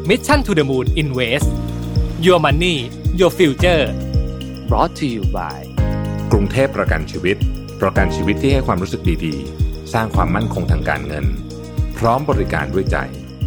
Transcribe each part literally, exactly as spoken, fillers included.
Mission to the Moon Invest Your Money Your Future brought to you by กรุงเทพประกันชีวิตประกันชีวิตที่ให้ความรู้สึกดีๆสร้างความมั่นคงทางการเงินพร้อมบริการด้วยใจ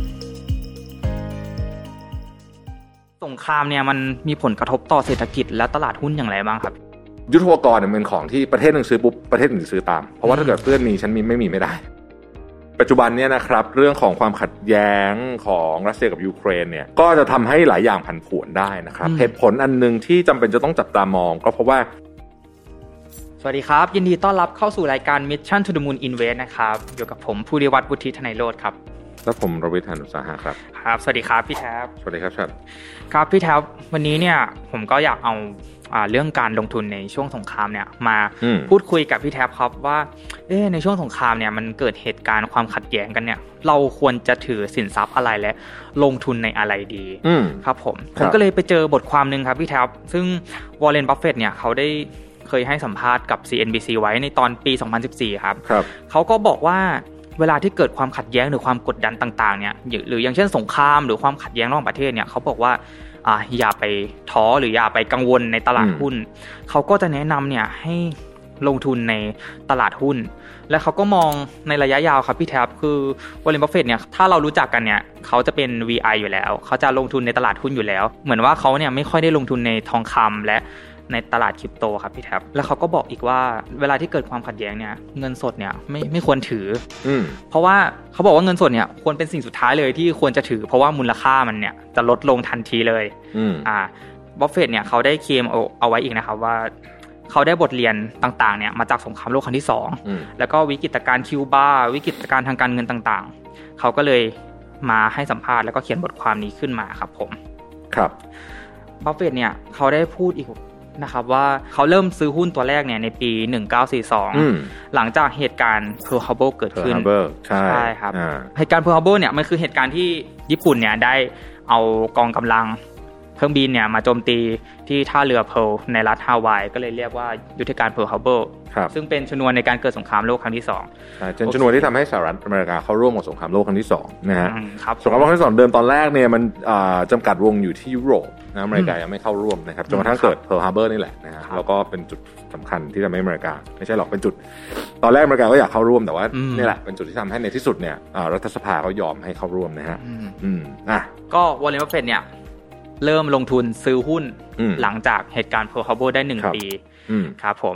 สงครามเนี่ยมันมีผลกระทบต่อเศรษฐกิจและตลาดหุ้นอย่างไรบ้างครับยุทโธปกรณ์เนี่ยเป็นของที่ประเทศนึงซื้อปุ๊บประเทศอื่นซื้อตามเพราะว่าถ้าเกิดเพื่อนมีฉันมีไม่มีไม่ได้ปัจจุบันเนี่ยนะครับเรื่องของความขัดแย้งของรัสเซียกับยูเครนเนี่ยก็จะทำให้หลายอย่างผันผวนได้นะครับเหตุผลอันนึงที่จำเป็นจะต้องจับตามองก็เพราะว่าสวัสดีครับยินดีต้อนรับเข้าสู่รายการ Mission to the Moon Invest นะครับอยู่กับผมภูริวัฒน์วุฒิธนัยโรจน์ครับและผมรวิทย์ หาญอุตสาหะครับครับสวัสดีครับพี่แท็บสวัสดีครับชัดครับพี่แท็บวันนี้เนี่ยผมก็อยากเอาอ่าเรื่องการลงทุนในช่วงสงครามเนี่ยมาพูดคุยกับพี่แท็บครับว่าเอ๊ะในช่วงสงครามเนี่ยมันเกิดเหตุการณ์ความขัดแย้งกันเนี่ยเราควรจะถือสินทรัพย์อะไรและลงทุนในอะไรดีครับผมผมก็เลยไปเจอบทความนึงครับพี่แท็บซึ่งวอร์เรน บัฟเฟตต์เนี่ยเขาได้เคยให้สัมภาษณ์กับ ซี เอ็น บี ซี ไว้ในตอนปีสองพันสิบสี่ครับเขาก็บอกว่าเวลาที่เกิดความขัดแย้งหรือความกดดันต่างๆเนี่ยหรืออย่างเช่นสงครามหรือความขัดแย้งระหว่างประเทศเนี่ยเขาบอกว่าอ่าอย่าไปท้อหรืออย่าไปกังวลในตลาดหุ้นเขาก็จะแนะนำเนี่ยให้ลงทุนในตลาดหุ้นและเขาก็มองในระยะยาวครับพี่แท็บคือวอร์เรน บัฟเฟตต์เนี่ยถ้าเรารู้จักกันเนี่ยเขาจะเป็น วี ไอ อยู่แล้วเขาจะลงทุนในตลาดหุ้นอยู่แล้วเหมือนว่าเขาเนี่ยไม่ค่อยได้ลงทุนในทองคำและในตลาดคริปโตครับพี่แท็บแล้วเขาก็บอกอีกว่าเวลาที่เกิดความขัดแย้งเนี่ยเงินสดเนี่ยไม่ไม่ควรถืออืเพราะว่าเขาบอกว่าเงินสดเนี่ยควรเป็นสิ่งสุดท้ายเลยที่ควรจะถือเพราะว่ามูลค่ามันเนี่ยจะลดลงทันทีเลยอ่าบัฟเฟตต์เนี่ยเขาได้เคลมเอาเอาไว้อีกนะครับว่าเขาได้บทเรียนต่างๆเนี่ยมาจากสงครามโลกครั้งที่สองแล้วก็วิกฤตการณ์คิวบาวิกฤตการณ์ทางการเงินต่างๆเขาก็เลยมาให้สัมภาษณ์แล้วก็เขียนบทความนี้ขึ้นมาครับผมครับบัฟเฟตต์เนี่ยเขาได้พูดอีกนะครับว่าเขาเริ่มซื้อหุ้นตัวแรกเนี่ยในปีหนึ่งพันเก้าร้อยสี่สิบสองหลังจากเหตุการณ์ Pearl Harbor เกิดขึ้น Pearl Harbor ใช่ใช่ครับเหตุการณ์ Pearl Harbor เนี่ยมันคือเหตุการณ์ที่ญี่ปุ่นเนี่ยได้เอากองกำลังเครื่องบินเนี่ยมาโจมตีที่ท่าเรือเพิร์ลในรัฐฮาวายก็เลยเรียกว่ายุทธการ Pearl Harbor ซึ่งเป็นชนวนในการเกิดสงครามโลกครั้งที่สองใช่เป็นชนวนที่ทำให้สหรัฐอเมริกาเข้าร่วมกับสงครามโลกครั้งที่สองนะฮะสงครามโลกครั้งที่สองเดิมตอนแรกเนี่ยมันจำกัดวงอยู่ที่ยุโรปนะอเมริกายังไม่เข้าร่วมนะครับจนกระทั่งเกิด Pearl Harbor นี่แหละนะฮะแล้วก็เป็นจุดสำคัญที่ทำให้อเมริกาไม่ใช่หรอกเป็นจุดตอนแรกอเมริกาก็อยากเข้าร่วมแต่ว่านี่แหละเป็นจุดที่ทำให้ในที่สุดเนี่ยรัฐสภาเขายอมให้เข้าร่วมนะฮะอืมอ่ะก็วอร์เรน บัฟเฟตต์เนี่ยเริ่มลงทุนซื้อหุ้นหลังจากเหตุการณ์ Pearl Harbor ได้หนึ่งปีครับผม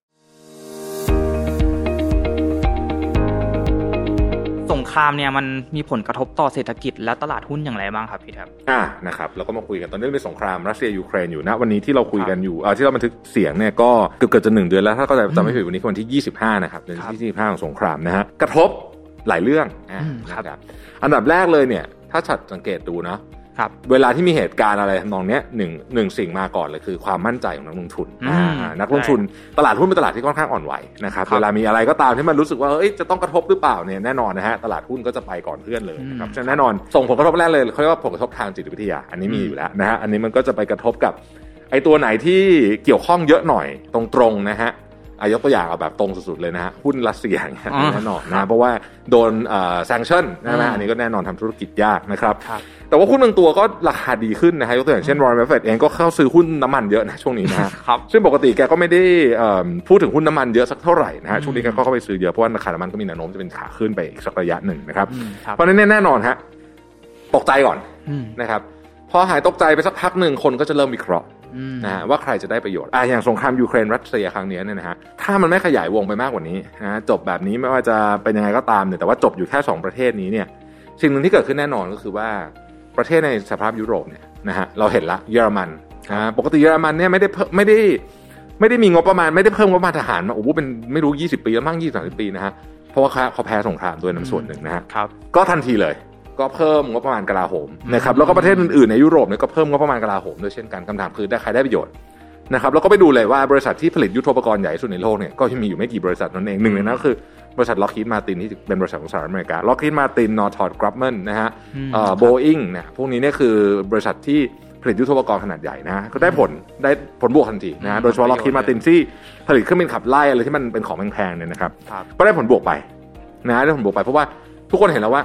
สงครามเนี่ยมันมีผลกระทบต่อเศรษฐกิจและตลาดหุ้นอย่างไรบ้างครับพี่ครับอ่านะครับเราก็มาคุยกันตอนนี้เป็นสงครามรัสเซียยูเครนอยู่นะวันนี้ที่เราคุยกันอยู่อ่าที่เราบันทึกเสียงเนี่ยก็เกือบๆจะหนึ่งเดือนแล้วถ้าก็จำไม่ผิดวันนี้วันที่ยี่สิบห้านะครับเดือนที่ยี่สิบห้าของสงครามนะฮะกระทบหลายเรื่องอ่านะครับอันดับแรกเลยเนี่ยถ้าสังเกตดูเนาะเวลาที่มีเหตุการณ์อะไรทำนองนี้หนึ่งหนึ่งสิ่งมาก่อนเลยคือความมั่นใจของนักลงทุนนักลงทุนตลาดหุ้นเป็นตลาดที่ค่อนข้างอ่อนไหวนะครับเวลามีอะไรก็ตามที่มันรู้สึกว่าเอ้ยจะต้องกระทบหรือเปล่าเนี่ยแน่นอนนะฮะตลาดหุ้นก็จะไปก่อนเพื่อนเลยนะครับฉะนั้นแน่นอนส่งผลกระทบแรกเลยเขาเรียกว่าผลกระทบทางจิตวิทยาอันนี้มีอยู่แล้วนะฮะอันนี้มันก็จะไปกระทบกับไอ้ตัวไหนที่เกี่ยวข้องเยอะหน่อยตรงๆนะฮะอายกตัวอย่างเอาแบบตรงสุดๆเลยนะฮะหุ้นรัสเซียอย่างเงี้ยแน่นอนนะเพราะว่าโดนเอ่อแซงชั่นนะฮะอันนี้ก็แน่นอนทำธุรกิจยากนะครับแต่ว่าหุ้นบางตัวก็ราคาดีขึ้นนะฮะยกตัวอย่างเช่นวอร์เรน บัฟเฟตต์เองก็เข้าซื้อหุ้นน้ำมันเยอะนะช่วงนี้นะฮะซึ่งปกติแกก็ไม่ได้พูดถึงหุ้นน้ำมันเยอะสักเท่าไหร่นะฮะช่วงนี้แกก็เข้าไปซื้อเยอะเพราะว่าราคาน้ำมันก็มีแนวโน้มจะเป็นขาขึ้นไปอีกสักระยะหนึ่งนะครับเพราะฉะนั้นแน่นอนฮะตกใจก่อนนะครับพอหายตกใจไปสักพักหนึ่งคนก็จะเริ่มวิเคราะห์นะฮะว่าใครจะได้ประโยชน์อ่ะอย่างสงครามยูเครนรัสเซียครั้งนี้เนี่ยนะฮะถ้ามันไม่ขยายวงไปมากกว่านี้นะจบแบบนี้ไม่ว่าจะเป็นยังไงก็ตามเนี่ยแต่ว่าจบอยู่แค่สองประเทศนี้เนี่ยสิ่งหนึ่งที่เกิดขึ้นแน่นอนก็คือว่าประเทศในสหภาพยุโรปเนี่ยนะฮะเราเห็นละเยอรมันนะปกติเยอรมันเนี่ยไม่ได้ไม่ได้ไม่ได้มีงบประมาณไม่ได้เพิ่มงบประมาณทหารมาโอ้โหเป็นไม่รู้ยี่สิบปีแล้วมั้งยี่สิบ สามสิบปีนะฮะเพราะว่าเขาแพ้สงครามด้วยน้ำส่วนหนึ่งนะฮะก็ทันทีเลยก็เพิ่มงบประมาณกลาโหมนะครับแล้วก็ประเทศอื่นๆในยุโรปเนี่ยก็เพิ่มงบประมาณกลาโหมด้วยเช่นกันคำถามคือได้ใครได้ประโยชน์นะครับแล้วก็ไปดูเลยว่าบริษัทที่ผลิตยุทโธปกรณ์ใหญ่ที่สุดในโลกเนี่ยก็มีอยู่ไม่กี่บริษัทนั่นเองหนึ่งในนั้นก็คือบริษัท Lockheed Martin ที่เป็นบริษัทของสหรัฐอเมริกา Lockheed Martin Northrop Grumman นะฮะเอ่อ Boeing เนี่ยพวกนี้เนี่ยคือบริษัทที่ผลิตยุทโธปกรณ์ขนาดใหญ่นะก็ได้ผลได้ผลบวกทันทีนะโดยเฉพาะ Lockheed Martin ที่ผลิตเครื่องบินขับไล่อะไรที่มันเป็นของแพงๆเนี่ยนะครับก็ได้ผลบวกไปนะได้ผลบวกไปเพราะว่าทุกคนเห็นแล้วว่า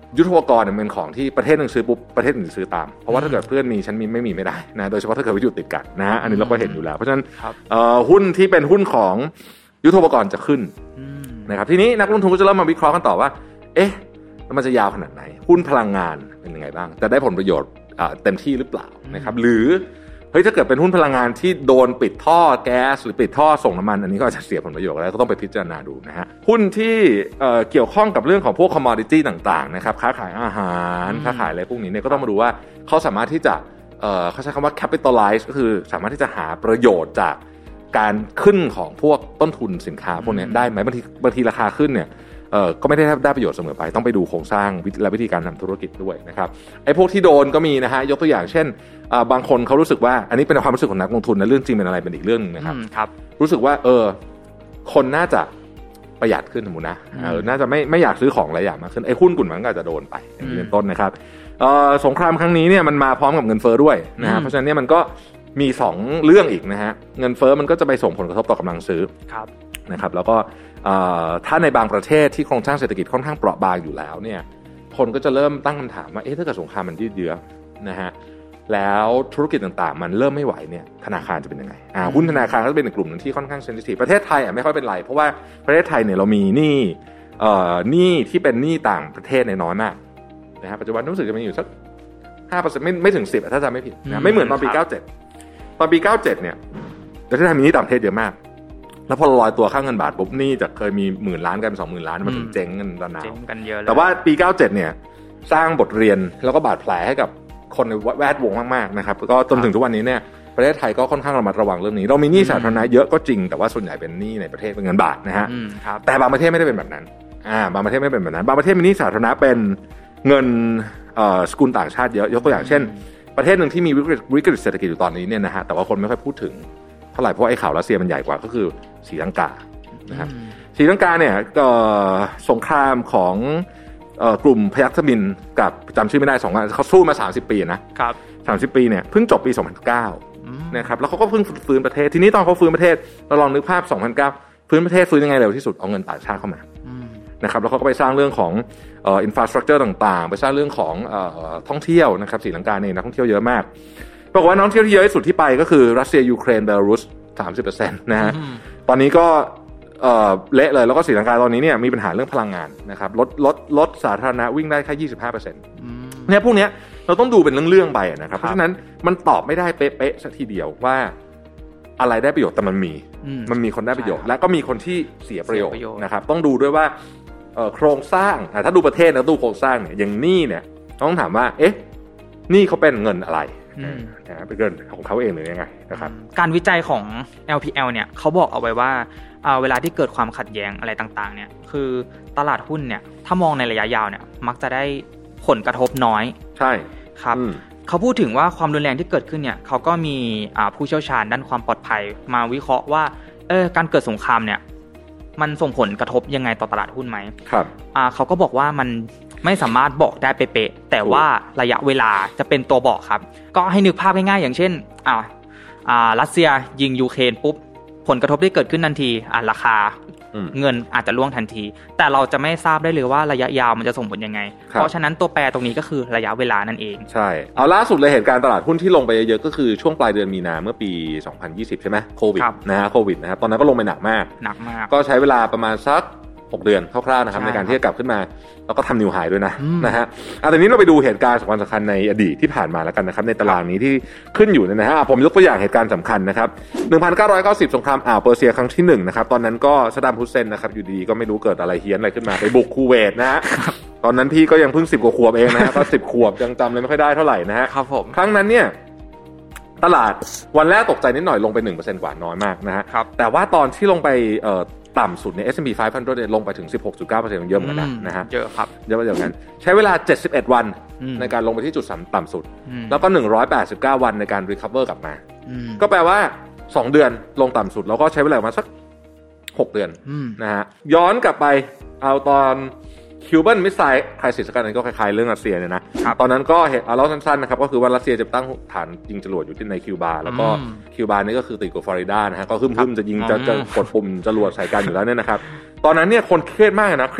ยุทโธปกรณ์เนี่ยเป็นของที่ประเทศนึงซื้อปุ๊บประเทศอื่นซื้อตามเพราะว่าถ้าเกิดเพื่อนมีฉันมีไม่มีไม่ได้นะโดยเฉพาะถ้าเกิดวิทยุติดกันนะอันนี้เราก็เห็นอยู่แล้วเพราะฉะนั้นหุ้นที่เป็นหุ้นของยุทโธปกรณ์จะขึ้นนะครับทีนี้นักลงทุนก็จะเริ่มมาวิเคราะห์กันต่อว่าเอ๊ะมันจะยาวขนาดไหนหุ้นพลังงานเป็นยังไงบ้างจะได้ผลประโยชน์เต็มที่หรือเปล่านะครับหรือเฮ้ยถ้าเกิดเป็นหุ้นพลังงานที่โดนปิดท่อแก๊สหรือปิดท่อส่งน้ำมันอันนี้ก็อาจจะเสียผลประโยชน์แล้วก็ต้องไปพิจารณาดูนะฮะหุ้นที่เอ่อเกี่ยวข้องกับเรื่องของพวก commodity ต่างๆนะครับค้าขายอาหารค้าขายอะไรพวกนี้เนี่ยก็ต้องมาดูว่าเขาสามารถที่จะเอ่อเขาใช้คำว่า capitalize ก็คือสามารถที่จะหาประโยชน์จากการขึ้นของพวกต้นทุนสินค้าพวกนี้ได้ไหมบางทีบางทีราคาขึ้นเนี่ยเอ่อก็ไม่ได้ได้ประโยชน์เสมอไปต้องไปดูโครงสร้างและวิธีการทำธุรกิจด้วยนะครับไอ้พวกที่โดนก็มีนะฮะยกตัวอย่างเช่นบางคนเขารู้สึกว่าอันนี้เป็นความรู้สึกของนักลงทุนนะเรื่องจริงเป็นอะไรเป็นอีกเรื่องนึงนะครับครับรู้สึกว่าเออคนน่าจะประหยัดขึ้นสมมุตินะเออน่าจะไม่ไม่อยากซื้อของหลายอย่างมากขึ้นไอ้หุ้นกลุ่มนั้นก็อาจจะโดนไปอย่างนี้เป็นต้นนะครับเอ่อสงครามครั้งนี้เนี่ยมันมาพร้อมกับเงินเฟ้อด้วยนะฮะเพราะฉะนั้นเนี่ยมันก็มีสองเรื่องอีกนะฮะเงินเฟ้อมันก็จะไปส่งผลกระทบต่อกำลังซื้อครับนะครับแล้วก็ถ้าในบางประเทศที่โครงสร้างเศรษฐกิจค่อนข้างเปราะบางอยู่แล้วเนี่ยคนก็จะเริ่มตั้งคำถามว่าเอ๊ะถ้าเกิดสงครามมันยืดเยื้อนะฮะแล้วธุรกิจต่างๆมันเริ่มไม่ไหวเนี่ยธนาคารจะเป็นยังไงอ่าหุ้นธนาคารก็จะเป็นกลุ่มนึงที่ค่อนข้างเซนซิทีฟประเทศไทยอ่ะไม่ค่อยเป็นไรเพราะว่าประเทศไทยเนี่ยเรามีหนี้เอ่อหนี้ที่เป็นหนี้ต่างประเทศในน้อยมากนะฮะปัจจุบันรู้สึกจะมีอยู่สัก ห้าเปอร์เซ็นต์ ไม่ไม่ถึงสิบถ้าจำไม่ผิดนะไม่เหมือนตอนปีเก้าเจ็ดตอนปีเก้าเจ็ดเนี่ยประเทศไทยมีหนี้ต่างประเทศเยอะมากแล้วพอลอยตัวค่าเงินบาทปุ๊บหนี้จากเคยมีหมื่นล้านกลายเป็น สองหมื่น ล้านมันถึงเจ๊งกันระนาวเจ๊งกันเยอะเลยแต่ว่าปีเก้าเจ็ดเนี่ยสร้างบทเรียนแล้วก็บาดแผลให้กับคนในแวดวงมากๆนะครับก็จนถึงทุกวันนี้เนี่ยประเทศไทยก็ค่อนข้างระมัดระวังเรื่องนี้เรามีหนี้สาธารณะเยอะก็จริงแต่ว่าส่วนใหญ่เป็นหนี้ในประเทศเป็นเงินบาทนะฮะแต่บางประเทศไม่ได้เป็นแบบนั้นอ่าบางประเทศไม่เป็นแบบนั้นบางประเทศมีหนี้สาธารณะเป็นเงินเอ่อสกุลต่างชาติเยอะยกตัวอย่างเช่นประเทศนึงที่มีวิกฤตวิกฤตเศรษฐกิจอยู่ตอนนี้เนี่ยนะฮะแต่ว่าคนไม่ค่อยพูดถึงเท่าไหร่เพราะไอ้ข่าวรัสเซียมันใหญ่กว่าก็คือศรีลังกานะครับศรีลังกาเนี่ยสงครามของกลุ่มพยัคฆ์มินกับจำชื่อไม่ได้สองเขาสู้มาสามสิบปีนะครับสามสิบปีเนี่ยเพิ่งจบปีสองพันเก้านะครับแล้วเขาก็เพิ่งฟื้นประเทศทีนี้ตอนเขาฟื้นประเทศเราลองนึกภาพสองพันเก้าฟื้นประเทศฟื้นยังไงเร็วที่สุดเอาเงินต่างชาติเข้ามานะครับแล้วเขาก็ไปสร้างเรื่องของเอ่ออินฟราสตรัคเจอร์ต่างๆไปสร้างเรื่องของเอ่อท่องเที่ยวนะครับศรีลังกาเนี่ยนักท่องเที่ยวเยอะมากปรากฏว่านักท่องเที่ยวที่เยอะที่สุดที่ไปก็คือรัสเซียยูเครนเบลารุส สามสิบเปอร์เซ็นต์ นะฮะตอนนี้ก็เอ่อเละเลยแล้วก็ศรีลังกาตอนนี้เนี่ยมีปัญหาเรื่องพลังงานนะครับรถรถรถสาธารณะวิ่งได้แค่ ยี่สิบห้าเปอร์เซ็นต์ เนี่ยพวกเนี้ยเราต้องดูเป็นเรื่องๆไปนะครับเพราะฉะนั้นมันตอบไม่ได้เป๊ะๆสักทีเดียวว่าอะไรได้ประโยชน์แต่มันมีมันมีคนได้ประโยชน์และก็มีคนที่เสียประโยชน์นะครับต้องดูด้วยว่าโครงสร้างถ้าดูประเทศนะดูโครงสร้างเนี่ยอย่างหนี้เนี่ยต้องถามว่าเอ๊ะหนี้เขาเป็นเงินอะไรนะเป็นเงินของเขาเองหรือยังไงนะครับการวิจัยของ แอล พี แอล เนี่ยเขาบอกเอาไว้ว่าเวลาที่เกิดความขัดแย้งอะไรต่างๆเนี่ยคือตลาดหุ้นเนี่ยถ้ามองในระยะยาวเนี่ยมักจะได้ผลกระทบน้อยใช่ครับเขาพูดถึงว่าความรุนแรงที่เกิดขึ้นเนี่ยเขาก็มีผู้เชี่ยวชาญด้านความปลอดภัยมาวิเคราะห์ว่าเออการเกิดสงครามเนี่ยมันส่งผลกระทบยังไงต่อตลาดหุ้นไหมครับอ่าเขาก็บอกว่ามันไม่สามารถบอกได้เป๊ะๆแต่ว่าระยะเวลาจะเป็นตัวบอกครับก็ให้นึกภาพง่ายๆอย่างเช่นอ่าอ่ารัสเซียยิงยูเครนปุ๊บผลกระทบที่เกิดขึ้นทันทีอ่าราคาเงินอาจจะร่วงทันทีแต่เราจะไม่ทราบได้เลยว่าระยะยาวมันจะส่งผลยังไงเพราะฉะนั้นตัวแปรตรงนี้ก็คือระยะเวลานั่นเองใช่เอาล่าสุดเลยเหตุการณ์ตลาดหุ้นที่ลงไปเยอะๆก็คือช่วงปลายเดือนมีนาเมื่อปีสองพันยี่สิบใช่ไหมโควิดนะฮะโควิดนะครับตอนนั้นก็ลงไปหนักมากหนักมากก็ใช้เวลาประมาณสักหกเดือนคร่าวๆนะครับในการที่จะกลับขึ้นมาแล้วก็ทำนิวไฮด้วยนะนะฮะอ่ะตอนนี้เราไปดูเหตุการณ์สำคัญสำคัญในอดีตที่ผ่านมาแล้วกันนะครับในตารางนี้ที่ขึ้นอยู่นะฮะผมยกตัวอย่างเหตุการณ์สำคัญนะครับหนึ่งพันเก้าร้อยเก้าสิบสงครามอ่าวเปอร์เซียครั้งที่หนึ่งนะครับตอนนั้นก็ซาดัมฮุสเซนนะครับอยู่ดีๆก็ไม่รู้เกิดอะไรเฮี้ยนอะไรขึ้นมาไปบุกคูเวตนะฮะตอนนั้นพี่ก็ยังเพิ่งสิบกว่าขวบเองนะฮะก็สิบขวบยังจำเลยไม่ค่อยได้เท่าไหร่นะฮะครับผมครั้งนั้นเนี่ยตลาดวันแรกตกใจนิดหน่อยลงไป หนึ่งเปอร์เซ็นต์ กว่าน้อยมากนะฮะแต่ว่าตอนที่ลงไปเอ่อต่ำสุดเนี่ย เอส แอนด์ พี ห้าร้อยเนี่ยลงไปถึง สิบหกจุดเก้าเปอร์เซ็นต์ เยอะเหมือนกันนะฮะเยอะครับเยอะกว่าอย่างนั้นใช้เวลาเจ็ดสิบเอ็ดวันในการลงไปที่จุดต่ำสุดแล้วก็หนึ่งร้อยแปดสิบเก้าวันในการ recover กลับมาก็แปลว่าสองเดือนลงต่ำสุดแล้วก็ใช้เวลาประมาณสักหกเดือนนะฮะย้อนกลับไปเอาตอนคิวบันมิสไซล์ไครซิสกันนั้นก็คล้ายๆเรื่องรัสเซียเนี่ยนะตอนนั้นก็เหตุเอาเล่าสั้นๆนะครับก็คือว่ารัสเซียจะตั้งฐานยิงจรวดอยู่ที่ในคิวบาแล้วก็คิวบานี่ก็คือติดกับฟลอริดานะฮะก็คึ่มๆจะยิงจะจะกดปุ่มจรวดใส่กันอยู่แล้วเนี่ยนะครับตอนนั้นเนี่ยคนเครียดมากนะเครียด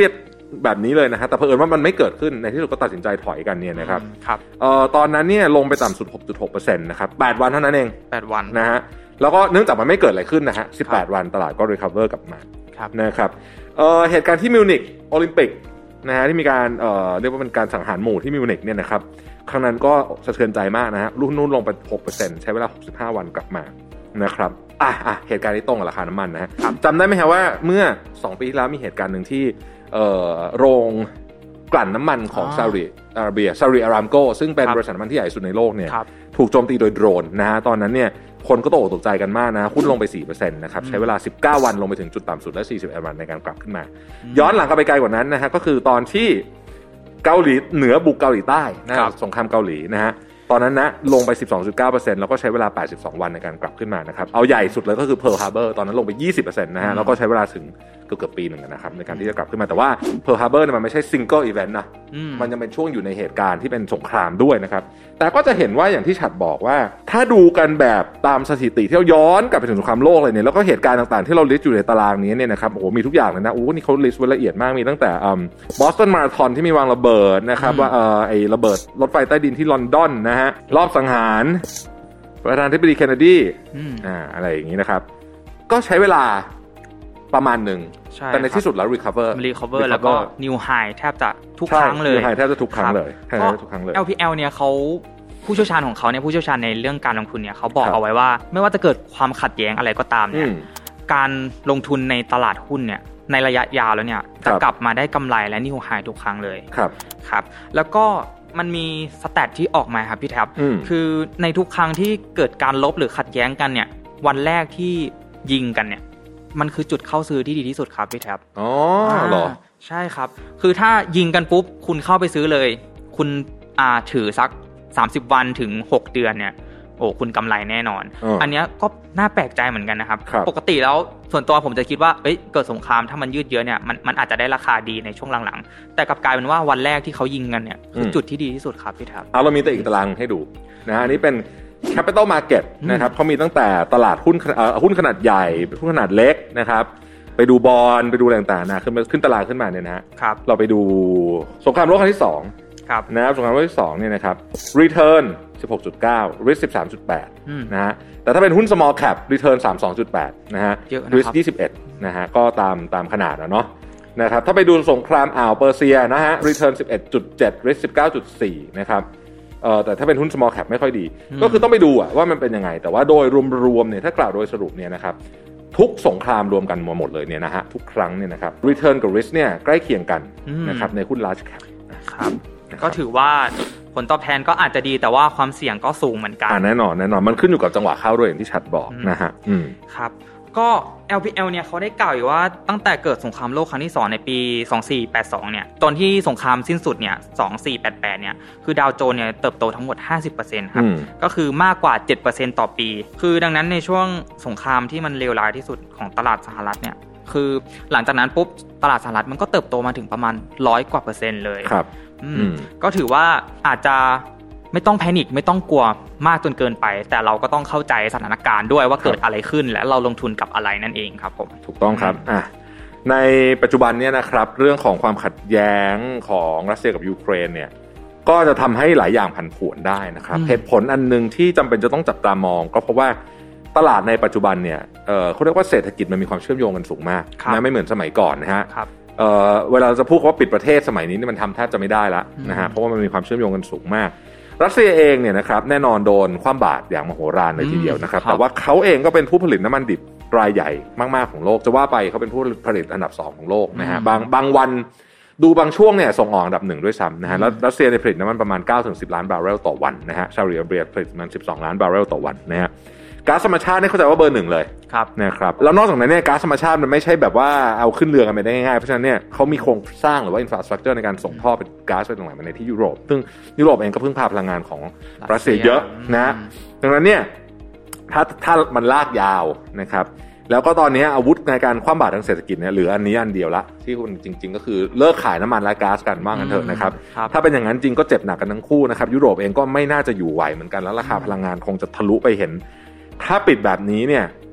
แบบนี้เลยนะฮะแต่เผอิญว่ามันไม่เกิดขึ้นในที่สุดก็ตัดสินใจถอยกันเนี่ยนะครับครับเอ่อตอนนั้นเนี่ยลงไปต่ำสุด หกจุดหกเปอร์เซ็นต์ นะครับแปดวันเท่านั้นเองแปดวันนะฮะแล้วก็เนื่องจากมันไม่เกิดอะไรขึ้นนะฮะสิบแปดวันตลาดก็ recover กลับมานะครับเอ่อเหตุการณ์ที่มิวนิกโอลิมปิกนะฮะที่มีการเอ่อเรียกว่าเป็นการสังหารหมู่ที่มิวนิกเนี่ยนะครับครั้งนั้นก็สะเทือนใจมากนะฮะรุ่นนู้นลงไป หกเปอร์เซ็นต์ ใช้เวลาหกสิบห้าวันกลับมานะครับอ่ะอ่ะเหตุการณ์นี้ตรงกับราคาน้ำมันนะฮะจำได้ไหมฮะว่าเมื่อสองปีที่แล้วมีเหตุการณ์หนึ่งที่เอ่อโรงกลั่นน้ำมันของซาอุดิอาระเบียซาอุดิอารามโกซึ่งเป็นบริษัทน้ำมันที่ใหญ่สุดในโลกเนี่ยถูกโจมตีโดยโดรนนะฮะตอนนั้นเนี่ยคนก็ตกตกใจกันมากนะหุ้นลงไป สี่เปอร์เซ็นต์ นะครับใช้เวลาสิบเก้าวันลงไปถึงจุดต่ำสุดและสี่สิบเอ็ดวันในการกลับขึ้นมาย้อนหลังกลับไปไกลกว่านั้นนะฮะก็คือตอนที่เกาหลีเหนือบุกเกาหลีใต้นะสงครามเกาหลีนะฮะตอนนั้นนะลงไป สิบสองจุดเก้าเปอร์เซ็นต์ แล้วก็ใช้เวลาแปดสิบสองวันในการกลับขึ้นมานะครับเอาใหญ่สุดเลยก็คือ Pearl Harbor ตอนนั้นลงไป ยี่สิบเปอร์เซ็นต์ นะฮะแล้วก็ใช้เวลาถึงเกือบๆปีนึงนะครับในการที่จะกลับขึ้นมาแต่ว่า Pearl Harbor เนี่ยมันไม่ใช่ single event นะมันยังเป็นช่วงอยู่ในเหตุการณ์ที่เป็นสงครามด้วยนะครับแต่ก็จะเห็นว่าอย่างที่ฉัดบอกว่าถ้าดูกันแบบตามสถิติที่เราย้อนกลับไปถึงสงครามโลกเลยเนี่ยแล้วก็เหตุการณ์ต่างๆที่เราลิสต์อยู่ในตารางนี้เนี่ยนะครับโอ้โหมีทุกอย่างเลยนะโอ้นี่เขาลิสต์ไว้ละเอียดมากมีตั้งแต่อืม Boston Marathon ที่มีวางระเบิดนะครับว่าเอ่อไอ้ระเบิดรถไฟใต้ดินที่ลอนดอนนะฮะรอบสังหารประธานาธิบดีเคนเนดีอ่าอะไรอย่างนี้นะครับก็ใช้เวลาประมาณหนึ่งแต่ในที่สุดแล้ว recover recover แล้วก็ new high แทบจะทุกครั้งเลย new high แทบจะทุกครั้งเลยแทบจะทุกครั้งเลยแอล พี แอล เนี่ยเขาผู้เชี่ยวชาญของเขาเนี่ยผู้เชี่ยวชาญในเรื่องการลงทุนเนี่ยเขาบอกเอาไว้ว่าไม่ว่าจะเกิดความขัดแย้งอะไรก็ตามเนี่ยการลงทุนในตลาดหุ้นเนี่ยในระยะยาวแล้วเนี่ยจะกลับมาได้กำไรและ new high ทุกครั้งเลยครับครับแล้วก็มันมีสแตทที่ออกมาครับพี่แท็บคือในทุกครั้งที่เกิดการลบหรือขัดแย้งกันเนี่ยวันแรกที่ยิงกันเนี่ยมันคือจุดเข้าซื้อที่ดีที่สุดครับพี่แท็บอ๋อเหรอใช่ครับคือถ้ายิงกันปุ๊บคุณเข้าไปซื้อเลยคุณอ่าถือสักสามสิบวันถึงหกเดือนเนี่ยโอ้คุณกำไรแน่นอน อ, อันนี้ก็น่าแปลกใจเหมือนกันนะครับปกติแล้วส่วนตัวผมจะคิดว่าเอ้ยเกิดสงครามถ้ามันยืดเยื้อเนี่ยมันมันอาจจะได้ราคาดีในช่วงหลังๆแต่กลับกลายเป็นว่าวันแรกที่เขายิงกันเนี่ยคือจุดที่ดีที่สุดครับพี่แท็บเอาเรามีแต่อีกตารางให้ดูนะอันนี้เป็น Capital Market นะครับเขามีตั้งแต่ตลาดหุ้นเอ่อหุ้นขนาดใหญ่หุ้นขนาดเล็กนะครับไปดูบอนด์ไปดูอะไรต่างๆนะขึ้นขึ้นตารางขึ้นมาเนี่ยนะฮะเราไปดูสงครามโลกครั้งที่สองนะครับสงครามโลกที่สองเนี่ยนะครับ Return สิบหกจุดเก้า Risk สิบสามจุดแปดนะฮะแต่ถ้าเป็นหุ้น Small Cap Return สามสิบสองจุดแปดนะฮะ Risk ยี่สิบเอ็ดนะฮะก็ตามตามขนาดนะเนาะนะครับถ้าไปดูสงครามอ่าวเปอร์เซียนะฮะ Return สิบเอ็ดจุดเจ็ด Risk สิบเก้าจุดสี่นะครับเอ่อแต่ถ้าเป็นหุ้น small cap ไม่ค่อยดีก็คือต้องไปดูอะว่ามันเป็นยังไงแต่ว่าโดยรวมๆเนี่ยถ้ากล่าวโดยสรุปเนี่ยนะครับทุกสงครามรวมกันหมดเลยเนี่ยนะฮะทุกครั้งเนี่ยนะครับ return กับ risk เนี่ยใกล้เคียงกันนะครับในหุ้น large cap ครับก็ถือว่าผลตอบแทนก็อาจจะดีแต่ว่าความเสี่ยงก็สูงเหมือนกันอ่าแน่นอนแน่นอนมันขึ้นอยู่กับจังหวะเข้าด้วยอย่างที่ชัดบอกนะฮะอืมครับก็ แอล พี แอล เนี่ยเขาได้กล่าวอยู่ว่าตั้งแต่เกิดสงครามโลกครั้งที่สองในปีสองพันสี่ร้อยแปดสิบสองเนี่ยตอนที่สงครามสิ้นสุดเนี่ยสองพันสี่ร้อยแปดสิบแปดเนี่ยคือดาวโจนส์เนี่ยเติบโตทั้งหมด ห้าสิบเปอร์เซ็นต์ ครับก็คือมากกว่า เจ็ดเปอร์เซ็นต์ ต่อปีคือดังนั้นในช่วงสงครามที่มันเลวร้ายที่สุดของตลาดสหรัฐเนี่ยคือหลังจากนั้นปุ๊บตลาดสหรัฐมันก็เติบโตมาถึงประมาณร้อยกว่าเปอร์เซ็นต์เลยครับก็ถือว่าอาจจะไม่ต้องแพนิคไม่ต้องกลัวมากจนเกินไปแต่เราก็ต้องเข้าใจสถานการณ์ด้วยว่าเกิดอะไรขึ้นและเราลงทุนกับอะไรนั่นเองครับผมถูกต้องครับอ่ะในปัจจุบันเนี่ยนะครับเรื่องของความขัดแย้งของรัสเซียกับยูเครนเนี่ยก็จะทำให้หลายอย่างผันผวนได้นะครับเหตุผลอันนึงที่จำเป็นจะต้องจับตามองก็เพราะว่าตลาดในปัจจุบันเนี่ยเอ่อเขาเรียกว่าเศรษฐกิจมันมีความเชื่อมโยงกันสูงมากนะไม่เหมือนสมัยก่อนนะฮะเอ่อเวลาจะพูดว่าปิดประเทศสมัยนี้นี่มันทำแทบจะไม่ได้ละนะฮะเพราะว่ามันมีความเชื่อมโยงกันสูงมากรัสเซียเองเนี่ยนะครับแน่นอนโดนคว่ำบาตรอย่างมโหฬารเลยทีเดียวนะครับแต่ว่าเขาเองก็เป็นผู้ผลิตน้ำมันดิบรายใหญ่มากๆของโลกจะว่าไปเขาเป็นผู้ผลิตอันดับสองของโลกนะฮะบางบางวันดูบางช่วงเนี่ยส่งออกอันดับหนึ่งด้วยซ้ำนะฮะแล้วรัสเซียผลิตน้ำมันประมาณ เก้าถึงสิบ ล้านบาร์เรลต่อวันนะฮะซาอุดิอาระเบียผลิตประมาณสิบสองล้านบาร์เรลต่อวันนะฮะก๊าซธรรมชาติเนี่ยเข้าใจว่าเบอร์หนึ่งเลยนะครับแล้วนอกจากนั้นเนี่ยก๊าซธรรมชาติมันไม่ใช่แบบว่าเอาขึ้นเรือกันไปได้ง่ายๆเพราะฉะนั้นเนี่ยเขามีโครงสร้างหรือว่าอินฟราสตรัคเจอร์ในการส่งท่อเป็นก๊าซไปตรงไหนมาในที่ยุโรปซึ่งยุโรปเองก็พึ่งพาพลังงานของรัสเซียเยอะนะดังนั้นเนี่ยถ้าถ้ามันลากยาวนะครับแล้วก็ตอนนี้อาวุธในการคว่ำบาตรทางเศรษฐกิจเนี่ยเหลืออันนี้อันเดียวละที่คุณจริงๆก็คือเลิกขายน้ำมันและก๊าซกันว่างั้นเถอะนะครับถ้าเป็นอย่างนั้นจริงก็เจ็บหนักกันทั้งคู่นะครับยุโรปเองก็ไม่น่าจะอยู่ไหวเหมือนกันแล้วราคาพลังงานคงจะทะลุไปเห็นถ้าปิดแบบนี้เนี่ย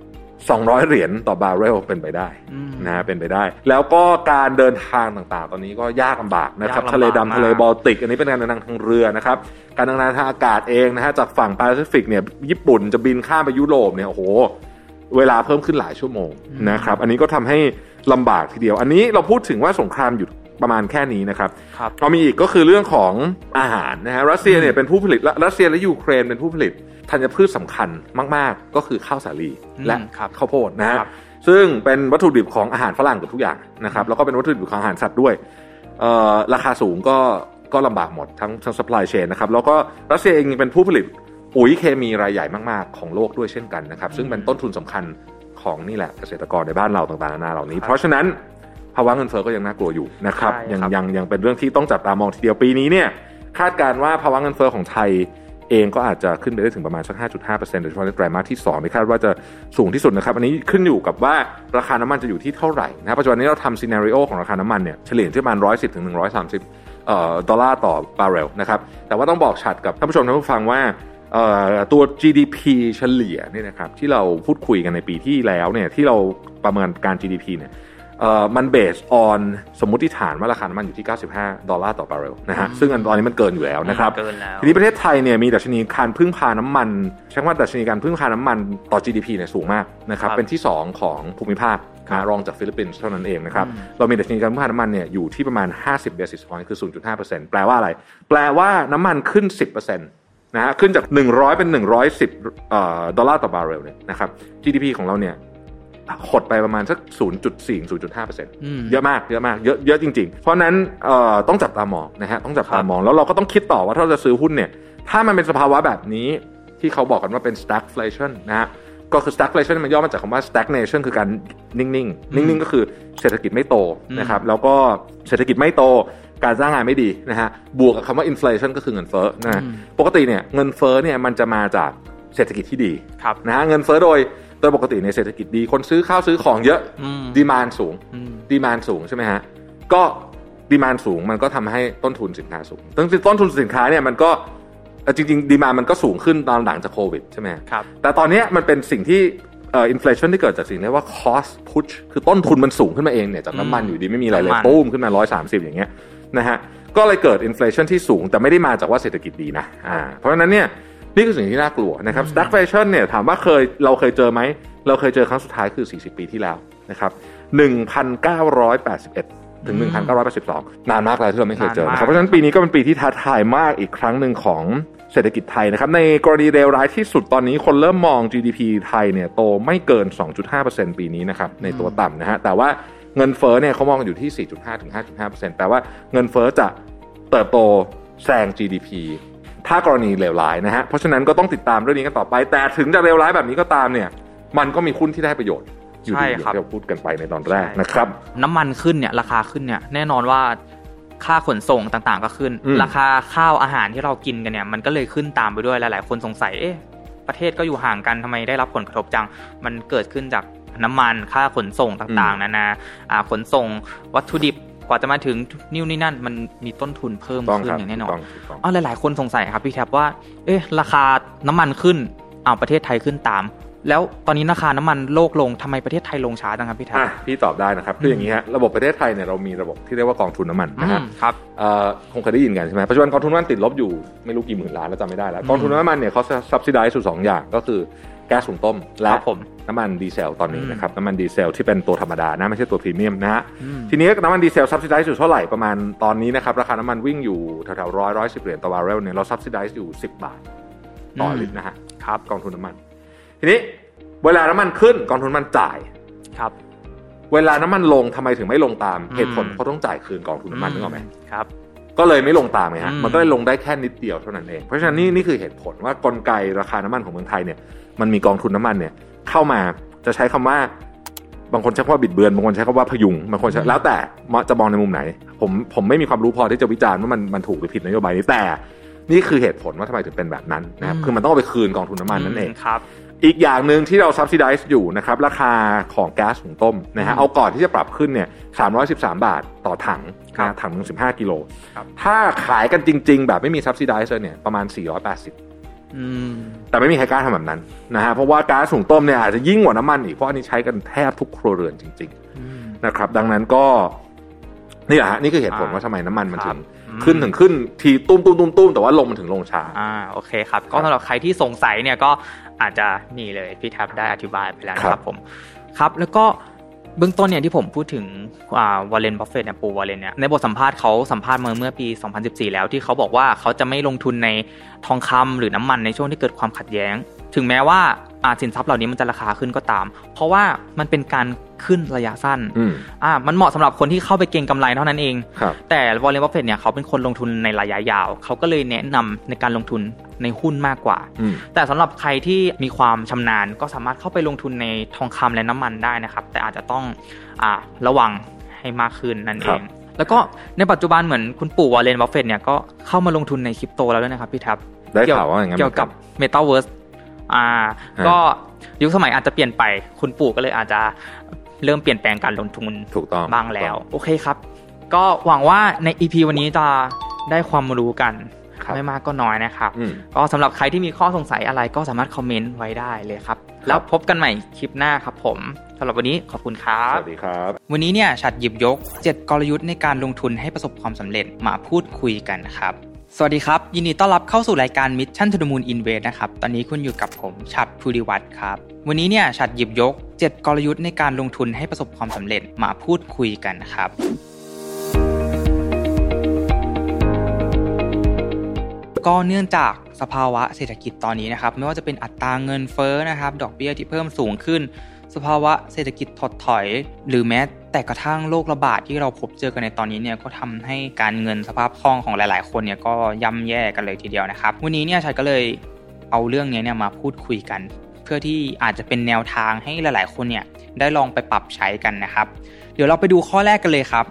สองร้อยเหรียญต่อบาร์เรลเป็นไปได้นะฮะเป็นไปได้แล้วก็การเดินทางต่างๆตอนนี้ก็ยากลำบากนะครับทะเลดำทะเลบอลติกอันนี้เป็นการเดินทางทางเรือนะครับการเดินทางทางอากาศเองนะฮะจากฝั่งแปซิฟิกเนี่ยญี่ปุ่นจะบินข้ามไปยุโรปเนี่ยโอ้โหเวลาเพิ่มขึ้นหลายชั่วโมงนะครับอันนี้ก็ทำให้ลำบากทีเดียวอันนี้เราพูดถึงว่าสงครามหยุดประมาณแค่นี้นะครับเรามีอีกก็คือเรื่องของอาหารนะฮะรัสเซียเนี่ยเป็นผู้ผลิตรัสเซียและยูเครนเป็นผู้ผลิตธัญพืชสำคัญมากๆก็คือข้าวสาลีและข้าวโพดนะฮะซึ่งเป็นวัตถุดิบของอาหารฝรั่งกับทุกอย่างนะครับแล้วก็เป็นวัตถุดิบของอาหารสัตว์ด้วยราคาสูงก็ก็ลำบากหมดทั้งทั้ง supply chain นะครับแล้วก็รัสเซียเองเป็นผู้ผลิตปุ๋ยเคมีรายใหญ่มากๆของโลกด้วยเช่นกันนะครับซึ่งเป็นต้นทุนสำคัญของนี่แหละเกษตรกรในบ้านเราต่างๆนานาเหล่านี้เพราะฉะนั้นภาวะเงินเฟ้อก็ยังน่ากลัวอยู่นะครับยังยังยังเป็นเรื่องที่ต้องจับตามองทีเดียวปีนี้เนี่ยคาดการณ์ว่าภาวะเงินเฟ้อของไทยเองก็อาจจะขึ้นไปได้ถึงประมาณสัก ห้าจุดห้าเปอร์เซ็นต์ โดยเฉพาะในไตรมาสที่สองที่คาดว่าจะสูงที่สุดนะครับอันนี้ขึ้นอยู่กับว่าราคาน้ำมันจะอยู่ที่เท่าไหร่นะปัจจุบันนี้เราทำซีนาริโอของราคาน้ำมันเนี่ยเฉลี่ยที่ประมาณหนึ่งร้อยสิบถึงหนึ่งร้อยสามสิบเอ่อดอลลาร์ต่อบาร์เรลนะครับแต่ว่าต้องบอกชัดกับท่านผู้ชมท่านผู้ฟังว่าเอ่อตัว จี ดี พี เฉลี่ยเนี่ยนะครับที่เราพูดคุยกันในปีที่แล้วเนี่ยที่เราประเมินการ จี ดี พี เนี่ยเอ่อมันเบสออนสมมุติฐานว่าราคาน้ำมันอยู่ที่เก้าสิบห้าดอลลาร์ต่อบาร์เรลนะฮะซึ่งอันตอนนี้มันเกินอยู่แล้วนะครับทีนี้ประเทศไทยเนี่ยมีดัชนีการพึ่งพาน้ำมันใช้คำว่าดัชนีการพึ่งพาน้ำมันต่อ จี ดี พี เนี่ยสูงมากนะครับเป็นที่สองของภูมิภาคนะรองจากฟิลิปปินส์เท่านั้นเองนะครับเรามีดัชนีการพึ่งพาน้ำมันเนี่ยอยู่ที่ประมาณห้าสิบ basis point คือ ศูนย์จุดห้าเปอร์เซ็นต์ แปลว่าอะไรแปลว่าน้ำมันขึ้น สิบเปอร์เซ็นต์ นะฮะขึ้นจากหนึ่งร้อยเป็นหนึ่งร้อยสิบเอ่อดอลลาร์ต่อบาร์เรลเนี่ยนะครับ จี ดี พี ของเราเนี่ยหดไปประมาณสัก ศูนย์จุดสี่ ศูนย์จุดห้าเปอร์เซ็นต์ เยอะมากเยอะมากเยอะเยอะจริงๆเพราะนั้นเอ่อต้องจับตามองนะฮะต้องจับตามองแล้วเราก็ต้องคิดต่อว่าถ้าเราจะซื้อหุ้นเนี่ยถ้ามันเป็นสภาวะแบบนี้ที่เขาบอกกันว่าเป็น stagflation นะฮะก็คือ stagflation มันย่อมาจากคำว่า stagnation คือการนิ่งๆนิ่งๆก็คือเศรษฐกิจไม่โตนะครับแล้วก็เศรษฐกิจไม่โตการจ้างงานไม่ดีนะฮะบวกกับคำว่า inflation ก็คือเงินเฟ้อนะปกติเนี่ยเงินเฟ้อเนี่ยมันจะมาจากเศรษฐกิจที่ดีนะฮะเงินเฟ้อโดยโดยปกติในเศรษฐกิจดีคนซื้อข้าวซื้อของเยอะดีมานด์สูงดีมานด์สูงใช่ไหมฮะก็ดีมานด์สูงมันก็ทำให้ต้นทุนสินค้าสูงต้นต้นทุนสินค้าเนี่ยมันก็จริงๆดีมานด์มันก็สูงขึ้นตอนหลังจากโควิดใช่ไหมครับแต่ตอนนี้มันเป็นสิ่งที่เอ่อ inflation ที่เกิดจากสิ่งเรียกว่า cost push คือต้นทุนมันสูงขึ้นมาเองเนี่ยจากน้ำมันอยู่ดีไม่มีอะไรเลยปุ้มขึ้นมาหนึ่งร้อยสามสิบอย่างเงี้ยนะฮะก็เลยเกิด inflation ที่สูงแต่ไม่ได้มาจากว่าเศรษฐกิจดีนะอ่าเพราะฉะนั้นเนี่ยนี่คือสิ่งที่น่ากลัวนะครับ stagflation เนี่ยถามว่าเคยเราเคยเจอไหมเราเคยเจอครั้งสุดท้ายคือสี่สิบปีที่แล้วนะครับหนึ่งพันเก้าร้อยแปดสิบเอ็ดถึงหนึ่งพันเก้าร้อยแปดสิบสองนานมากแล้วที่เราไม่เคยเจอนะครับเพราะฉะนั้นปีนี้ก็เป็นปีที่ท้าทายมากอีกครั้งนึงของเศรษฐกิจไทยนะครับในกรณีเลวร้ายที่สุดตอนนี้คนเริ่มมอง จี ดี พี ไทยเนี่ยโตไม่เกิน สองจุดห้าเปอร์เซ็นต์ ปีนี้นะครับในตัวต่ำนะฮะแต่ว่าเงินเฟ้อเนี่ยเขามองอยู่ที่ สี่จุดห้า ถึง ห้าจุดห้าเปอร์เซ็นต์ แปลว่าเงินเฟ้อจะเติบโตแซง จี ดี พี ถ้ากรณีเลวร้ายนะฮะเพราะฉะนั้นก็ต้องติดตามเรื่องนี้กันต่อไปแต่ถึงจะเลวร้ายแบบนี้ก็ตามเนี่ยมันก็มีหุ้นที่ได้ประโยชน์อยู่ดีอย่างที่เราพูดกันไปในตอนแรกนะครับน้ำมันขึ้นเนี่ยราคาขึ้นเนี่ยแน่นอนว่าค่าขนส่งต่างๆก็ขึ้นราคาข้าวอาหารที่เรากินกันเนี่ยมันก็เลยขึ้นตามไปด้วยหลายๆคนสงสัยเอ๊ะประเทศก็อยู่ห่างกันทำไมได้รับผลกระทบจังมันเกิดขึ้นจากน้ำมันค่าขนส่งต่างๆนานาอ่าขนส่งวัตถุดิบกว่าจะมาถึงนิ้วนี่นั่นมันมีต้นทุนเพิ่มขึ้นอย่างแน่นอนอ๋อหลายๆคนสงสัยครับพี่แทบว่าเอ๊ะราคาน้ำมันขึ้นอ้าวประเทศไทยขึ้นตามแล้วตอนนี้ราคาน้ำมันโลกลงทำไมประเทศไทยลงช้าจังครับพี่แทบพี่ตอบได้นะครับคืออย่างนี้ฮะระบบประเทศไทยเนี่ยเรามีระบบที่เรียกว่ากองทุนน้ำมันนะครับคงเคยได้ยินกันใช่ไหมปัจจุบันกองทุนน้ำมันติดลบอยู่ไม่รู้กี่หมื่นล้านแล้วจำไม่ได้แล้วกองทุนน้ำมันเนี่ยเขาซับซิไดซ์อยู่สองอย่างก็คือแก๊สหุงต้มและน้ำมันดีเซลตอนนี้นะครับน้ำมันดีเซลที่เป็นตัวธรรมดานะไม่ใช่ตัวพรีเมียมนะฮะทีนี้น้ำมันดีเซลซับซิไดซ์อยู่เท่าไหร่ประมาณตอนนี้นะครับราคาน้ำมันวิ่งอยู่แถวๆร้อยร้อยสิบเหรียญต่อบาร์เรลเนี่ยเราซับซิไดซ์อยู่สิบบาทต่อลิตรนะฮะครับกองทุนน้ำมันทีนี้เวลาน้ำมันขึ้นกองทุนน้ำมันจ่ายครับเวลาน้ำมันลงทำไมถึงไม่ลงตามเหตุผลเขาต้องจ่ายคืนกองทุนน้ำมันนึกออกไหมครับก็เลยไม่ลงตามไงฮะมันก็เลยลงได้แค่นิดเดียวเท่านั้นเองเพราะฉะนั้นนี่นี่คือเหตุผลว่ากลไกราคาน้ำมันของเมืองไทยเนี่ยมันมีกองทุนน้ำมันเนี่ยเข้ามาจะใช้คำว่าบางคนใช้คำว่าบิดเบือนบางคนใช้คำว่าพยุงบางคนใช้แล้วแต่จะมองในมุมไหนผมผมไม่มีความรู้พอที่จะวิจารณ์ว่ามันมันถูกหรือผิดนโยบายนี้แต่นี่คือเหตุผลว่าทำไมถึงเป็นแบบนั้นนะครับคือมันต้องเอาไปคืนกองทุนน้ำมันนั่นเองครับอีกอย่างนึงที่เราซับซิไดซ์อยู่นะครับราคาของแก๊สหุงต้มนะฮะเอาก่อนที่จะปรับขึ้นเนี่ยสามร้อยสิบสามบาทต่อถังนะถังนึงสิบห้ากิโลถ้าขายกันจริงๆแบบไม่มีซับซิไดซ์เลยเนี่ยประมาณสี่ร้อยแปดสิบแต่ไม่มีใครกล้าทำแบบนั้นนะฮะเพราะว่าก๊าซหุงต้มเนี่ยอาจจะยิ่งกว่าน้ำมันอีกเพราะอันนี้ใช้กันแทบทุกครัวเรือนจริงๆนะครับดังนั้นก็นี่แหละฮะนี่คือเหตุผลว่าทำไมน้ำมันมันถึงขึ้นถึงขึ้นทีตุ้มตุ้มตุ้มตุ้มแต่ว่าลงมันถึงลงช้าอ่าโอเคครับก็สำหรับใครที่สงสัยเนี่ยก็อาจจะนี่เลยพี่แท็บได้อธิบายไปแล้วนะครับผมครับแล้วก็เบื้องต้นเนี่ยที่ผมพูดถึงอ่าวอร์เรน บัฟเฟตต์เนี่ยปูวอร์เรนเนี่ยในบทสัมภาษณ์เขาสัมภาษณ์มาเมื่อปีสองพันสิบสี่แล้วที่เขาบอกว่าเขาจะไม่ลงทุนในทองคำหรือน้ำมันในช่วงที่เกิดความขัดแย้งถึงแม้ว่าสินทรัพย์เหล่านี้มันจะราคาขึ้นก็ตามเพราะว่ามันเป็นการขึ้นระยะสั้นอ่ามันเหมาะสำหรับคนที่เข้าไปเก็งกำไรเท่านั้นเองแต่วอร์เรน บัฟเฟตต์เนี่ยเขาเป็นคนลงทุนในระยะยาวเขาก็เลยแนะนำในการลงทุนในหุ้นมากกว่าแต่สำหรับใครที่มีความชำนาญก็สามารถเข้าไปลงทุนในทองคำและน้ำมันได้นะครับแต่อาจจะต้องอ่าระวังให้มากขึ้นนั่นเองแล้วก็ในปัจจุบันเหมือนคุณปู่วอร์เรน บัฟเฟตต์เนี่ยก็เข้ามาลงทุนในคริปโตแล้วด้วยนะครับพี่ทับได้ข่าวว่าอย่างนั้นเกี่ยวกับเมตาเวิร์สอ่าก็ยุคสมัยอาจจะเปลี่ยนไปคุณปู่ก็เลยอาจจะเริ่มเปลี่ยนแปลงการลงทุนถูกต้องบ้างแล้วโอเคครับก็หวังว่าใน อี พี วันนี้จะได้ความรู้กันไม่มากก็น้อยนะครับก็สำหรับใครที่มีข้อสงสัยอะไรก็สามารถคอมเมนต์ไว้ได้เลยครับแล้วพบกันใหม่คลิปหน้าครับผมสำหรับวันนี้ขอบคุณครับสวัสดีครับวันนี้เนี่ยฉัดหยิบยกเจ็ดกลยุทธ์ในการลงทุนให้ประสบความสำเร็จมาพูดคุยกันนะครับสวัสดีครับยินดีต้อนรับเข้าสู่รายการ Mission to the Moon Invest นะครับตอนนี้คุณอยู่กับผมฉัตร ภูริวัฒน์ครับวันนี้เนี่ยฉัตรหยิบยกเจ็ดกลยุทธ์ในการลงทุนให้ประสบความสำเร็จมาพูดคุยกันนะครับก็เนื่องจากสภาวะเศรษฐกิจตอนนี้นะครับไม่ว่าจะเป็นอัตราเงินเฟ้อนะครับดอกเบี้ยที่เพิ่มสูงขึ้นสภาวะเศรษฐกิจถดถอยหรือแม้แต่กระทั่งโรคระบาดที่เราพบเจอกันในตอนนี้เนี่ยก็ทำให้การเงินสภาพคล่องของหลายๆคนเนี่ยก็ย่ำแย่กันเลยทีเดียวนะครับวันนี้เนี่ยฉันก็เลยเอาเรื่องนี้เนี่ยมาพูดคุยกันเพื่อที่อาจจะเป็นแนวทางให้หลายๆคนเนี่ยได้ลองไปปรับใช้กันนะครับเดี๋ยวเราไปดูข้อแรกกันเลยครับ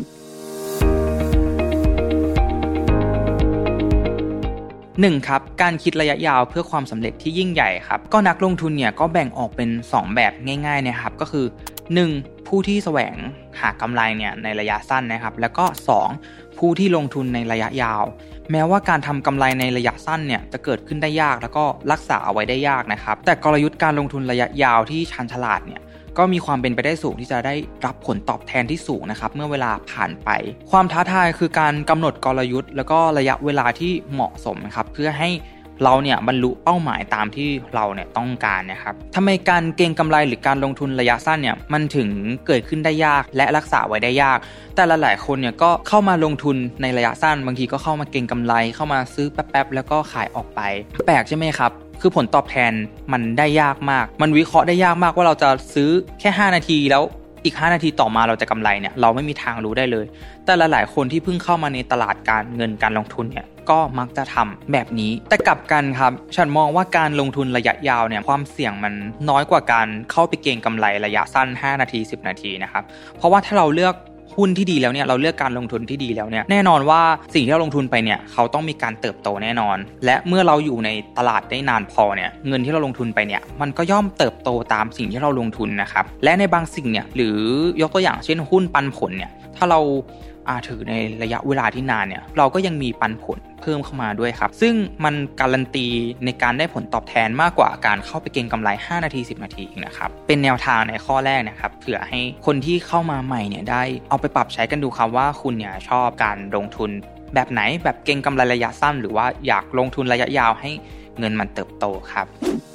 หนึ่งครับการคิดระยะยาวเพื่อความสำเร็จที่ยิ่งใหญ่ครับก็นักลงทุนเนี่ยก็แบ่งออกเป็นสองแบบง่ายๆนะครับก็คือหนึ่งผู้ที่แสวงหากำไรเนี่ยในระยะสั้นนะครับแล้วก็สองผู้ที่ลงทุนในระยะยาวแม้ว่าการทำกำไรในระยะสั้นเนี่ยจะเกิดขึ้นได้ยากแล้วก็รักษาเอาไว้ได้ยากนะครับแต่กลยุทธ์การลงทุนระยะยาวที่ชาญฉลาดเนี่ยก็มีความเป็นไปได้สูงที่จะได้รับผลตอบแทนที่สูงนะครับเมื่อเวลาผ่านไปความท้าทายคือการกำหนดกลยุทธ์แล้วก็ระยะเวลาที่เหมาะสมครับเพื่อให้เราเนี่ยบรรลุเป้าหมายตามที่เราเนี่ยต้องการนะครับทำไมการเก็งกำไรหรือการลงทุนระยะสั้นเนี่ยมันถึงเกิดขึ้นได้ยากและรักษาไว้ได้ยากแต่หลายๆคนเนี่ยก็เข้ามาลงทุนในระยะสั้นบางทีก็เข้ามาเก็งกำไรเข้ามาซื้อแป๊บๆแล้วก็ขายออกไปแปลกใช่ไหมครับคือผลตอบแทนมันได้ยากมากมันวิเคราะห์ได้ยากมากว่าเราจะซื้อแค่ห้านาทีแล้วอีกห้านาทีต่อมาเราจะกำไรเนี่ยเราไม่มีทางรู้ได้เลยแต่หลายๆคนที่เพิ่งเข้ามาในตลาดการเงินการลงทุนเนี่ยก็มักจะทำแบบนี้แต่กลับกันครับฉันมองว่าการลงทุนระยะยาวเนี่ยความเสี่ยงมันน้อยกว่าการเข้าไปเก็งกำไรระยะสั้นห้านาทีสิบนาทีนะครับเพราะว่าถ้าเราเลือกหุ้นที่ดีแล้วเนี่ยเราเลือกการลงทุนที่ดีแล้วเนี่ยแน่นอนว่าสิ่งที่เราลงทุนไปเนี่ยเขาต้องมีการเติบโตแน่นอนและเมื่อเราอยู่ในตลาดได้นานพอเนี่ยเงินที่เราลงทุนไปเนี่ยมันก็ย่อมเติบโตตามสิ่งที่เราลงทุนนะครับและในบางสิ่งเนี่ยหรือยกตัวอย่างเช่นหุ้นปันผลเนี่ยถ้าเราอาถือในระยะเวลาที่นานเนี่ยเราก็ยังมีปันผลเพิ่มเข้ามาด้วยครับซึ่งมันการันตีในการได้ผลตอบแทนมากกว่าการเข้าไปเก็งกำไรห้านาทีสิบนาทีอีกนะครับเป็นแนวทางในข้อแรกนะครับเผื่อให้คนที่เข้ามาใหม่เนี่ยได้เอาไปปรับใช้กันดูครับว่าคุณเนี่ยชอบการลงทุนแบบไหนแบบเก็งกำไรระยะสั้นหรือว่าอยากลงทุนระยะยาวให้เงินมันเติบโตครับ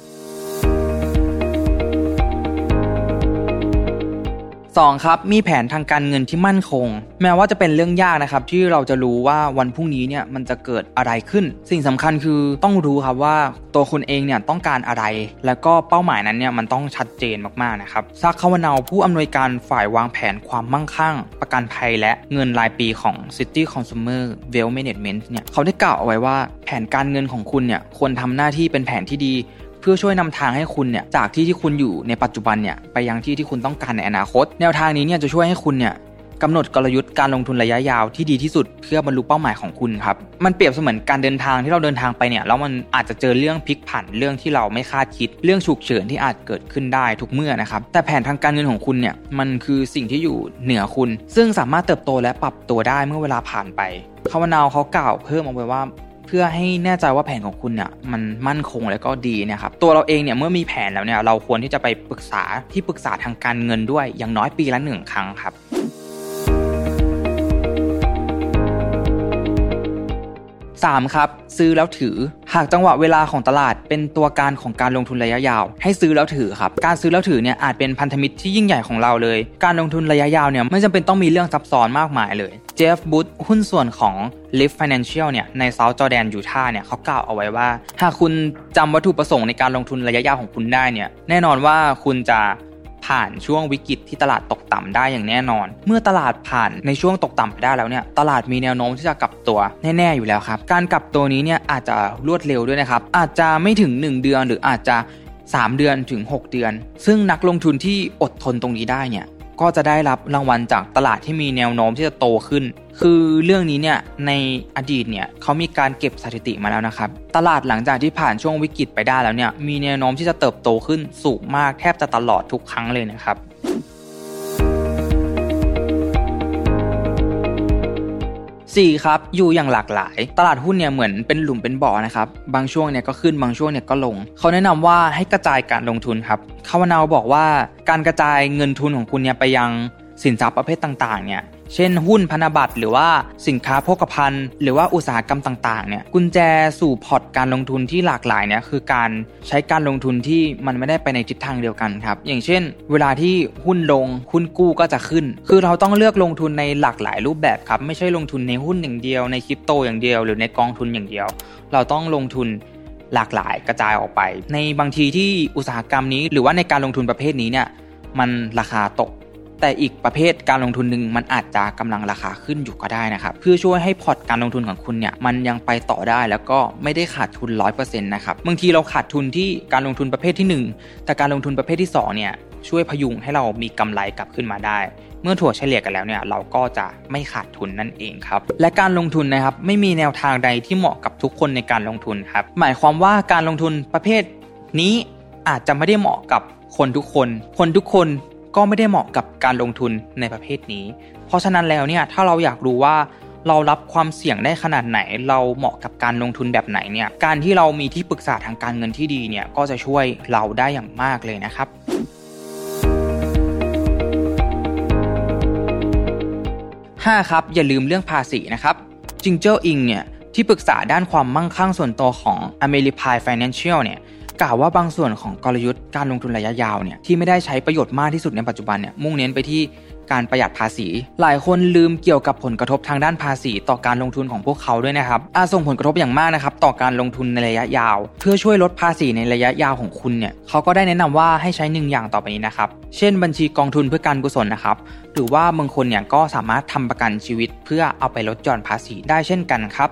สองครับมีแผนทางการเงินที่มั่นคงแม้ว่าจะเป็นเรื่องยากนะครับที่เราจะรู้ว่าวันพรุ่งนี้เนี่ยมันจะเกิดอะไรขึ้นสิ่งสำคัญคือต้องรู้ครับว่าตัวคุณเองเนี่ยต้องการอะไรแล้วก็เป้าหมายนั้นเนี่ยมันต้องชัดเจนมากๆนะครับซักคาวนาผู้อำนวยการฝ่ายวางแผนความมั่งคั่งประกันภัยและเงินรายปีของ City Consumer Wealth Management เนี่ยเขาได้กล่าวเอาไว้ว่าแผนการเงินของคุณเนี่ยควรทำหน้าที่เป็นแผนที่ดีเพื่อช่วยนำทางให้คุณเนี่ยจากที่ที่คุณอยู่ในปัจจุบันเนี่ยไปยังที่ที่คุณต้องการในอนาคตแนวทางนี้เนี่ยจะช่วยให้คุณเนี่ยกำหนดกลยุทธ์การลงทุนระยะยาวที่ดีที่สุดเพื่อบรรลุเป้าหมายของคุณครับมันเปรียบเสมือนการเดินทางที่เราเดินทางไปเนี่ยแล้วมันอาจจะเจอเรื่องพลิกผันเรื่องที่เราไม่คาดคิดเรื่องฉุกเฉินที่อาจเกิดขึ้นได้ทุกเมื่อนะครับแต่แผนทางการเงินของคุณเนี่ยมันคือสิ่งที่อยู่เหนือคุณซึ่งสามารถเติบโตและปรับตัวได้เมื่อเวลาผ่านไปคาวนาวเขากล่าวเพิ่มเอาไว้ว่าเพื่อให้แน่ใจว่าแผนของคุณเนี่ยมันมั่นคงและก็ดีนะครับตัวเราเองเนี่ยเมื่อมีแผนแล้วเนี่ยเราควรที่จะไปปรึกษาที่ปรึกษาทางการเงินด้วยอย่างน้อยปีละหนึ่งครั้งครับสามครับซื้อแล้วถือหากจังหวะเวลาของตลาดเป็นตัวการของการลงทุนระยะยาวให้ซื้อแล้วถือครับการซื้อแล้วถือเนี่ยอาจเป็นพันธมิตรที่ยิ่งใหญ่ของเราเลยการลงทุนระยะยาวเนี่ยไม่จำเป็นต้องมีเรื่องซับซ้อนมากมายเลยเจฟบูธหุ้นส่วนของ Lift Financial เนี่ยในเซาท์จอร์แดนยูทาห์เนี่ยเขากล่าวเอาไว้ว่าหากคุณจำวัตถุประสงค์ในการลงทุนระยะยาวของคุณได้เนี่ยแน่นอนว่าคุณจะผ่านช่วงวิกฤตที่ตลาดตกต่ำได้อย่างแน่นอนเมื่อตลาดผ่านในช่วงตกต่ำไปได้แล้วเนี่ยตลาดมีแนวโน้มที่จะกลับตัวแน่ๆอยู่แล้วครับการกลับตัวนี้เนี่ยอาจจะรวดเร็วด้วยนะครับอาจจะไม่ถึงหนึ่งเดือนหรืออาจจะสามเดือนถึงหกเดือนซึ่งนักลงทุนที่อดทนตรงนี้ได้เนี่ยก็จะได้รับรางวัลจากตลาดที่มีแนวโน้มที่จะโตขึ้นคือเรื่องนี้เนี่ยในอดีตเนี่ยเขามีการเก็บสถิติมาแล้วนะครับตลาดหลังจากที่ผ่านช่วงวิกฤตไปได้แล้วเนี่ยมีแนวโน้มที่จะเติบโตขึ้นสูงมากแทบจะตลอดทุกครั้งเลยนะครับสี่ครับอยู่อย่างหลากหลายตลาดหุ้นเนี่ยเหมือนเป็นหลุมเป็นบ่อนะครับบางช่วงเนี่ยก็ขึ้นบางช่วงเนี่ยก็ลงเขาแนะนำว่าให้กระจายการลงทุนครับคาวานาบอกว่าการกระจายเงินทุนของคุณเนี่ยไปยังสินทรัพย์ประเภทต่างๆเนี่ยเช่นหุ้นพันธบัตรหรือว่าสินค้าโภคภัณฑ์หรือว่าอุตสาหกรรมต่างๆเนี่ยกุญแจสู่พอร์ตการลงทุนที่หลากหลายเนี่ยคือการใช้การลงทุนที่มันไม่ได้ไปในทิศทางเดียวกันครับอย่างเช่นเวลาที่หุ้นลงหุ้นกู้ก็จะขึ้นคือเราต้องเลือกลงทุนในหลากหลายรูปแบบครับไม่ใช่ลงทุนในหุ้นอย่างเดียวในคริปโตอย่างเดียวหรือในกองทุนอย่างเดียวเราต้องลงทุนหลากหลายกระจายออกไปในบางทีที่อุตสาหกรรมนี้หรือว่าในการลงทุนประเภทนี้เนี่ยมันราคาตกแต่อีกประเภทการลงทุนหนึ่งมันอาจจะกำลังราคาขึ้นอยู่ก็ได้นะครับเพื่อช่วยให้พอร์ตการลงทุนของคุณเนี่ยมันยังไปต่อได้แล้วก็ไม่ได้ขาดทุน ร้อยเปอร์เซ็นต์ นะครับบางทีเราขาดทุนที่การลงทุนประเภทที่หนึ่งแต่การลงทุนประเภทที่สองเนี่ยช่วยพยุงให้เรามีกำไรกลับขึ้นมาได้เมื่อถั่วเฉลี่ยกันแล้วเนี่ยเราก็จะไม่ขาดทุนนั่นเองครับและการลงทุนนะครับไม่มีแนวทางใดที่เหมาะกับทุกคนในการลงทุนครับหมายความว่าการลงทุนประเภทนี้อาจจะไม่ได้เหมาะกับคนทุกคนคนทุกคนก็ไม่ได้เหมาะกับการลงทุนในประเภทนี้เพราะฉะนั้นแล้วเนี่ยถ้าเราอยากรู้ว่าเรารับความเสี่ยงได้ขนาดไหนเราเหมาะกับการลงทุนแบบไหนเนี่ยการที่เรามีที่ปรึกษาทางการเงินที่ดีเนี่ยก็จะช่วยเราได้อย่างมากเลยนะครับห้าครับอย่าลืมเรื่องภาษีนะครับจิงเจิ้ลอิงเนี่ยที่ปรึกษาด้านความมั่งคั่งส่วนตัวของ Ameripay Financial เนี่ยกล่าวว่าบางส่วนของกลยุทธ์การลงทุนระยะยาวเนี่ยที่ไม่ได้ใช้ประโยชน์มากที่สุดในปัจจุบันเนี่ยมุ่งเน้นไปที่การประหยัดภาษีหลายคนลืมเกี่ยวกับผลกระทบทางด้านภาษีต่อการลงทุนของพวกเขาด้วยนะครับอาจส่งผลกระทบอย่างมากนะครับต่อการลงทุนในระยะยาวเพื่อช่วยลดภาษีในระยะยาวของคุณเนี่ยเขาก็ได้แนะนำว่าให้ใช้หนึ่งอย่างต่อไปนี้นะครับเช่นบัญชีกองทุนเพื่อการกุศลนะครับหรือว่าบางคนเนี่ยก็สามารถทำประกันชีวิตเพื่อเอาไปลดหย่อนภาษีได้เช่นกันครับ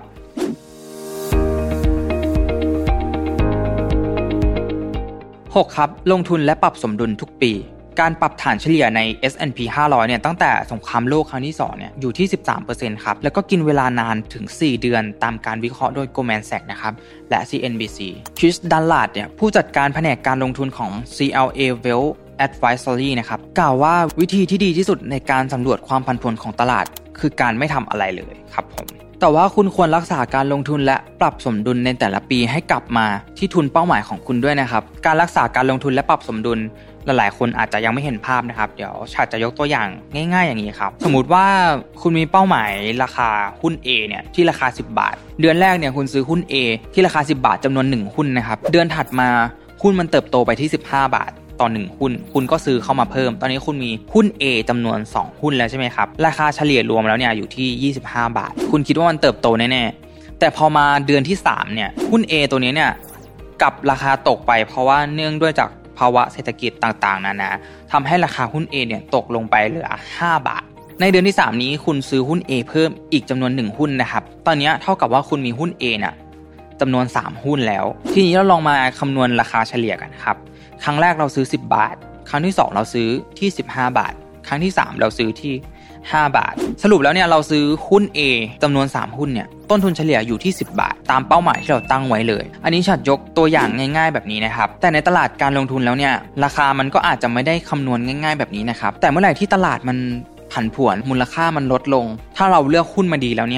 หกครับลงทุนและปรับสมดุลทุกปีการปรับฐานเฉลี่ยใน เอส แอนด์ พี ห้าร้อยเนี่ยตั้งแต่สงครามโลกครั้งที่สองเนี่ยอยู่ที่ สิบสามเปอร์เซ็นต์ ครับแล้วก็กินเวลานานถึงสี่เดือนตามการวิเคราะห์โดย Goldman Sachs นะครับและ ซี เอ็น บี ซี Chris Dunlap เนี่ยผู้จัดการแผนกการลงทุนของ ซี แอล เอ Wealth Advisory นะครับกล่าวว่าวิธีที่ดีที่สุดในการสำรวจความผันผวนของตลาดคือการไม่ทำอะไรเลยครับผมแต่ว่าคุณควรรักษาการลงทุนและปรับสมดุลในแต่ละปีให้กลับมาที่ทุนเป้าหมายของคุณด้วยนะครับการรักษาการลงทุนและปรับสมดุลหลายๆคนอาจจะยังไม่เห็นภาพนะครับเดี๋ยวชาติจะยกตัวอย่างง่ายๆอย่างนี้ครับสมมุติว่าคุณมีเป้าหมายราคาหุ้น A เนี่ยที่ราคาสิบบาทเดือนแรกเนี่ยคุณซื้อหุ้น A ที่ราคาสิบบาทจำนวนหนึ่งหุ้นนะครับเดือนถัดมาหุ้นมันเติบโตไปที่สิบห้าบาทต่อหนึ่งหุ้นคุณก็ซื้อเข้ามาเพิ่มตอนนี้คุณมีหุ้น A จำนวนสองหุ้นแล้วใช่ไหมครับราคาเฉลี่ยรวมแล้วเนี่ยอยู่ที่ยี่สิบห้าบาทคุณคิดว่ามันเติบโตแน่ๆแต่พอมาเดือนที่สามเนี่ยหุ้น A ตัวนี้เนี่ยกลับราคาตกไปเพราะว่าเนื่องด้วยจากภาวะเศรษฐกิจต่างๆนานาทำให้ราคาหุ้น A เนี่ยตกลงไปเหลือห้าบาทในเดือนที่สามนี้คุณซื้อหุ้น A เพิ่มอีกจำนวนหนึ่งหุ้นนะครับตอนนี้เท่ากับว่าคุณมีหุ้น A เนี่ยจำนวนสามหุ้นแล้วทีนี้เราลองมาคำนวณราคาเฉลี่ยกันครับครั้งแรกเราซื้อสิบบาทครั้งที่สองเราซื้อที่สิบห้าบาทครั้งที่สามเราซื้อที่ห้าบาทสรุปแล้วเนี่ยเราซื้อหุ้น A จำนวนสามหุ้นเนี่ยต้นทุนเฉลี่ยอยู่ที่สิบบาทตามเป้าหมายที่เราตั้งไว้เลยอันนี้ฉัดยกตัวอย่างง่ายๆแบบนี้นะครับแต่ในตลาดการลงทุนแล้วเนี่ยราคามันก็อาจจะไม่ได้คำนวณง่ายๆแบบนี้นะครับแต่เมื่อไหร่ที่ตลาดมันผันผวนมูลค่ามันลดลงถ้าเราเลือกหุ้นมาดีแล้วเนี่ย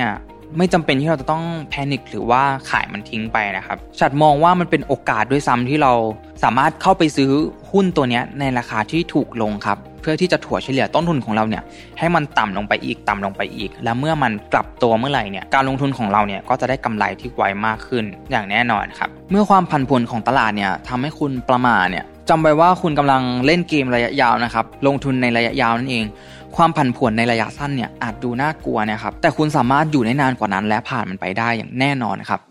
ไม่จำเป็นที่เราจะต้องแพนิคหรือว่าขายมันทิ้งไปนะครับฉันมองว่ามันเป็นโอกาสด้วยซ้ำที่เราสามารถเข้าไปซื้อหุ้นตัวนี้ในราคาที่ถูกลงครับเพื่อที่จะถัวเฉลี่ยต้นทุนของเราเนี่ยให้มันต่ำลงไปอีกต่ำลงไปอีกแล้วเมื่อมันกลับตัวเมื่อไหร่เนี่ยการลงทุนของเราเนี่ยก็จะได้กำไรที่ไวมากขึ้นอย่างแน่นอนครับเมื่อความผันผวนของตลาดเนี่ยทำให้คุณประมาทเนี่ยจำไว้ว่าคุณกำลังเล่นเกมระยะยาวนะครับลงทุนในระยะยาวนั่นเองความผันผวนในระยะสั้นเนี่ยอาจดูน่ากลัวนะครับแต่คุณสามารถอยู่ได้นานกว่านั้นและผ่านมันไปได้อย่างแน่นอนครับ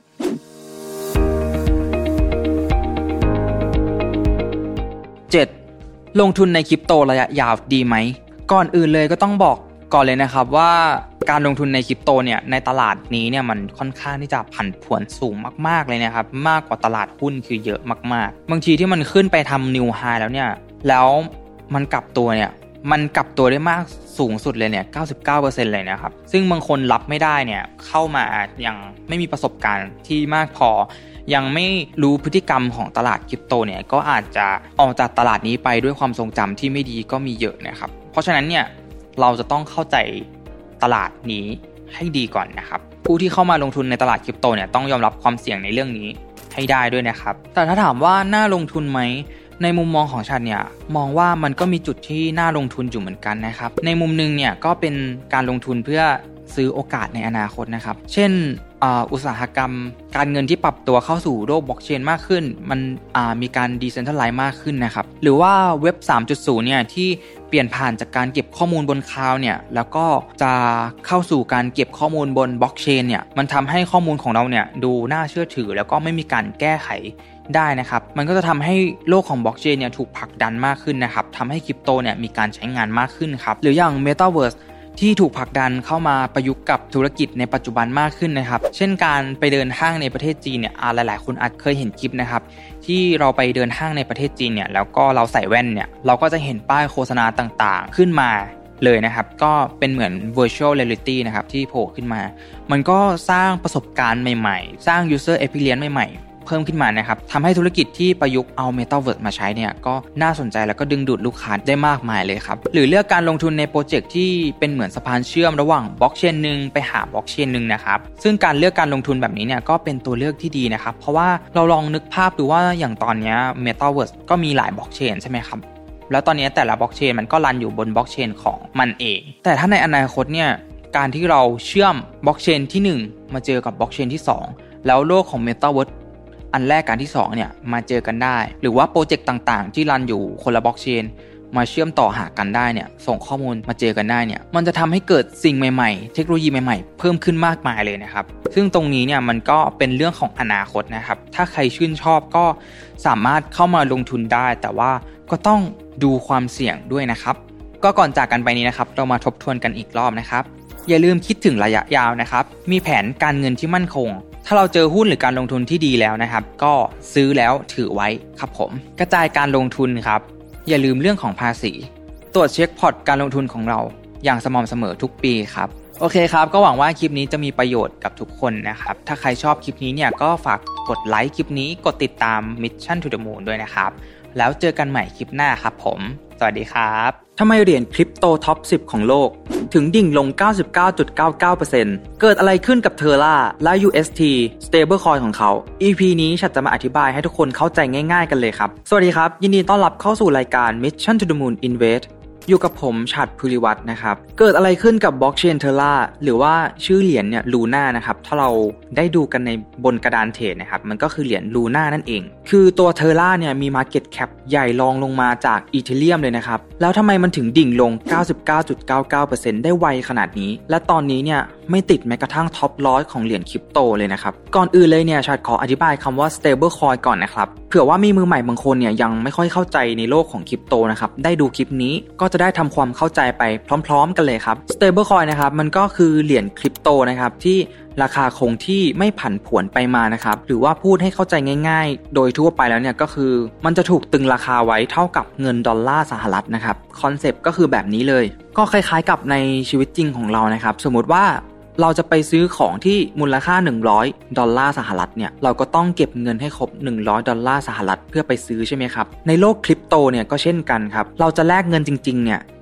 เจ็ดลงทุนในคริปโตระยะยาวดีไหมก่อนอื่นเลยก็ต้องบอกก่อนเลยนะครับว่าการลงทุนในคริปโตเนี่ยในตลาดนี้เนี่ยมันค่อนข้างที่จะผันผวนสูงมากๆเลยนะครับมากกว่าตลาดหุ้นคือเยอะมากๆบางทีที่มันขึ้นไปทำนิวไฮแล้วเนี่ยแล้วมันกลับตัวเนี่ยมันกลับตัวได้มากสูงสุดเลยเนี่ย เก้าสิบเก้าเปอร์เซ็นต์ เลยนะครับซึ่งบางคนรับไม่ได้เนี่ยเข้ามายังไม่มีประสบการณ์ที่มากพอยังไม่รู้พฤติกรรมของตลาดคริปโตเนี่ยก็อาจจะออกจากตลาดนี้ไปด้วยความทรงจำที่ไม่ดีก็มีเยอะนะครับเพราะฉะนั้นเนี่ยเราจะต้องเข้าใจตลาดนี้ให้ดีก่อนนะครับผู้ที่เข้ามาลงทุนในตลาดคริปโตเนี่ยต้องยอมรับความเสี่ยงในเรื่องนี้ให้ได้ด้วยนะครับแต่ถ้าถามว่าน่าลงทุนไหมในมุมมองของฉันเนี่ยมองว่ามันก็มีจุดที่น่าลงทุนอยู่เหมือนกันนะครับในมุมนึงเนี่ยก็เป็นการลงทุนเพื่อซื้อโอกาสในอนาคตนะครับเช่นอุตสาหกรรมการเงินที่ปรับตัวเข้าสู่โลกบล็อกเชนมากขึ้นมันมีการดีเซนทรัลไลซ์มากขึ้นนะครับหรือว่าเว็บ สามจุดศูนย์ เนี่ยที่เปลี่ยนผ่านจากการเก็บข้อมูลบนคลาวด์เนี่ยแล้วก็จะเข้าสู่การเก็บข้อมูลบนบล็อกเชนเนี่ยมันทำให้ข้อมูลของเราเนี่ยดูน่าเชื่อถือแล้วก็ไม่มีการแก้ไขได้นะครับมันก็จะทำให้โลกของบล็อกเชนเนี่ยถูกผลักดันมากขึ้นนะครับทำให้คริปโตเนี่ยมีการใช้งานมากขึ้นครับหรืออย่าง Metaverseที่ถูกผลักดันเข้ามาประยุกต์กับธุรกิจในปัจจุบันมากขึ้นนะครับเช่นการไปเดินห้างในประเทศจีนเนี่ยหลายๆคนอาจเคยเห็นคลิปนะครับที่เราไปเดินห้างในประเทศจีนเนี่ยแล้วก็เราใส่แว่นเนี่ยเราก็จะเห็นป้ายโฆษณาต่างๆขึ้นมาเลยนะครับก็เป็นเหมือน virtual reality นะครับที่โผล่ขึ้นมามันก็สร้างประสบการณ์ใหม่ๆสร้าง user experience ใหม่ๆเพิ่มขึ้นมานะครับทำให้ธุรกิจที่ประยุกต์เอา Metaverse มาใช้เนี่ยก็น่าสนใจแล้วก็ดึงดูดลูกค้าได้มากมายเลยครับหรือเลือกการลงทุนในโปรเจกต์ที่เป็นเหมือนสะพานเชื่อมระหว่างบล็อกเชนนึงไปหาบล็อกเชนนึงนะครับซึ่งการเลือกการลงทุนแบบนี้เนี่ยก็เป็นตัวเลือกที่ดีนะครับเพราะว่าเราลองนึกภาพดูว่าอย่างตอนนี้ Metaverse ก็มีหลายบล็อกเชนใช่ไหมครับแล้วตอนนี้แต่ละบล็อกเชนมันก็รันอยู่บนบล็อกเชนของมันเองแต่ถ้าในอนาคตเนี่ยการที่เราเชื่อมบล็อกเชนที่หนึ่งมาเจอกับบล็อกเชนที่สองแล้วโลกของ Metaverseอันแรกการที่สองเนี่ยมาเจอกันได้หรือว่าโปรเจกต์ต่างๆที่รันอยู่คนละบล็อกเชนมาเชื่อมต่อหากันได้เนี่ยส่งข้อมูลมาเจอกันได้เนี่ยมันจะทำให้เกิดสิ่งใหม่ๆเทคโนโลยีใหม่ๆเพิ่มขึ้นมากมายเลยนะครับซึ่งตรงนี้เนี่ยมันก็เป็นเรื่องของอนาคตนะครับถ้าใครชื่นชอบก็สามารถเข้ามาลงทุนได้แต่ว่าก็ต้องดูความเสี่ยงด้วยนะครับก็ก่อนจากกันไปนี้นะครับเรามาทบทวนกันอีกรอบนะครับอย่าลืมคิดถึงระยะยาวนะครับมีแผนการเงินที่มั่นคงถ้าเราเจอหุ้นหรือการลงทุนที่ดีแล้วนะครับก็ซื้อแล้วถือไว้ครับผมกระจายการลงทุนครับอย่าลืมเรื่องของภาษีตรวจเช็คพอร์ตการลงทุนของเราอย่างสม่ำเสมอทุกปีครับโอเคครับก็หวังว่าคลิปนี้จะมีประโยชน์กับทุกคนนะครับถ้าใครชอบคลิปนี้เนี่ยก็ฝากกดไลค์คลิปนี้กดติดตาม Mission to the Moon ด้วยนะครับแล้วเจอกันใหม่คลิปหน้าครับผมสวัสดีครับทำไมเหรียญคริปโตท็อปสิบของโลกถึงดิ่งลง เก้าสิบเก้าจุดเก้าเก้าเปอร์เซ็นต์ เกิดอะไรขึ้นกับ Terra และ ยู เอส ที Stablecoin ของเขา อี พี นี้ฉันจะมาอธิบายให้ทุกคนเข้าใจง่ายๆกันเลยครับสวัสดีครับยินดีต้อนรับเข้าสู่รายการ Mission to the Moon Invest อยู่กับผมฉัตรภูริวัฒน์นะครับเกิดอะไรขึ้นกับบล็อกเชน Terra หรือว่าชื่อเหรียญเนี่ย Luna นะครับถ้าเราได้ดูกันในบนกระดานเทรดนะครับมันก็คือเหรียญ Luna นั่นเองคือตัว Terra เนี่ยมี Market Cap ใหญ่รองลงมาจาก Ethereum เลยนะครับแล้วทำไมมันถึงดิ่งลง เก้าสิบเก้าจุดเก้าเก้าเปอร์เซ็นต์ ได้ไวขนาดนี้และตอนนี้เนี่ยไม่ติดแม้กระทั่งท็อปร้อยของเหรียญคริปโตเลยนะครับก่อนอื่นเลยเนี่ยฉัตรขออธิบายคำว่า Stablecoin ก่อนนะครับเผื่อว่ามีมือใหม่บางคนเนี่ยยังไม่ค่อยเข้าใจในโลกของคริปโตนะครับได้ดูคลิปนี้ก็จะได้ทำความเข้าใจไปพร้อมๆกันเลยครับ Stablecoin นะครับมันก็คือเหรียญคริปโตนะครับที่ราคาคงที่ไม่ผันผวนไปมานะครับหรือว่าพูดให้เข้าใจง่ายๆโดยทั่วไปแล้วเนี่ยก็คือมันจะถูกตึงราคาไว้เท่ากับเงินดอลลาร์สหรัฐนะครับคอนเซปต์ก็คือแบบนี้เลยก็คล้ายๆกับในชีวิตจริงของเรานะครับสมมุติว่าเราจะไปซื้อของที่มูลค่าหนึ่งร้อยดอลลาร์สหรัฐเนี่ยเราก็ต้องเก็บเงินให้ครบหนึ่งร้อยดอลลาร์สหรัฐเพื่อไปซื้อใช่ไหมครับในโลกคริปโตเนี่ยก็เช่นกันครับเราจะแลกเงินจริงๆเนี่ย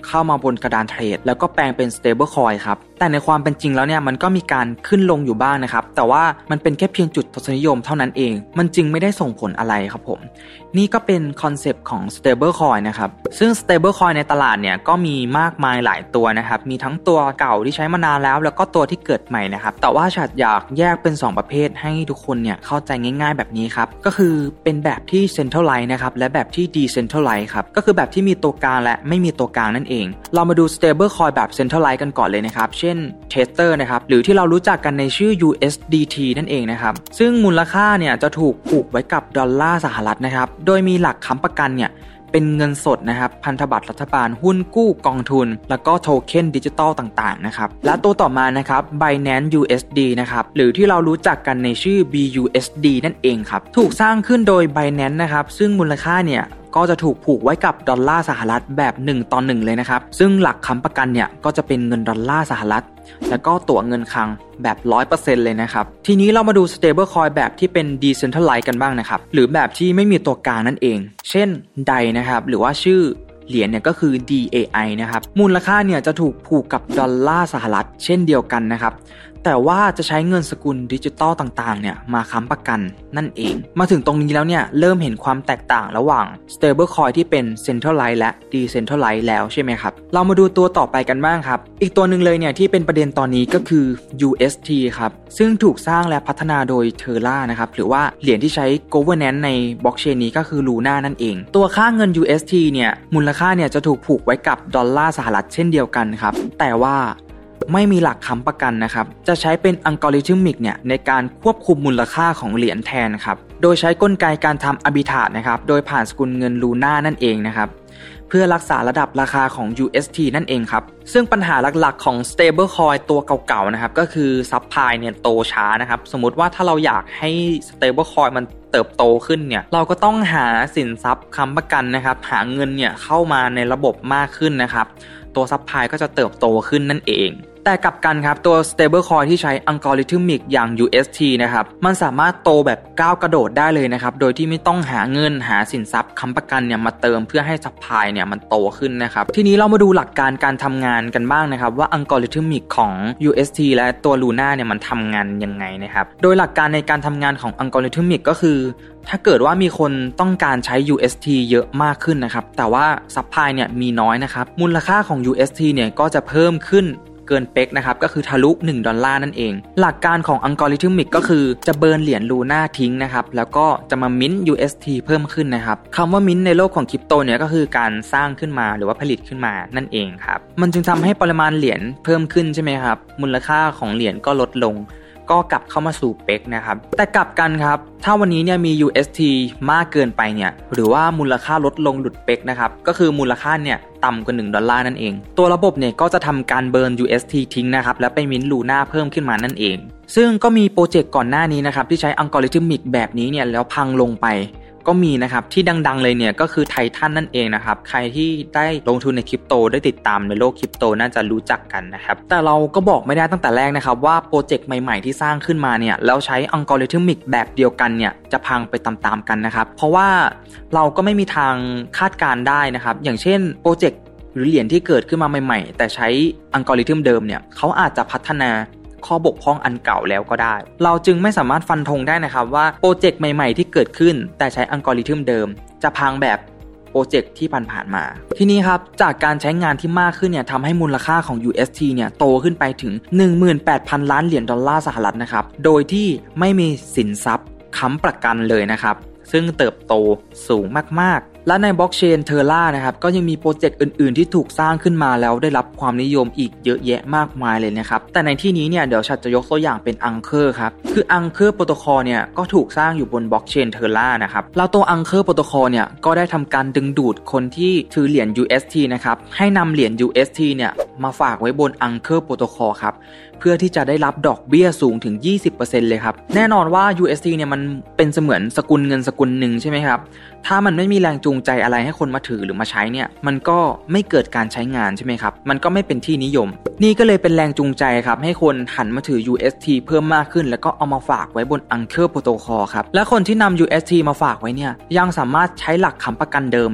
เข้ามาบนกระดานเทรดแล้วก็แปลงเป็น stable coin ครับแต่ในความเป็นจริงแล้วเนี่ยมันก็มีการขึ้นลงอยู่บ้างนะครับแต่ว่ามันเป็นแค่เพียงจุดทศนิยมเท่านั้นเองมันจึงไม่ได้ส่งผลอะไรครับผมนี่ก็เป็นคอนเซปต์ของ stable coin นะครับซึ่ง stable coin ในตลาดเนี่ยก็มีมากมายหลายตัวนะครับมีทั้งตัวเก่าที่ใช้มานานแล้วแล้วก็ตัวที่เกิดใหม่นะครับแต่ว่าฉันอยากแยกเป็นสองประเภทให้ทุกคนเนี่ยเข้าใจง่ายๆแบบนี้ครับก็คือเป็นแบบที่ centralized นะครับและแบบที่ decentralized ครับก็คือแบบที่มีตัวกลางและไม่มีตัวกลางนั่นเองเรามาดู stable coin แบบ centralized กันก่อนเลยนะครับเช่น Tether นะครับหรือที่เรารู้จักกันในชื่อ ยู เอส ดี ที นั่นเองนะครับซึ่งมูลค่าเนี่ยจะถูกผูกไว้กับดอลลาร์สหรัฐนะครับโดยมีหลักค้ำประกันเนี่ยเป็นเงินสดนะครับพันธบัตรรัฐบาลหุ้นกู้กองทุนแล้วก็โทเค็นดิจิตอลต่างๆนะครับและตัวต่อมานะครับ Binance ยู เอส ดี นะครับหรือที่เรารู้จักกันในชื่อ บี ยู เอส ดี นั่นเองครับถูกสร้างขึ้นโดย Binance นะครับซึ่งมูลค่าเนี่ยก็จะถูกผูกไว้กับดอลลาร์สหรัฐแบบหนึ่งต่อหนึ่งเลยนะครับซึ่งหลักค้ำประกันเนี่ยก็จะเป็นเงินดอลลาร์สหรัฐแล้วก็ตั๋วเงินคลังแบบ ร้อยเปอร์เซ็นต์ เลยนะครับทีนี้เรามาดู stable coin แบบที่เป็น decentralized กันบ้างนะครับหรือแบบที่ไม่มีตัวกลางนั่นเองเช่น ได นะครับหรือว่าชื่อเหรียญเนี่ยก็คือ ดี เอ ไอ นะครับมูลค่าเนี่ยจะถูกผูกกับดอลลาร์สหรัฐเช่นเดียวกันนะครับแต่ว่าจะใช้เงินสกุลดิจิตอลต่างๆเนี่ยมาค้ำประกันนั่นเองมาถึงตรงนี้แล้วเนี่ยเริ่มเห็นความแตกต่างระหว่าง stable coin ที่เป็น centralized และ decentralized แล้วใช่ไหมครับเรามาดูตัวต่อไปกันบ้างครับอีกตัวหนึ่งเลยเนี่ยที่เป็นประเด็นตอนนี้ก็คือ ยู เอส ที ครับซึ่งถูกสร้างและพัฒนาโดย Terra นะครับหรือว่าเหรียญที่ใช้ governance ในบล็อกเชนนี้ก็คือ Luna นั่นเองตัวค่าเงิน ยู เอส ที เนี่ยมูลค่าเนี่ยจะถูกผูกไว้กับดอลลาร์สหรัฐเช่นเดียวกันครับแต่ว่าไม่มีหลักค้ำประกันนะครับจะใช้เป็นอัลกอริทึมิกเนี่ยในการควบคุมมูลค่าของเหรียญแทนครับโดยใช้กลไกการทำอาร์บิทราจนะครับโดยผ่านสกุลเงิน Luna นั่นเองนะครับเพื่อรักษาระดับราคาของ ยู เอส ที นั่นเองครับซึ่งปัญหาหลักๆของ stable coin ตัวเก่าๆนะครับก็คือซัพพลายเนี่ยโตช้านะครับสมมุติว่าถ้าเราอยากให้ stable coin มันเติบโตขึ้นเนี่ยเราก็ต้องหาสินทรัพย์ค้ำประกันนะครับหาเงินเนี่ยเข้ามาในระบบมากขึ้นนะครับตัวซัพพลายก็จะเติบโตขึ้นนั่นเองแต่กลับกันครับตัว stable coin ที่ใช้อัลกอริทึมิกอย่าง ยู เอส ที นะครับมันสามารถโตแบบก้าวกระโดดได้เลยนะครับโดยที่ไม่ต้องหาเงินหาสินทรัพย์ค้ำประกันเนี่ยมาเติมเพื่อให้ซัพพลายเนี่ยมันโตขึ้นนะครับทีนี้เรามาดูหลักการการทำงานกันบ้างนะครับว่าอัลกอริทึมิกของ ยู เอส ที และตัว Luna เนี่ยมันทำงานยังไงนะครับโดยหลักการในการทำงานของอัลกอริทึมิกก็คือถ้าเกิดว่ามีคนต้องการใช้ ยู เอส ที เยอะมากขึ้นนะครับแต่ว่าซัพพลายเนี่ยมีน้อยนะครับมูลค่าของ ยู เอส ที เนี่ยก็จะเพิ่มขึ้นเกินเป๊กนะครับก็คือทะลุหนึ่งดอลลาร์นั่นเองหลักการของอัลกอริทึมิกก็คือจะเบิร์นเหรียญ Luna ทิ้งนะครับแล้วก็จะมามิ้นท์ ยู เอส ที เพิ่มขึ้นนะครับคำว่ามิ้นท์ในโลกของคริปโตเนี่ยก็คือการสร้างขึ้นมาหรือว่าผลิตขึ้นมานั่นเองครับมันจึงทำให้ปริมาณเหรียญเพิ่มขึ้นใช่ไหมครับมูลค่าของเหรียญก็ลดลงก็กลับเข้ามาสู่เป๊กนะครับแต่กลับกันครับถ้าวันนี้เนี่ยมี ยู เอส ที มากเกินไปเนี่ยหรือว่ามูลค่าลดลงหลุดเป๊กนะครับก็คือมูลค่าเนี่ยต่ำกว่าหนึ่งดอลลาร์นั่นเองตัวระบบเนี่ยก็จะทำการเบิร์น ยู เอส ที ทิ้งนะครับแล้วไปมิ้นท์ Luna เพิ่มขึ้นมานั่นเองซึ่งก็มีโปรเจกต์ก่อนหน้านี้นะครับที่ใช้อัลกอริทึมิกแบบนี้เนี่ยแล้วพังลงไปก็มีนะครับที่ดังๆเลยเนี่ยก็คือไททันนั่นเองนะครับใครที่ได้ลงทุนในคริปโตได้ติดตามในโลกคริปโตน่าจะรู้จักกันนะครับแต่เราก็บอกไม่ได้ตั้งแต่แรกนะครับว่าโปรเจกต์ใหม่ๆที่สร้างขึ้นมาเนี่ยแล้วใช้อัลกอริทึมิกแบบเดียวกันเนี่ยจะพังไปตามๆกันนะครับเพราะว่าเราก็ไม่มีทางคาดการได้นะครับอย่างเช่นโปรเจกต์หรือเหรียญที่เกิดขึ้นมาใหม่ๆแต่ใช้อัลกอริทึมเดิมเนี่ยเขาอาจจะพัฒนาข้อบกพร่องอันเก่าแล้วก็ได้เราจึงไม่สามารถฟันธงได้นะครับว่าโปรเจกต์ใหม่ๆที่เกิดขึ้นแต่ใช้อัลกอริทึมเดิมจะพังแบบโปรเจกต์ที่ผ่านๆมาทีนี้ครับจากการใช้งานที่มากขึ้นเนี่ยทำให้มูลค่าของ ยู เอส ที เนี่ยโตขึ้นไปถึง หนึ่งหมื่นแปดพัน ล้านเหรียญดอลลาร์สหรัฐนะครับโดยที่ไม่มีสินทรัพย์ค้ำประกันเลยนะครับซึ่งเติบโตสูงมากๆและในบล็อกเชน Terra นะครับก็ยังมีโปรเจกต์อื่นๆที่ถูกสร้างขึ้นมาแล้วได้รับความนิยมอีกเยอะแยะมากมายเลยนะครับแต่ในที่นี้เนี่ยเดี๋ยวฉันจะยกตัวอย่างเป็น Anchor ครับคือ Anchor Protocol เนี่ยก็ถูกสร้างอยู่บนบล็อกเชน Terra นะครับแล้วตัว Anchor Protocol เนี่ยก็ได้ทำการดึงดูดคนที่ถือเหรียญ ยู เอส ที นะครับให้นำเหรียญ ยู เอส ที เนี่ยมาฝากไว้บน Anchor Protocol ครับเพื่อที่จะได้รับดอกเบี้ยสูงถึง ยี่สิบเปอร์เซ็นต์ เลยครับแน่นอนว่า ยู เอส ที เนี่ยมันเป็นเสมือนสกุลเงินสกุลหนึ่งใช่ไหมครับถ้ามันไม่มีแรงจูงใจอะไรให้คนมาถือหรือมาใช้เนี่ยมันก็ไม่เกิดการใช้งานใช่ไหมครับมันก็ไม่เป็นที่นิยมนี่ก็เลยเป็นแรงจูงใจครับให้คนหันมาถือ ยู เอส ที เพิ่มมากขึ้นแล้วก็เอามาฝากไว้บน Anchor Protocol ครับและคนที่นำ ยู เอส ที มาฝากไว้เนี่ยยังสามารถใช้หลักค้ำประกันเดิมเนี่ย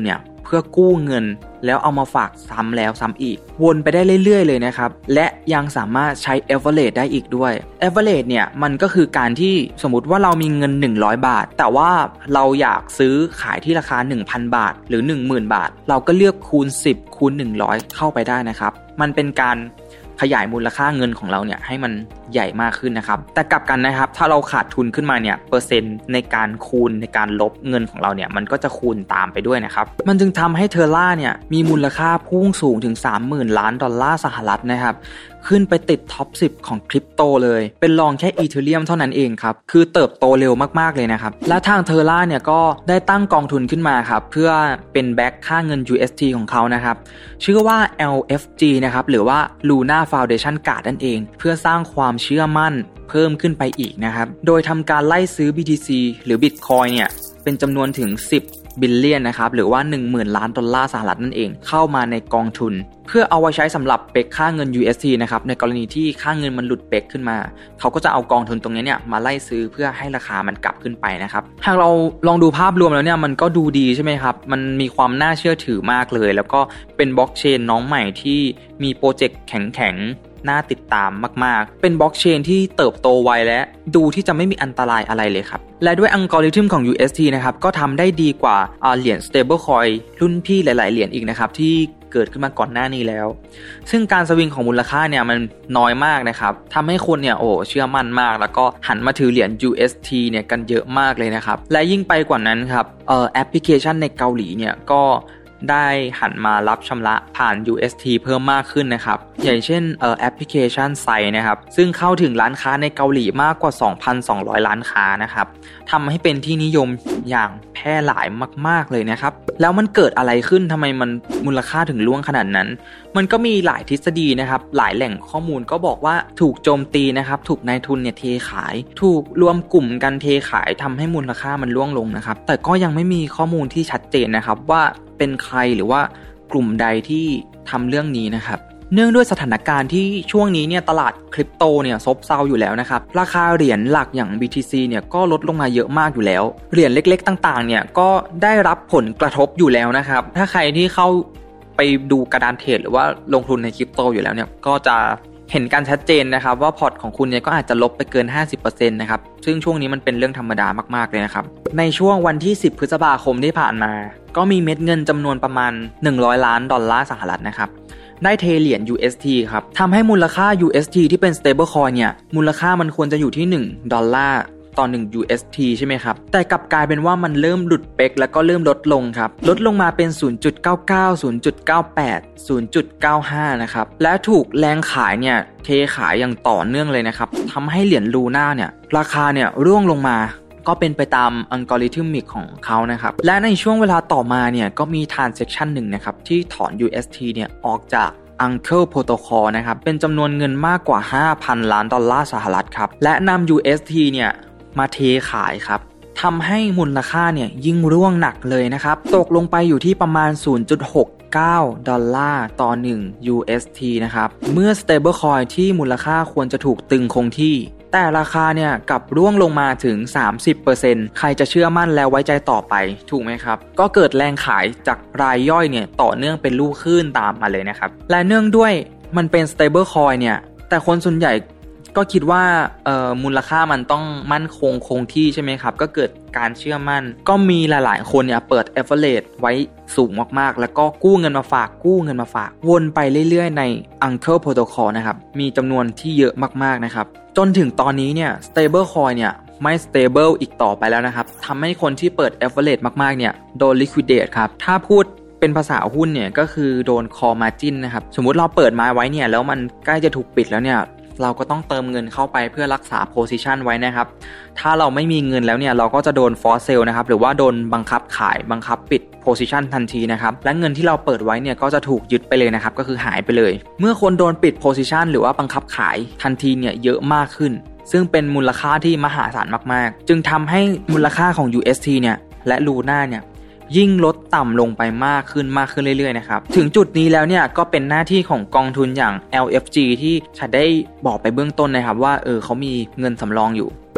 เพื่อกู้เงินแล้วเอามาฝากซ้ำแล้วซ้ำอีกวนไปได้เรื่อยๆเลยนะครับและยังสามารถใช้ average ได้อีกด้วย average เนี่ยมันก็คือการที่สมมุติว่าเรามีเงินหนึ่งร้อยบาทแต่ว่าเราอยากซื้อขายที่ราคา หนึ่งพัน บาทหรือ หนึ่งหมื่น บาทเราก็เลือกคูณสิบคูณหนึ่งร้อยเข้าไปได้นะครับมันเป็นการขยายมูลค่าเงินของเราเนี่ยให้มันใหญ่มากขึ้นนะครับแต่กลับกันนะครับถ้าเราขาดทุนขึ้นมาเนี่ยเปอร์เซ็นต์ในการคูณในการลบเงินของเราเนี่ยมันก็จะคูณตามไปด้วยนะครับมันจึงทำให้เทอร่าเนี่ยมีมูลค่าพุ่งสูงถึง สามหมื่น ล้านดอลลาร์สหรัฐนะครับขึ้นไปติดท็อปสิบของคริปโตเลยเป็นรองแค่อีเธเรียมเท่านั้นเองครับคือเติบโตเร็วมากๆเลยนะครับและทางเทอร่าเนี่ยก็ได้ตั้งกองทุนขึ้นมาครับเพื่อเป็นแบ็คค่าเงิน ยู เอส ที ของเขานะครับชื่อว่า แอล เอฟ จี นะครับหรือว่า Luna Foundation Guard นั่นเองเพื่อสร้างความเชื่อมั่นเพิ่มขึ้นไปอีกนะครับโดยทำการไล่ซื้อ บี ที ซี หรือ Bitcoin เนี่ยเป็นจำนวนถึงสิบบิลเลียนนะครับหรือว่า หนึ่งหมื่น ล้านดอลลาร์สหรัฐนั่นเองเข้ามาในกองทุนเพื่อเอาไว้ใช้สำหรับเป็กค่าเงิน ยู เอส ที นะครับในกรณีที่ค่าเงินมันหลุดเป็กขึ้นมาเขาก็จะเอากองทุนตรงนี้เนี่ยมาไล่ซื้อเพื่อให้ราคามันกลับขึ้นไปนะครับหากเราลองดูภาพรวมแล้วเนี่ยมันก็ดูดีใช่ไหมครับมันมีความน่าเชื่อถือมากเลยแล้วก็เป็นบล็อกเชนน้องใหม่ที่มีโปรเจกต์แข็งๆน่าติดตามมากๆเป็นบล็อกเชนที่เติบโตไวและดูที่จะไม่มีอันตรายอะไรเลยครับและด้วยอัลกอริทึมของ ยู เอส ที นะครับก็ทำได้ดีกว่าเหรียญ stablecoin รุ่นพี่หลายๆเหรียญอีกนะครับที่เกิดขึ้นมาก่อนหน้านี้แล้วซึ่งการสวิงของมูลค่าเนี่ยมันน้อยมากนะครับทำให้คนเนี่ยโอ้เชื่อมั่นมากแล้วก็หันมาถือเหรียญ ยู เอส ที เนี่ยกันเยอะมากเลยนะครับและยิ่งไปกว่านั้นครับเอ่อแอปพลิเคชันในเกาหลีเนี่ยก็ได้หันมารับชำระผ่าน ยู เอส ที เพิ่มมากขึ้นนะครับอย่างเช่นเอ่อแอปพลิเคชันไซนะครับซึ่งเข้าถึงร้านค้าในเกาหลีมากกว่า สองพันสองร้อย ล้านค้านะครับทำให้เป็นที่นิยมอย่างแพร่หลายมากๆเลยนะครับแล้วมันเกิดอะไรขึ้นทำไมมันมูลค่าถึงล่วงขนาดนั้นมันก็มีหลายทฤษฎีนะครับหลายแหล่งข้อมูลก็บอกว่าถูกโจมตีนะครับถูกนายทุนเนี่ยเทขายถูกรวมกลุ่มกันเทขายทำให้มูลค่ามันล่วงลงนะครับแต่ก็ยังไม่มีข้อมูลที่ชัดเจนนะครับว่าเป็นใครหรือว่ากลุ่มใดที่ทำเรื่องนี้นะครับเนื่องด้วยสถานการณ์ที่ช่วงนี้เนี่ยตลาดคริปโตเนี่ยซบเซาอยู่แล้วนะครับราคาเหรียญหลักอย่าง บี ที ซี เนี่ยก็ลดลงมาเยอะมากอยู่แล้วเหรียญเล็กๆต่างๆเนี่ยก็ได้รับผลกระทบอยู่แล้วนะครับถ้าใครที่เข้าไปดูกระดานเทรดหรือว่าลงทุนในคริปโตอยู่แล้วเนี่ยก็จะเห็นการชัดเจนนะครับว่าพอร์ตของคุณเนี่ยก็อาจจะลบไปเกิน ห้าสิบเปอร์เซ็นต์ นะครับซึ่งช่วงนี้มันเป็นเรื่องธรรมดามากๆเลยนะครับในช่วงวันที่สิบพฤษภาคมที่ผ่านมาก็มีเม็ดเงินจำนวนประมาณหนึ่งร้อยล้านดอลลาร์สหรัฐนะครับได้เทเหรียญ ยู เอส ที ครับทำให้มูลค่า ยู เอส ที ที่เป็น stablecoin เนี่ยมูลค่ามันควรจะอยู่ที่หนึ่งดอลลาร์ต่อหนึ่ง ยู เอส ที ใช่ไหมครับแต่กลับกลายเป็นว่ามันเริ่มหลุดเป็กแล้วก็เริ่มลดลงครับลดลงมาเป็น ศูนย์จุดเก้าเก้า ศูนย์จุดเก้าแปด ศูนย์จุดเก้าห้า นะครับและถูกแรงขายเนี่ยเทขายอย่างต่อเนื่องเลยนะครับทำให้เหรียญลูน่าเนี่ยราคาเนี่ยร่วงลงมาก็เป็นไปตามอัลกอริทึมของเขานะครับและในช่วงเวลาต่อมาเนี่ยก็มี transaction หนึ่งนะครับที่ถอน ยู เอส ที เนี่ยออกจาก Uncle Protocol นะครับเป็นจำนวนเงินมากกว่า ห้าพัน ล้านดอลลาร์สหรัฐครับและนำ ยู เอส ที เนี่ยมาเทขายครับทำให้มูลค่าเนี่ยยิ่งร่วงหนักเลยนะครับตกลงไปอยู่ที่ประมาณ ศูนย์จุดหกเก้า ดอลลาร์ต่อหนึ่ง ยู เอส ที นะครับเมื่อ stablecoin ที่มูลค่าควรจะถูกตึงคงที่แต่ราคาเนี่ยกลับร่วงลงมาถึง สามสิบเปอร์เซ็นต์ ใครจะเชื่อมั่นแล้วไว้ใจต่อไปถูกไหมครับก็เกิดแรงขายจากรายย่อยเนี่ยต่อเนื่องเป็นลูกคลื่นตามมาเลยนะครับและเนื่องด้วยมันเป็น stablecoin เนี่ยแต่คนส่วนใหญ่ก็คิดว่าเอ่อมูลค่ามันต้องมั่นคงคงที่ใช่ไหมครับก็เกิดการเชื่อมั่นก็มีหลายๆคนเนี่ยเปิด average ไว้สูงมากๆแล้วก็กู้เงินมาฝากกู้เงินมาฝากวนไปเรื่อยๆใน Uncle Protocol นะครับมีจำนวนที่เยอะมากๆนะครับจนถึงตอนนี้เนี่ย stablecoin เนี่ยไม่ stable อีกต่อไปแล้วนะครับทำให้คนที่เปิด average มากๆเนี่ยโดน liquidate ครับถ้าพูดเป็นภาษาหุ้นเนี่ยก็คือโดน call margin นะครับสมมุติเราเปิดมาไว้เนี่ยแล้วมันใกล้จะถูกปิดแล้วเนี่ยเราก็ต้องเติมเงินเข้าไปเพื่อรักษา position ไว้นะครับถ้าเราไม่มีเงินแล้วเนี่ยเราก็จะโดน force sell นะครับหรือว่าโดนบังคับขายบังคับปิด position ทันทีนะครับและเงินที่เราเปิดไว้เนี่ยก็จะถูกยึดไปเลยนะครับก็คือหายไปเลยเมื่อคนโดนปิด position หรือว่าบังคับขายทันทีเนี่ยเยอะมากขึ้นซึ่งเป็นมูลค่าที่มหาศาลมากๆจึงทำให้มูลค่าของ ยู เอส ที เนี่ยและ Luna เนี่ยยิ่งลดต่ำลงไปมากขึ้นมากขึ้นเรื่อยๆนะครับถึงจุดนี้แล้วเนี่ยก็เป็นหน้าที่ของกองทุนอย่าง แอล เอฟ จี ที่ฉันได้บอกไปเบื้องต้นนะครับว่าเออเขามีเงินสำรองอยู่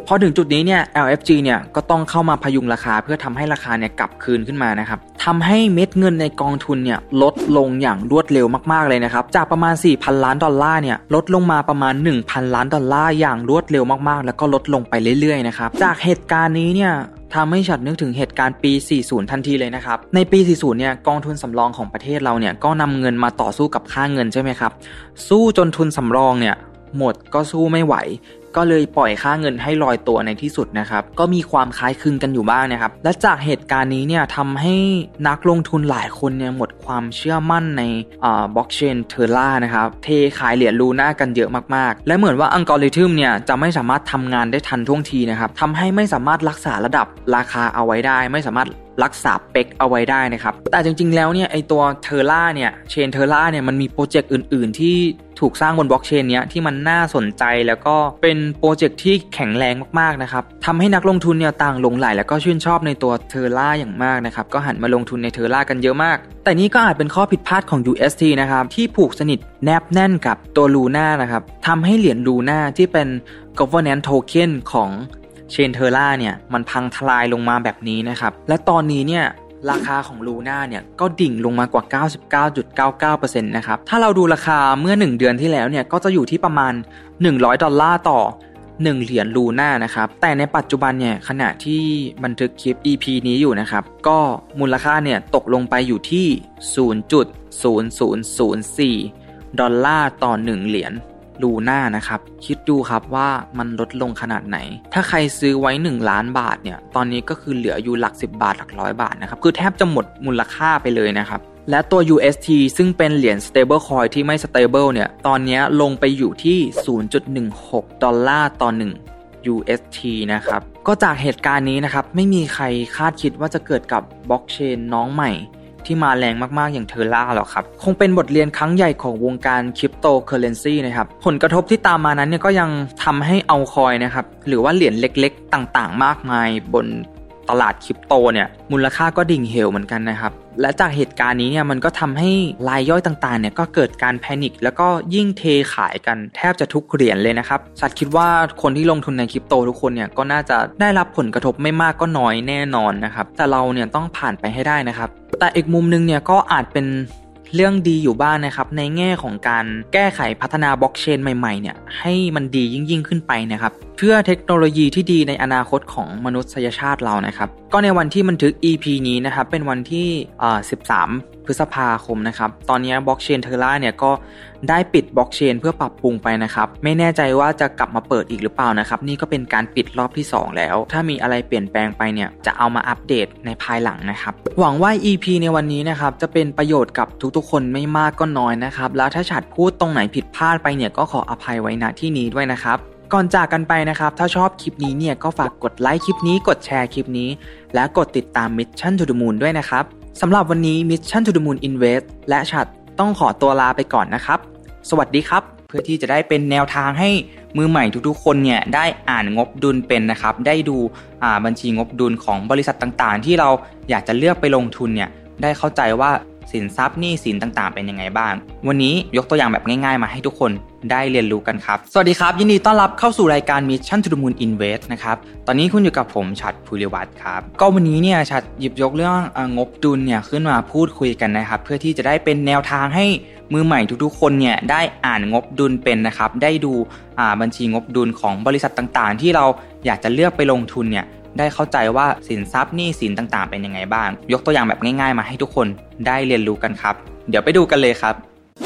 พอถึงจุดนี้เนี่ย แอล เอฟ จี เนี่ยก็ต้องเข้ามาพยุงราคาเพื่อทำให้ราคาเนี่ยกลับคืนขึ้นมานะครับทำให้เม็ดเงินในกองทุนเนี่ยลดลงอย่างรวดเร็วมากๆเลยนะครับจากประมาณ สี่พัน ล้านดอลลาร์เนี่ยลดลงมาประมาณ หนึ่งพัน ล้านดอลลาร์อย่างรวดเร็วมากๆแล้วก็ลดลงไปเรื่อยๆนะครับจากเหตุการณ์นี้เนี่ยทำให้ฉันนึกถึงเหตุการณ์ปี สี่สิบ ทันทีเลยนะครับในปี สี่สิบ เนี่ยกองทุนสำรองของประเทศเราเนี่ยก็นำเงินมาต่อสู้กับค่าเงินใช่ไหมครับสู้จนทุนสำรองเนี่ยหมดก็สู้ไม่ไหวก็เลยปล่อยค่าเงินให้ลอยตัวในที่สุดนะครับก็มีความคล้ายคลึงกันอยู่บ้างนะครับและจากเหตุการณ์นี้เนี่ยทำให้นักลงทุนหลายคนเนี่ยหมดความเชื่อมั่นในอ่าบล็อกเชนเทอร่านะครับเทขายเหรียญลูน่ากันเยอะมากๆและเหมือนว่าอัลกอริทึมเนี่ยจะไม่สามารถทำงานได้ทันท่วงทีนะครับทำให้ไม่สามารถรักษาระดับราคาเอาไว้ได้ไม่สามารถรักษาเป็กเอาไว้ได้นะครับแต่จริงๆแล้วเนี่ยไอตัวเทอร่าเนี่ยเชนเทอร่าเนี่ยมันมีโปรเจกต์อื่นๆที่ถูกสร้างบนบล็อกเชนเนี้ยที่มันน่าสนใจแล้วก็เป็นโปรเจกต์ที่แข็งแรงมากๆนะครับทำให้นักลงทุนเนี่ยต่างหลงใหลแล้วก็ชื่นชอบในตัวเทอร่าอย่างมากนะครับก็หันมาลงทุนในเทอร่ากันเยอะมากแต่นี่ก็อาจเป็นข้อผิดพลาดของ ยู เอส ที นะครับที่ผูกสนิทแนบแน่นกับตัวลูน่านะครับทำให้เหรียญลูน่าที่เป็น governance token ของเชนเทอร่าเนี่ยมันพังทลายลงมาแบบนี้นะครับและตอนนี้เนี่ยราคาของลูน่าเนี่ยก็ดิ่งลงมากว่า เก้าสิบเก้าจุดเก้าเก้าเปอร์เซ็นต์ นะครับถ้าเราดูราคาเมื่อหนึ่งเดือนที่แล้วเนี่ยก็จะอยู่ที่ประมาณหนึ่งร้อยดอลลาร์ต่อหนึ่งเหรียญลูน่านะครับแต่ในปัจจุบันเนี่ยขณะที่บันทึกคลิป อี พี นี้อยู่นะครับก็มูลค่าเนี่ยตกลงไปอยู่ที่ ศูนย์จุดศูนย์ศูนย์ศูนย์สี่ ดอลลาร์ต่อหนึ่งเหรียญลูน่านะครับคิดดูครับว่ามันลดลงขนาดไหนถ้าใครซื้อไว้หนึ่งล้านบาทเนี่ยตอนนี้ก็คือเหลืออยู่หลักสิบบาทหลักร้อยบาทนะครับคือแทบจะหมดมูลค่าไปเลยนะครับและตัว ยู เอส ที ซึ่งเป็นเหรียญ stable coin ที่ไม่ stable เนี่ยตอนนี้ลงไปอยู่ที่ ศูนย์จุดหนึ่งหก ดอลลาร์ต่อหนึ่ง ยู เอส ที นะครับก็จากเหตุการณ์นี้นะครับไม่มีใครคาดคิดว่าจะเกิดกับบล็อกเชนน้องใหม่ที่มาแรงมากๆอย่างเทอร่าหรอกครับคงเป็นบทเรียนครั้งใหญ่ของวงการคริปโตเคอเรนซีนะครับผลกระทบที่ตามมานั้นเนี่ยก็ยังทำให้เอาคอยนะครับหรือว่าเหรียญเล็กๆต่างๆมากมายบนตลาดคริปโตเนี่ยมูลค่าก็ดิ่งเหวเหมือนกันนะครับและจากเหตุการณ์นี้เนี่ยมันก็ทำให้รายย่อยต่างๆเนี่ยก็เกิดการแพนิคแล้วก็ยิ่งเทขายกันแทบจะทุกเหรียญเลยนะครับฉันคิดว่าคนที่ลงทุนในคริปโตทุกคนเนี่ยก็น่าจะได้รับผลกระทบไม่มากก็น้อยแน่นอนนะครับแต่เราเนี่ยต้องผ่านไปให้ได้นะครับแต่อีกมุมนึงเนี่ยก็อาจเป็นเรื่องดีอยู่บ้าง นะครับในแง่ของการแก้ไขพัฒนาบล็อกเชนใหม่ๆเนี่ยให้มันดียิ่งๆขึ้นไปนะครับเพื่อเทคโนโลยีที่ดีในอนาคตของมนุษยชาติเรานะครับก็ในวันที่บันทึก อี พี นี้นะครับเป็นวันที่อ่าสิบสามพฤษภาคมนะครับตอนนี้บล็อกเชนเทอร่าเนี่ยก็ได้ปิดบล็อกเชนเพื่อปรับปรุงไปนะครับไม่แน่ใจว่าจะกลับมาเปิดอีกหรือเปล่านะครับนี่ก็เป็นการปิดรอบที่สองแล้วถ้ามีอะไรเปลี่ยนแปลงไปเนี่ยจะเอามาอัปเดตในภายหลังนะครับหวังว่า อี พี ในวันนี้นะครับจะเป็นประโยชน์กับทุกๆคนไม่มากก็น้อยนะครับแล้วถ้าฉัดพูดตรงไหนผิดพลาดไปเนี่ยก็ขออภัยไว้ณที่นี้ด้วยนะครับก่อนจากกันไปนะครับถ้าชอบคลิปนี้เนี่ยก็ฝากกดไลค์คลิปนี้กดแชร์คลิปนี้และกดติดตาม Mission to the Moon ด้วยนะครับสำหรับวันนี้ Mission to the Moon Invest และฉัดต้องขอตัวลาไปก่อนนะครับสวัสดีครับเพื่อที่จะได้เป็นแนวทางให้มือใหม่ทุกๆคนเนี่ยได้อ่านงบดุลเป็นนะครับได้ดูอ่าบัญชีงบดุลของบริษัทต่างๆที่เราอยากจะเลือกไปลงทุนเนี่ยได้เข้าใจว่าสินทรัพย์หนี้สินต่างๆเป็นยังไงบ้างวันนี้ยกตัวอย่างแบบง่ายๆมาให้ทุกคนได้เรียนรู้กันครับสวัสดีครับยินดีต้อนรับเข้าสู่รายการ Mission to the Moon Invest นะครับตอนนี้คุณอยู่กับผมฉัตรภูริวัฒน์ครับก็วันนี้เนี่ยฉัตรหยิบยกเรื่องงบดุลเนี่ยขึ้นมาพูดคุยกันนะครับเพื่อที่จะได้เป็นแนวทางให้มือใหม่ทุกๆคนเนี่ยได้อ่านงบดุลเป็นนะครับได้ดูอ่าบัญชีงบดุลของบริษัทต่างๆที่เราอยากจะเลือกไปลงทุนเนี่ยได้เข้าใจว่าสินทรัพย์หนี้สินต่างๆเป็นยังไงบ้างยกตัวอย่างแบบง่ายๆมาให้ทุกคนได้เรียนรู้กันครับเดี๋ยวไปดูกันเลยครับ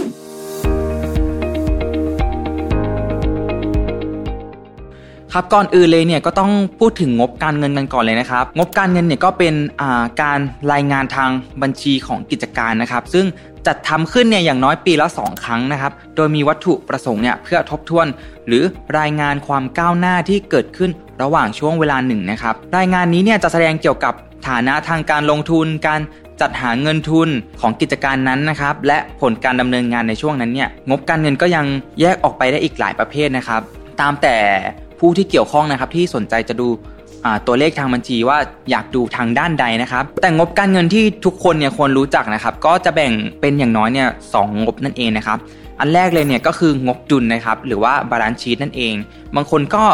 ครับก่อนอื่นเลยเนี่ยก็ต้องพูดถึงงบการเงินกันก่อนเลยนะครับงบการเงินเนี่ยก็เป็นอ่าการรายงานทางบัญชีของกิจการนะครับซึ่งจัดทำขึ้นเนี่ยอย่างน้อยปีละสองครั้งนะครับโดยมีวัตถุประสงค์เนี่ยเพื่อทบทวนหรือรายงานความก้าวหน้าที่เกิดขึ้นระหว่างช่วงเวลาหนึ่งนะครับรายงานนี้เนี่ยจะแสดงเกี่ยวกับฐานะทางการลงทุนการจัดหาเงินทุนของกิจการนั้นนะครับและผลการดำเนินงานในช่วงนั้นเนี่ยงบการเงินก็ยังแยกออกไปได้อีกหลายประเภทนะครับตามแต่ผู้ที่เกี่ยวข้องนะครับที่สนใจจะดูตัวเลขทางบัญชีว่าอยากดูทางด้านใดนะครับแต่งบการเงินที่ทุกคนเนี่ยควรรู้จักนะครับก็จะแบ่งเป็นอย่างน้อยเนี่ยสองงบนั่นเองนะครับอันแรกเลยเนี่ยก็คืองบดุลนะครับหรือว่า balance sheet นั่นเองบางคนก็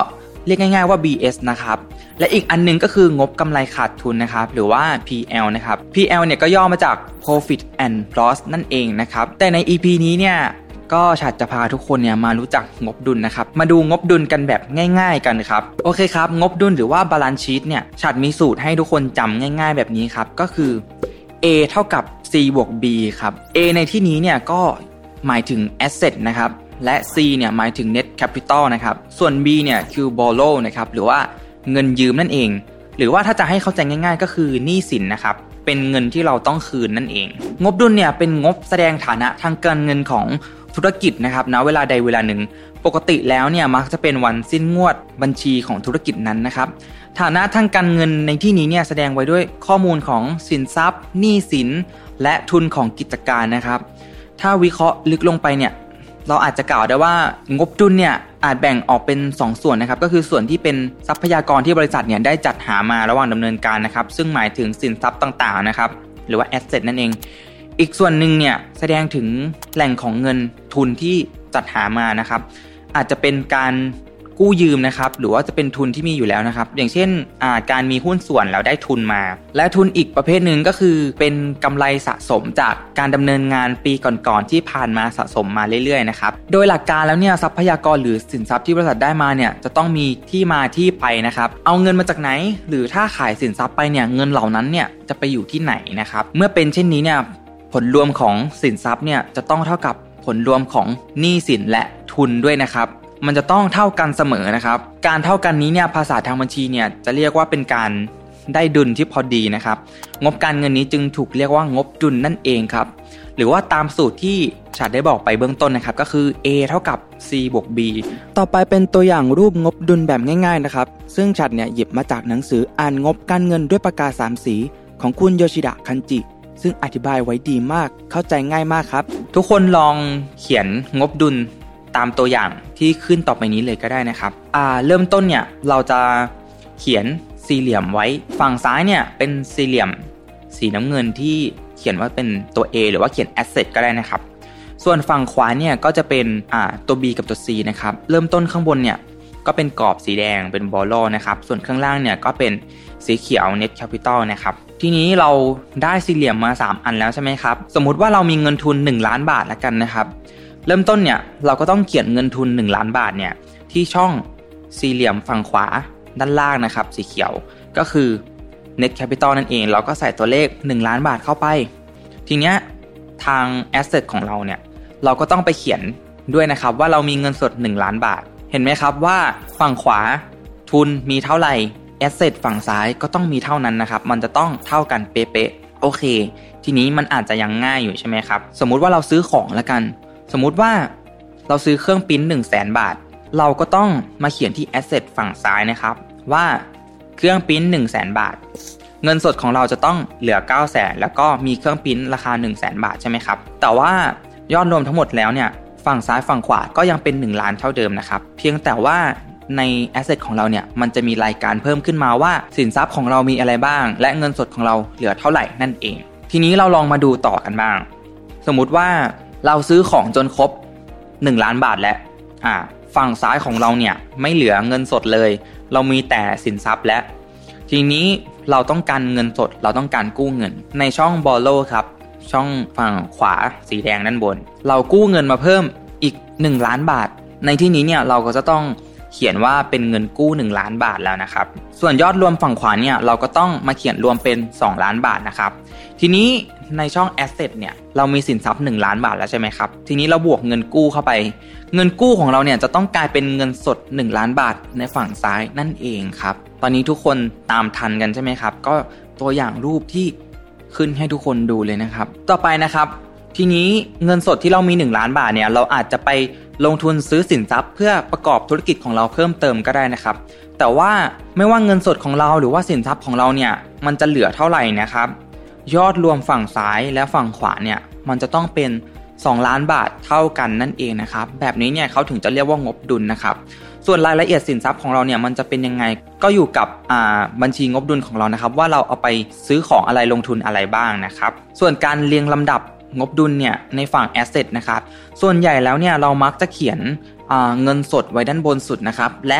เรียกง่ายๆว่า บี เอส นะครับและอีกอันนึงก็คืองบกำไรขาดทุนนะครับหรือว่า พี แอล นะครับ พี แอล เนี่ยก็ย่อมาจาก Profit and Loss นั่นเองนะครับแต่ใน อี พี นี้เนี่ยก็ฉัดจะพาทุกคนเนี่ยมารู้จักงบดุลนะครับมาดูงบดุลกันแบบง่ายๆกันครับโอเคครับงบดุลหรือว่า Balance Sheet เนี่ยฉัดมีสูตรให้ทุกคนจำง่ายๆแบบนี้ครับก็คือ A เท่ากับ C บวก B ครับ A ในที่นี้เนี่ยก็หมายถึง Asset นะครับและ C เนี่ยหมายถึง Net Capital นะครับส่วน B เนี่ยคือ Borrow นะครับหรือว่าเงินยืมนั่นเองหรือว่าถ้าจะให้เข้าใจง่ายๆก็คือหนี้สินนะครับเป็นเงินที่เราต้องคืนนั่นเองงบดุลเนี่ยเป็นงบแสดงฐานะทางการเงินของธุรกิจนะครับณเวลาใดเวลาหนึ่งปกติแล้วเนี่ยมักจะเป็นวันสิ้นงวดบัญชีของธุรกิจนั้นนะครับฐานะทางการเงินในที่นี้เนี่ยแสดงไว้ด้วยข้อมูลของสินทรัพย์หนี้สินและทุนของกิจการนะครับถ้าวิเคราะห์ลึกลงไปเนี่ยเราอาจจะกล่าวได้ว่างบดุลเนี่ยอาจแบ่งออกเป็นสองส่วนนะครับก็คือส่วนที่เป็นทรัพยากรที่บริษัทเนี่ยได้จัดหามาระหว่างดำเนินการนะครับซึ่งหมายถึงสินทรัพย์ต่างๆนะครับหรือว่า asset นั่นเองอีกส่วนหนึ่งเนี่ยแสดงถึงแหล่งของเงินทุนที่จัดหามานะครับอาจจะเป็นการกู้ยืมนะครับหรือว่าจะเป็นทุนที่มีอยู่แล้วนะครับอย่างเช่นการมีหุ้นส่วนแล้วได้ทุนมาและทุนอีกประเภทหนึ่งก็คือเป็นกำไรสะสมจากการดำเนินงานปีก่อนๆที่ผ่านมาสะสมมาเรื่อยๆนะครับโดยหลักการแล้วเนี่ยทรัพยากรหรือสินทรัพย์ที่บริษัทได้มาเนี่ยจะต้องมีที่มาที่ไปนะครับเอาเงินมาจากไหนหรือถ้าขายสินทรัพย์ไปเนี่ยเงินเหล่านั้นเนี่ยจะไปอยู่ที่ไหนนะครับเมื่อเป็นเช่นนี้เนี่ยผลรวมของสินทรัพย์เนี่ยจะต้องเท่ากับผลรวมของหนี้สินและทุนด้วยนะครับมันจะต้องเท่ากันเสมอนะครับการเท่ากันนี้เนี่ยภาษาทางบัญชีเนี่ยจะเรียกว่าเป็นการได้ดุลที่พอดีนะครับงบการเงินนี้จึงถูกเรียกว่างบดุลนั่นเองครับหรือว่าตามสูตรที่ฉัดได้บอกไปเบื้องต้นนะครับก็คือ A เท่ากับ C บวก B ต่อไปเป็นตัวอย่างรูปงบดุลแบบง่ายๆนะครับซึ่งฉัดเนี่ยหยิบมาจากหนังสืออ่านงบการเงินด้วยปากกาสามสีของคุณโยชิดะคันจิซึ่งอธิบายไว้ดีมากเข้าใจง่ายมากครับทุกคนลองเขียนงบดุลตามตัวอย่างที่ขึ้นต่อไปนี้เลยก็ได้นะครับอ่าเริ่มต้นเนี่ยเราจะเขียนสี่เหลี่ยมไว้ฝั่งซ้ายเนี่ยเป็นสี่เหลี่ยมสีน้ำเงินที่เขียนว่าเป็นตัว A หรือว่าเขียน asset ก็ได้นะครับส่วนฝั่งขวาเนี่ยก็จะเป็นอ่าตัว B กับตัว C นะครับเริ่มต้นข้างบนเนี่ยก็เป็นกรอบสีแดงเป็น borrow นะครับส่วนข้างล่างเนี่ยก็เป็นสีเขียว net capital นะครับทีนี้เราได้สี่เหลี่ยมมาสามอันแล้วใช่ไหมครับสมมุติว่าเรามีเงินทุนหนึ่งล้านบาทแล้วกันนะครับเริ่มต้นเนี่ยเราก็ต้องเขียนเงินทุนหนึ่งล้านบาทเนี่ยที่ช่องสี่เหลี่ยมฝั่งขวาด้านล่างนะครับสีเขียวก็คือ net capital นั่นเองเราก็ใส่ตัวเลขหนึ่งล้านบาทเข้าไปทีเนี้ยทาง asset ของเราเนี่ยเราก็ต้องไปเขียนด้วยนะครับว่าเรามีเงินสดหนึ่งล้านบาทเห็นไหมครับว่าฝั่งขวาทุนมีเท่าไหร่ asset ฝั่งซ้ายก็ต้องมีเท่านั้นนะครับมันจะต้องเท่ากันเป๊ะๆโอเคทีนี้มันอาจจะยังง่ายอยู่ใช่ไหมครับสมมุติว่าเราซื้อของแล้วกันสมมุติว่าเราซื้อเครื่องปริ้น หนึ่งแสน บาทเราก็ต้องมาเขียนที่ asset ฝั่งซ้ายนะครับว่าเครื่องปริ้น หนึ่งแสน บาทเงินสดของเราจะต้องเหลือ เก้าแสน แล้วก็มีเครื่องปริ้นราคา หนึ่งแสน บาทใช่ไหมครับแต่ว่ายอดรวมทั้งหมดแล้วเนี่ยฝั่งซ้ายฝั่งขวาก็ยังเป็นหนึ่งล้านเท่าเดิมนะครับเพียงแต่ว่าใน asset ของเราเนี่ยมันจะมีรายการเพิ่มขึ้นมาว่าสินทรัพย์ของเรามีอะไรบ้างและเงินสดของเราเหลือเท่าไหร่นั่นเองทีนี้เราลองมาดูต่อกันบ้างสมมุติว่าเราซื้อของจนครบหนึ่งล้านบาทแล้วอ่าฝั่งซ้ายของเราเนี่ยไม่เหลือเงินสดเลยเรามีแต่สินทรัพย์แล้วทีนี้เราต้องการเงินสดเราต้องการกู้เงินในช่อง borrow ครับช่องฝั่งขวาสีแดงด้านบนเรากู้เงินมาเพิ่มอีกหนึ่งล้านบาทในที่นี้เนี่ยเราก็จะต้องเขียนว่าเป็นเงินกู้หนึ่งล้านบาทแล้วนะครับส่วนยอดรวมฝั่งขวาเนี่ยเราก็ต้องมาเขียนรวมเป็นสองล้านบาทนะครับทีนี้ในช่อง asset เนี่ยเรามีสินทรัพย์หนึ่งล้านบาทแล้วใช่ไหมครับทีนี้เราบวกเงินกู้เข้าไปเงินกู้ของเราเนี่ยจะต้องกลายเป็นเงินสดหนึ่งล้านบาทในฝั่งซ้ายนั่นเองครับตอนนี้ทุกคนตามทันกันใช่ไหมครับก็ตัวอย่างรูปที่ขึ้นให้ทุกคนดูเลยนะครับต่อไปนะครับทีนี้เงินสดที่เรามีหนึ่งล้านบาทเนี่ยเราอาจจะไปลงทุนซื้อสินทรัพย์เพื่อประกอบธุรกิจของเราเพิ่มเติมก็ได้นะครับแต่ว่าไม่ว่าเงินสดของเราหรือว่าสินทรัพย์ของเราเนี่ยมันจะเหลือเท่าไหร่นะครับยอดรวมฝั่งซ้ายและฝั่งขวาเนี่ยมันจะต้องเป็นสองล้านบาทเท่ากันนั่นเองนะครับแบบนี้เนี่ยเขาถึงจะเรียกว่างบดุลนะครับส่วนรายละเอียดสินทรัพย์ของเราเนี่ยมันจะเป็นยังไงก็อยู่กับอ่าบัญชีงบดุลของเรานะครับว่าเราเอาไปซื้อของอะไรลงทุนอะไรบ้างนะครับส่วนการเรียงลำดับงบดุลเนี่ยในฝั่ง asset นะครับส่วนใหญ่แล้วเนี่ยเรามักจะเขียนอ่าเงินสดไว้ด้านบนสุดนะครับและ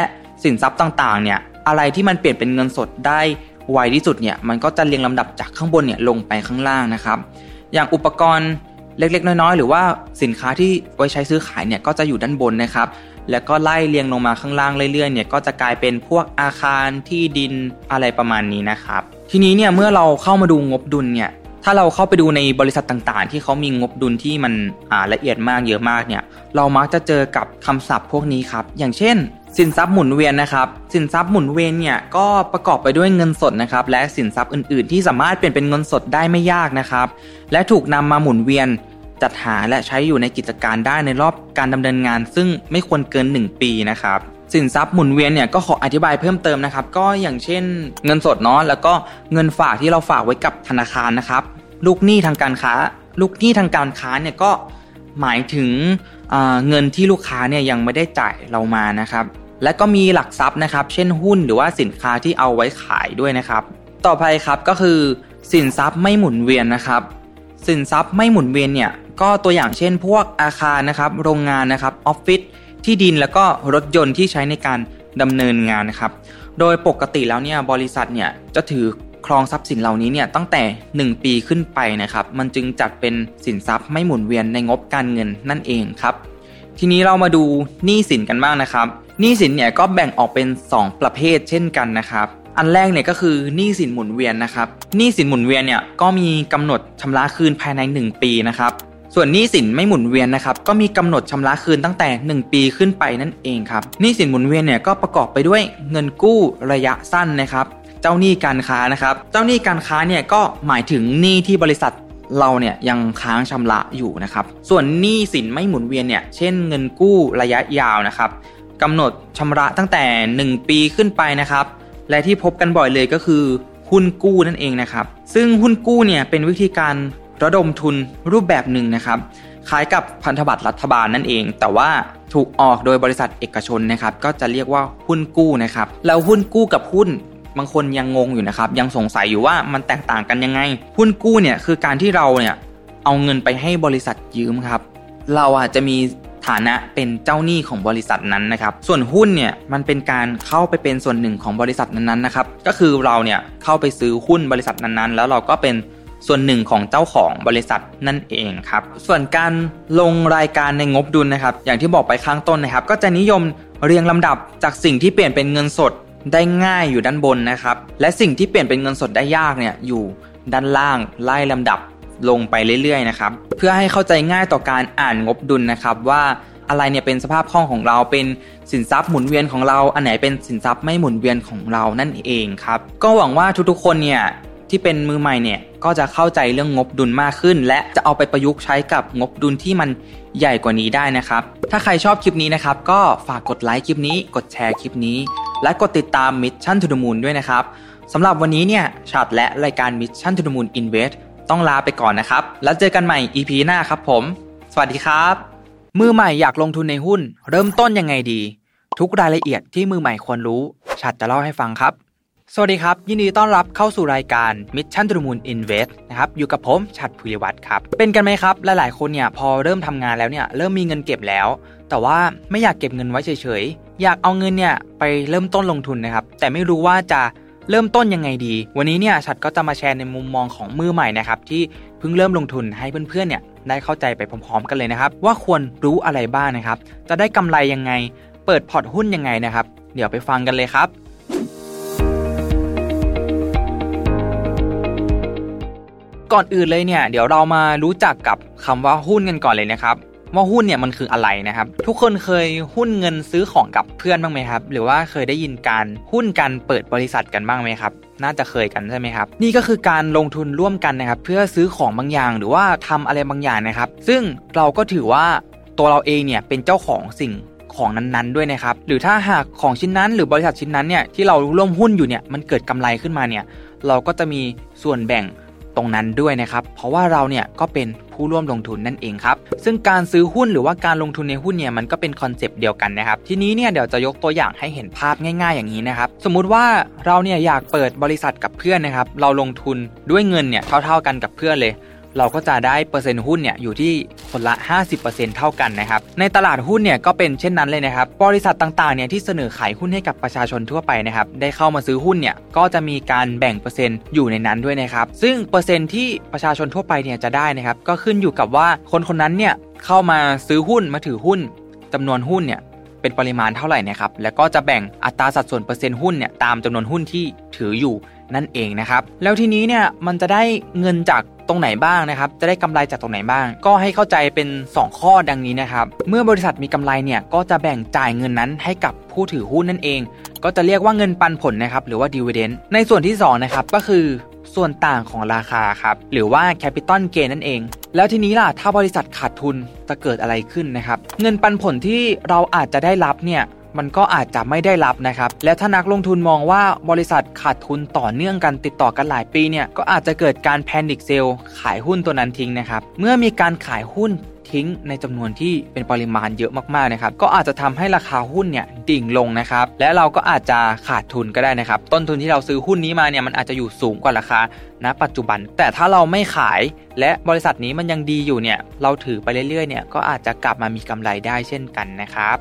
สินทรัพย์ต่างๆเนี่ยอะไรที่มันเปลี่ยนเป็นเงินสดได้ไวที่สุดเนี่ยมันก็จะเรียงลำดับจากข้างบนเนี่ยลงไปข้างล่างนะครับอย่างอุปกรณ์เล็กๆน้อยๆหรือว่าสินค้าที่ไว้ใช้ซื้อขายเนี่ยก็จะอยู่ด้านบนนะครับแล้วก็ไล่เรียงลงมาข้างล่างเรื่อยๆเนี่ยก็จะกลายเป็นพวกอาคารที่ดินอะไรประมาณนี้นะครับทีนี้เนี่ยเมื่อเราเข้ามาดูงบดุลเนี่ยถ้าเราเข้าไปดูในบริษัทต่างๆที่เขามีงบดุลที่มันอ่าละเอียดมากเยอะมากเนี่ยเรามักจะเจอกับคำศัพท์พวกนี้ครับอย่างเช่นสินทรัพย์หมุนเวียนนะครับสินทรัพย์หมุนเวียนเนี่ยก็ประกอบไปด้วยเงินสดนะครับและสินทรัพย์อื่นๆที่สามารถเปลี่ยนเป็นเงินสดได้ไม่ยากนะครับและถูกนำมาหมุนเวียนจัดหาและใช้อยู่ในกิจการได้ในรอบการดำเนินงานซึ่งไม่ควรเกินหนึ่งปีนะครับสินทรัพย์หมุนเวียนเนี่ยก็ขออธิบายเพิ่มเติมนะครับก็อย่างเช่นเงินสดเนาะแล้วก็เงินฝากที่เราฝากไว้กับธนาคารนะครับลูกหนี้ทางการค้าลูกหนี้ทางการค้าเนี่ยก็หมายถึงเงินที่ลูกค้าเนี่ยยังไม่ได้จ่ายเรามานะครับและก็มีหลักทรัพย์นะครับเช่นหุ้นหรือว่าสินค้าที่เอาไว้ขายด้วยนะครับต่อไปครับก็คือสินทรัพย์ไม่หมุนเวียนนะครับสินทรัพย์ไม่หมุนเวียนเนี่ยก็ตัวอย่างเช่นพวกอาคารนะครับโรงงานนะครับออฟฟิศที่ดินแล้วก็รถยนต์ที่ใช้ในการดำเนินงานนะครับโดยปกติแล้วเนี่ยบริษัทเนี่ยจะถือครองทรัพย์สินเหล่านี้เนี่ยตั้งแต่หนึ่งปีขึ้นไปนะครับมันจึงจัดเป็นสินทรัพย์ไม่หมุนเวียนในงบการเงินนั่นเองครับทีนี้เรามาดูหนี้สินกันบ้างนะครับหนี้สินเนี่ยก็แบ่งออกเป็นสองประเภทเช่นกันนะครับอันแรกเนี่ยก็คือหนี้สินหมุนเวียนนะครับหนี้สินหมุนเวียนเนี่ยก็มีกำหนดชำระคืนภายในหนึ่งปีนะครับส่วนหนี้สินไม่หมุนเวียนนะครับก็มีกำหนดชำระคืนตั้งแต่หนึ่งปีขึ้นไปนั่นเองครับหนี้สินหมุนเวียนเนี่ยก็ประกอบไปด้วยเงินกู้ระยะสั้นนะครับเจ้าหนี้การค้านะครับเจ้าหนี้การค้าเนี่ยก็หมายถึงหนี้ที่บริษัทเราเนี่ยยังค้างชำระอยู่นะครับส่วนหนี้สินไม่หมุนเวียนเนี่ยเช่นเงินกู้ระยะยาวนะครับกำหนดชำระตั้งแต่หนึ่งปีขึ้นไปนะครับและที่พบกันบ่อยเลยก็คือหุ้นกู้นั่นเองนะครับซึ่งหุ้นกู้เนี่ยเป็นวิธีการระดมทุนรูปแบบหนึ่งนะครับคล้ายกับพันธบัตรรัฐบาลนั่นเองแต่ว่าถูกออกโดยบริษัทเอกชนนะครับก็จะเรียกว่าหุ้นกู้นะครับแล้วหุ้นกู้กับหุ้นบางคนยังงงอยู่นะครับยังสงสัยอยู่ว่ามันแตกต่างกันยังไงหุ้นกู้เนี่ยคือการที่เราเนี่ยเอาเงินไปให้บริษัทยืมครับเราอาจจะมีฐานะเป็นเจ้าหนี้ของบริษัทนั้นนะครับส่วนหุ้นเนี่ยมันเป็นการเข้าไปเป็นส่วนหนึ่งของบริษัทนั้นๆนะครับก็คือเราเนี่ยเข้าไปซื้อหุ้นบริษัทนั้นๆแล้วเราก็เป็นส่วนหนึ่งของเจ้าของบริษัทนั่นเองครับส่วนการลงรายการในงบดุลนะครับอย่างที่บอกไปข้างต้นนะครับก็จะนิยมเรียงลำดับจากสิ่งที่เปลี่ยนเป็นเงินสดได้ง่ายอยู่ด้านบนนะครับและสิ่งที่เปลี่ยนเป็นเงินสดได้ยากเนี่ยอยู่ด้านล่างไล่ลำดับลงไปเรื่อยๆนะครับเพื่อให้เข้าใจง่ายต่อการอ่านงบดุลนะครับว่าอะไรเนี่ยเป็นสภาพคล่องของเราเป็นสินทรัพย์หมุนเวียนของเราอันไหนเป็นสินทรัพย์ไม่หมุนเวียนของเรานั่นเองครับก็หวังว่าทุกๆคนเนี่ยที่เป็นมือใหม่เนี่ยก็จะเข้าใจเรื่องงบดุลมากขึ้นและจะเอาไปประยุกต์ใช้กับงบดุลที่มันใหญ่กว่านี้ได้นะครับถ้าใครชอบคลิปนี้นะครับก็ฝากกดไลค์คลิปนี้กดแชร์คลิปนี้และกดติดตาม Mission to the Moon ด้วยนะครับสำหรับวันนี้เนี่ยชัดและรายการ Mission to the Moon Invest ต้องลาไปก่อนนะครับแล้วเจอกันใหม่ อี พี หน้าครับผมสวัสดีครับมือใหม่อยากลงทุนในหุ้นเริ่มต้นยังไงดีทุกรายละเอียดที่มือใหม่ควรรู้ชัดจะเล่าให้ฟังครับสวัสดีครับยินดีต้อนรับเข้าสู่รายการ Mission to the Moon Invest นะครับอยู่กับผมชัดภูริวัฒน์ครับเป็นกันไหมครับหลายๆคนเนี่ยพอเริ่มทำงานแล้วเนี่ยเริ่มมีเงินเก็บแล้วแต่ว่าไม่อยากเก็บเงินไว้เฉยๆอยากเอาเงินเนี่ยไปเริ่มต้นลงทุนนะครับแต่ไม่รู้ว่าจะเริ่มต้นยังไงดีวันนี้เนี่ยชัดก็จะมาแชร์ในมุมมองของมือใหม่นะครับที่เพิ่งเริ่มลงทุนให้เพื่อนๆเนี่ยได้เข้าใจไปพร้อมๆกันเลยนะครับว่าควรรู้อะไรบ้างนะครับจะได้กำไรยังไงเปิดพอร์ตหุ้นยังไงนะครับเดี๋ยวไปฟังกันเลยครับก่อนอื่นเลยเนี่ยเดี๋ยวเรามารู้จักกับคำว่าหุ้นกันก่อนเลยนะครับว่าหุ้นเนี่ยมันคืออะไรนะครับทุกคนเคยหุ้นเงินซื้อของกับเพื่อนบ้างไหมครับหรือว่าเคยได้ยินการหุ้นกันเปิดบริษัทกันบ้างไหมครับน่าจะเคยกันใช่ไหมครับนี่ก็คือการลงทุนร่วมกันนะครับเพื่อซื้อของบางอย่างหรือว่าทำอะไรบางอย่างนะครับซึ่งเราก็ถือว่าตัวเราเองเนี่ยเป็นเจ้าของสิ่งของนั้นๆด้วยนะครับหรือถ้าหากของชิ้นนั้นหรือบริษัทชิ้นนั้นเนี่ยที่เราร่วมหุ้นอยู่เนี่ยมันเกิดกำไรขึ้นมาเนี่ยเราก็จะมีส่วนแบ่งตรงนั้นด้วยนะครับเพราะว่าเราเนี่ยก็เป็นผู้ร่วมลงทุนนั่นเองครับซึ่งการซื้อหุ้นหรือว่าการลงทุนในหุ้นเนี่ยมันก็เป็นคอนเซปต์เดียวกันนะครับทีนี้เนี่ยเดี๋ยวจะยกตัวอย่างให้เห็นภาพง่ายๆอย่างนี้นะครับสมมุติว่าเราเนี่ยอยากเปิดบริษัทกับเพื่อนนะครับเราลงทุนด้วยเงินเนี่ยเท่าๆกันกับเพื่อนเลยเราก็จะได้เปอร์เซ็นต์หุ้นเนี่ยอยู่ที่คนละ ห้าสิบเปอร์เซ็นต์ เท่ากันนะครับในตลาดหุ้นเนี่ยก็เป็นเช่นนั้นเลยนะครับบริษัทต่างๆเนี่ยที่เสนอขายหุ้นให้กับประชาชนทั่วไปนะครับได้เข้ามาซื้อหุ้นเนี่ยก็จะมีการแบ่งเปอร์เซ็นต์อยู่ในนั้นด้วยนะครับซึ่งเปอร์เซ็นต์ที่ประชาชนทั่วไปเนี่ยจะได้นะครับก็ขึ้นอยู่กับว่าคนคนนั้นเนี่ยเข้ามาซื้อหุ้นมาถือหุ้นจำนวนหุ้นเนี่ยเป็นปริมาณเท่าไหร่นะครับแล้วก็จะแบ่งอัตราสัดส่วนเปอร์เซ็นต์หุ้นเนี่ยตามจำนวนหุ้นที่ถืออยู่นั่นเองนะครับแล้วทีนี้เนี่ยมันจะได้เงินจากตรงไหนบ้างนะครับจะได้กำไรจากตรงไหนบ้างก็ให้เข้าใจเป็นสองข้อดังนี้นะครับเมื่อบริษัทมีกำไรเนี่ยก็จะแบ่งจ่ายเงินนั้นให้กับผู้ถือหุ้นนั่นเองก็จะเรียกว่าเงินปันผลนะครับหรือว่า dividend ในส่วนที่สองนะครับก็คือส่วนต่างของราคาครับหรือว่า capital gain นั่นเองแล้วทีนี้ล่ะถ้าบริษัทขาดทุนจะเกิดอะไรขึ้นนะครับเงินปันผลที่เราอาจจะได้รับเนี่ยมันก็อาจจะไม่ได้รับนะครับและถ้านักลงทุนมองว่าบริษัทขาดทุนต่อเนื่องกันติดต่อกันหลายปีเนี่ยก็อาจจะเกิดการแพนิคเซลขายหุ้นตัวนั้นทิ้งนะครับเมื่อมีการขายหุ้นทิ้งในจำนวนที่เป็นปริมาณเยอะมากๆนะครับก็อาจจะทำให้ราคาหุ้นเนี่ยดิ่งลงนะครับและเราก็อาจจะขาดทุนก็ได้นะครับต้นทุนที่เราซื้อหุ้นนี้มาเนี่ยมันอาจจะอยู่สูงกว่าราคาณปัจจุบันแต่ถ้าเราไม่ขายและบริษัทนี้มันยังดีอยู่เนี่ยเราถือไปเรื่อยๆเนี่ยก็อาจจะกลับมามีกำไรได้เช่นกันนะครับ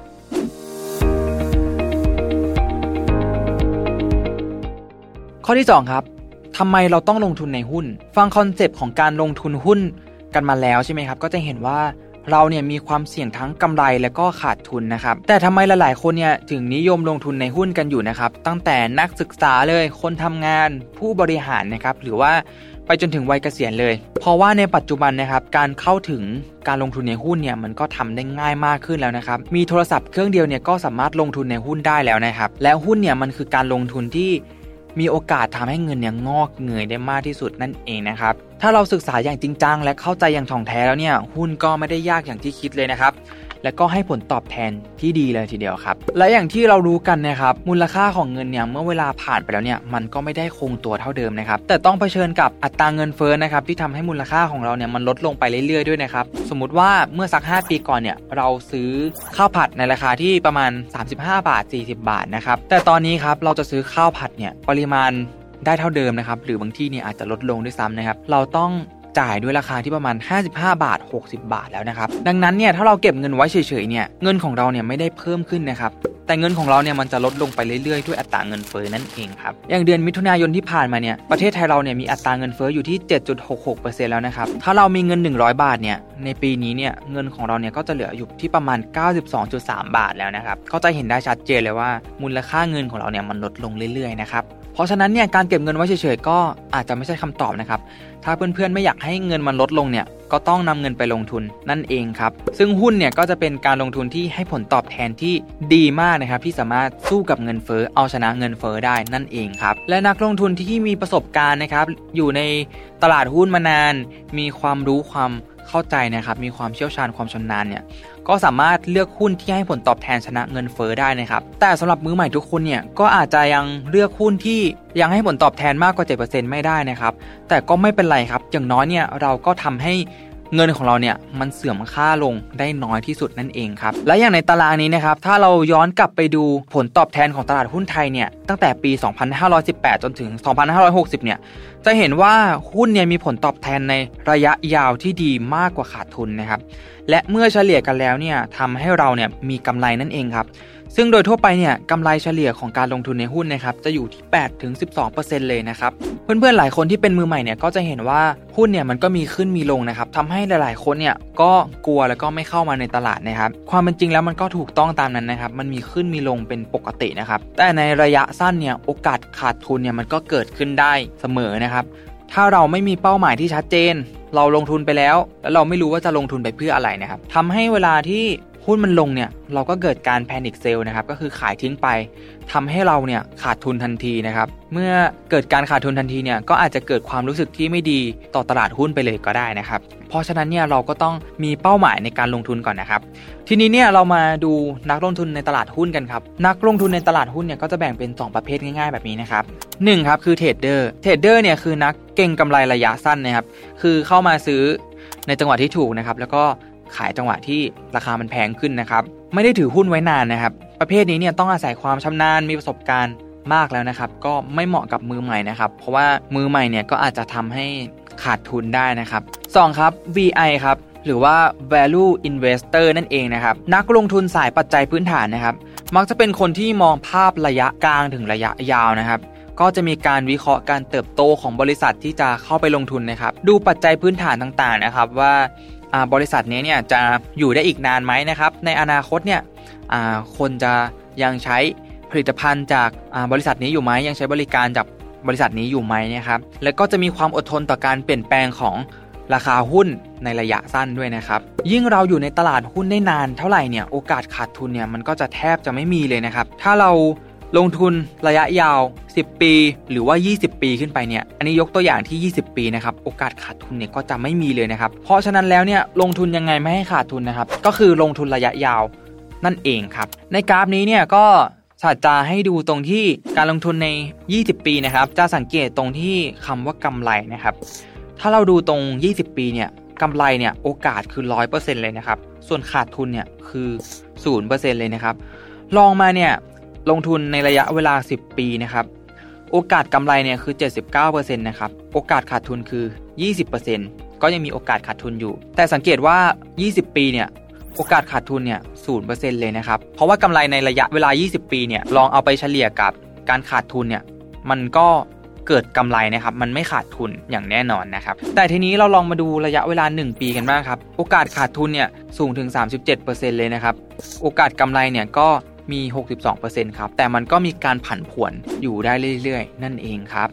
ข้อที่สองครับทำไมเราต้องลงทุนในหุ้นฟังคอนเซปต์ของการลงทุนหุ้นกันมาแล้วใช่ไหมครับก็จะเห็นว่าเราเนี่ยมีความเสี่ยงทั้งกำไรและก็ขาดทุนนะครับแต่ทำไมหลายๆคนเนี่ยถึงนิยมลงทุนในหุ้นกันอยู่นะครับตั้งแต่นักศึกษาเลยคนทำงานผู้บริหารนะครับหรือว่าไปจนถึงวัยเกษียณเลยเพราะว่าในปัจจุบันนะครับการเข้าถึงการลงทุนในหุ้นเนี่ยมันก็ทำได้ง่ายมากขึ้นแล้วนะครับมีโทรศัพท์เครื่องเดียวเนี่ยก็สามารถลงทุนในหุ้นได้แล้วนะครับแล้วหุ้นเนี่ยมันคือการลงทุนที่มีโอกาสทำให้เงินเนี่ยงอกเงยได้มากที่สุดนั่นเองนะครับถ้าเราศึกษาอย่างจริงจังและเข้าใจอย่างถ่องแท้แล้วเนี่ยหุ้นก็ไม่ได้ยากอย่างที่คิดเลยนะครับและก็ให้ผลตอบแทนที่ดีเลยทีเดียวครับและอย่างที่เรารู้กันนะครับมูลค่าของเงินเนี่ยเมื่อเวลาผ่านไปแล้วเนี่ยมันก็ไม่ได้คงตัวเท่าเดิมนะครับแต่ต้องเผชิญกับอัตราเงินเฟ้อนะครับที่ทำให้มูลค่าของเราเนี่ยมันลดลงไปเรื่อยๆด้วยนะครับสมมุติว่าเมื่อสักห้าปีก่อนเนี่ยเราซื้อข้าวผัดในราคาที่ประมาณสามสิบห้าบาทสี่สิบบาทนะครับแต่ตอนนี้ครับเราจะซื้อข้าวผัดเนี่ยปริมาณได้เท่าเดิมนะครับหรือบางที่เนี่ยอาจจะลดลงด้วยซ้ำนะครับเราต้องจ่ายด้วยราคาที่ประมาณห้าสิบห้าบาทหกสิบบาทแล้วนะครับดังนั้นเนี่ยถ้าเราเก็บเงินไว้เฉยๆเนี่ยเงินของเราเนี่ยไม่ได้เพิ่มขึ้นนะครับแต่เงินของเราเนี่ยมันจะลดลงไปเรื่อยๆด้วยอัตราเงินเฟ้อนั่นเองครับอย่างเดือนมิถุนายนที่ผ่านมาเนี่ยประเทศไทยเราเนี่ยมีอัตราเงินเฟ้ออยู่ที่ เจ็ดจุดหกหกเปอร์เซ็นต์ แล้วนะครับถ้าเรามีเงินหนึ่งร้อยบาทเนี่ยในปีนี้เนี่ยเงินของเราเนี่ยก็จะเหลืออยู่ที่ประมาณ เก้าสิบสองจุดสาม บาทแล้วนะครับก็จะเห็นได้ชัดเจนเลยว่ามูลค่าเงินของเราเนี่ยมันลดลงเรื่อยๆนะครับเพราะฉะนั้นเนี่ยการเก็บเงินไว้เฉยๆก็อาจจะไม่ใช่คำตอบนะครับถ้าเพื่อนๆไม่อยากให้เงินมันลดลงเนี่ยก็ต้องนำเงินไปลงทุนนั่นเองครับซึ่งหุ้นเนี่ยก็จะเป็นการลงทุนที่ให้ผลตอบแทนที่ดีมากนะครับที่สามารถสู้กับเงินเฟ้อเอาชนะเงินเฟ้อได้นั่นเองครับและนักลงทุนที่มีประสบการณ์นะครับอยู่ในตลาดหุ้นมานานมีความรู้ความเข้าใจนะครับมีความเชี่ยวชาญความชำนาญเนี่ยก็สามารถเลือกหุ้นที่ให้ผลตอบแทนชนะเงินเฟ้อได้นะครับแต่สำหรับมือใหม่ทุกคนเนี่ยก็อาจจะยังเลือกหุ้นที่ยังให้ผลตอบแทนมากกว่า เจ็ดเปอร์เซ็นต์ ไม่ได้นะครับแต่ก็ไม่เป็นไรครับอย่างน้อยเนี่ยเราก็ทำให้เงินของเราเนี่ยมันเสื่อมค่าลงได้น้อยที่สุดนั่นเองครับและอย่างในตารางนี้นะครับถ้าเราย้อนกลับไปดูผลตอบแทนของตลาดหุ้นไทยเนี่ยตั้งแต่ปีสองพันห้าร้อยสิบแปดจนถึงสองพันห้าร้อยหกสิบเนี่ยจะเห็นว่าหุ้นเนี่ยมีผลตอบแทนในระยะยาวที่ดีมากกว่าขาดทุนนะครับและเมื่อเฉลี่ยกันแล้วเนี่ยทำให้เราเนี่ยมีกำไรนั่นเองครับซึ่งโดยทั่วไปเนี่ยกำไรเฉลี่ยของการลงทุนในหุ้นนะครับจะอยู่ที่ แปดถึงสิบสองเปอร์เซ็นต์ เลยนะครับเพื่อนๆหลายคนที่เป็นมือใหม่เนี่ยก็จะเห็นว่าหุ้นเนี่ยมันก็มีขึ้นมีลงนะครับทำให้หลายๆคนเนี่ยก็กลัวแล้วก็ไม่เข้ามาในตลาดนะครับความเป็นจริงแล้วมันก็ถูกต้องตามนั้นนะครับมันมีขึ้นมีลงเป็นปกตินะครับแต่ในระยะสั้นเนี่ยโอกาสขาดทุนเนี่ยมันก็เกิดขึ้นได้เสมอนะครับถ้าเราไม่มีเป้าหมายที่ชัดเจนเราลงทุนไปแล้วแล้วเราไม่รู้ว่าจะลงทุนไปเพื่ออะไรนะครับทำให้เวลาที่หุ้นมันลงเนี่ยเราก็เกิดการแพนิคเซลนะครับก็คือขายทิ้งไปทำให้เราเนี่ยขาดทุนทันทีนะครับเมื่อเกิดการขาดทุนทันทีเนี่ยก็อาจจะเกิดความรู้สึกที่ไม่ดีต่อตลาดหุ้นไปเลยก็ได้นะครับเพราะฉะนั้นเนี่ยเราก็ต้องมีเป้าหมายในการลงทุนก่อนนะครับทีนี้เนี่ยเรามาดูนักลงทุนในตลาดหุ้นกันครับนักลงทุนในตลาดหุ้นเนี่ยก็จะแบ่งเป็นสองประเภทง่ายๆแบบนี้นะครับหนึ่งครับคือเทรดเดอร์เทรดเดอร์เนี่ยคือนักเก็งกำไรระยะสั้นนะครับคือเข้ามาซื้อในจังหวะที่ถูกนะครับแล้วก็ขายจังหวะที่ราคามันแพงขึ้นนะครับไม่ได้ถือหุ้นไว้นานนะครับประเภทนี้เนี่ยต้องอาศัยความชำนาญมีประสบการณ์มากแล้วนะครับก็ไม่เหมาะกับมือใหม่นะครับเพราะว่ามือใหม่เนี่ยก็อาจจะทำให้ขาดทุนได้นะครับสองครับ วี ไอ ครับหรือว่า value investor นั่นเองนะครับนักลงทุนสายปัจจัยพื้นฐานนะครับมักจะเป็นคนที่มองภาพระยะกลางถึงระยะยาวนะครับก็จะมีการวิเคราะห์การเติบโตของบริษัทที่จะเข้าไปลงทุนนะครับดูปัจจัยพื้นฐานต่างๆนะครับว่าบริษัทนี้เนี่ยจะอยู่ได้อีกนานไหมนะครับในอนาคตเนี่ยคนจะยังใช้ผลิตภัณฑ์จากบริษัทนี้อยู่ไหมยังใช้บริการจากบริษัทนี้อยู่ไหมนะครับแล้วก็จะมีความอดทนต่อการเปลี่ยนแปลงของราคาหุ้นในระยะสั้นด้วยนะครับยิ่งเราอยู่ในตลาดหุ้นได้นานเท่าไหร่เนี่ยโอกาสขาดทุนเนี่ยมันก็จะแทบจะไม่มีเลยนะครับถ้าเราลงทุนระยะยาวสิบปีหรือว่ายี่สิบปีขึ้นไปเนี่ยอันนี้ยกตัวอย่างที่ยี่สิบปีนะครับโอกาสขาดทุนเนี่ยก็จะไม่มีเลยนะครับเพราะฉะนั้นแล้วเนี่ยลงทุนยังไงไม่ให้ขาดทุนนะครับก็คือลงทุนระยะยาวนั่นเองครับในกราฟนี้เนี่ยก็จะให้ดูตรงที่การลงทุนในยี่สิบปีนะครับจะสังเกตตรงที่คำว่ากำไรนะครับถ้าเราดูตรงยี่สิบปีเนี่ยกำไรเนี่ยโอกาสคือ ร้อยเปอร์เซ็นต์ เลยนะครับส่วนขาดทุนเนี่ยคือ ศูนย์เปอร์เซ็นต์ เลยนะครับลองมาเนี่ยลงทุนในระยะเวลาสิบปีนะครับโอกาสกำไรเนี่ยคือ เจ็ดสิบเก้าเปอร์เซ็นต์ นะครับโอกาสขาดทุนคือ ยี่สิบเปอร์เซ็นต์ ก็ยังมีโอกาสขาดทุนอยู่แต่สังเกตว่ายี่สิบปีเนี่ยโอกาสขาดทุนเนี่ย ศูนย์เปอร์เซ็นต์ เลยนะครับเพราะว่ากำไรในระยะเวลายี่สิบปีเนี่ยลองเอาไปเฉลี่ยกับการขาดทุนเนี่ยมันก็เกิดกำไรนะครับมันไม่ขาดทุนอย่างแน่นอนนะครับแต่ทีนี้เราลองมาดูระยะเวลาหนึ่งปีกันบ้างครับโอกาสขาดทุนเนี่ยสูงถึง สามสิบเจ็ดเปอร์เซ็นต์ เลยนะครับโอกาสกำไรเนี่ยก็มี หกสิบสองเปอร์เซ็นต์ ครับแต่มันก็มีการผันผวนอยู่ได้เรื่อยๆนั่นเองครับ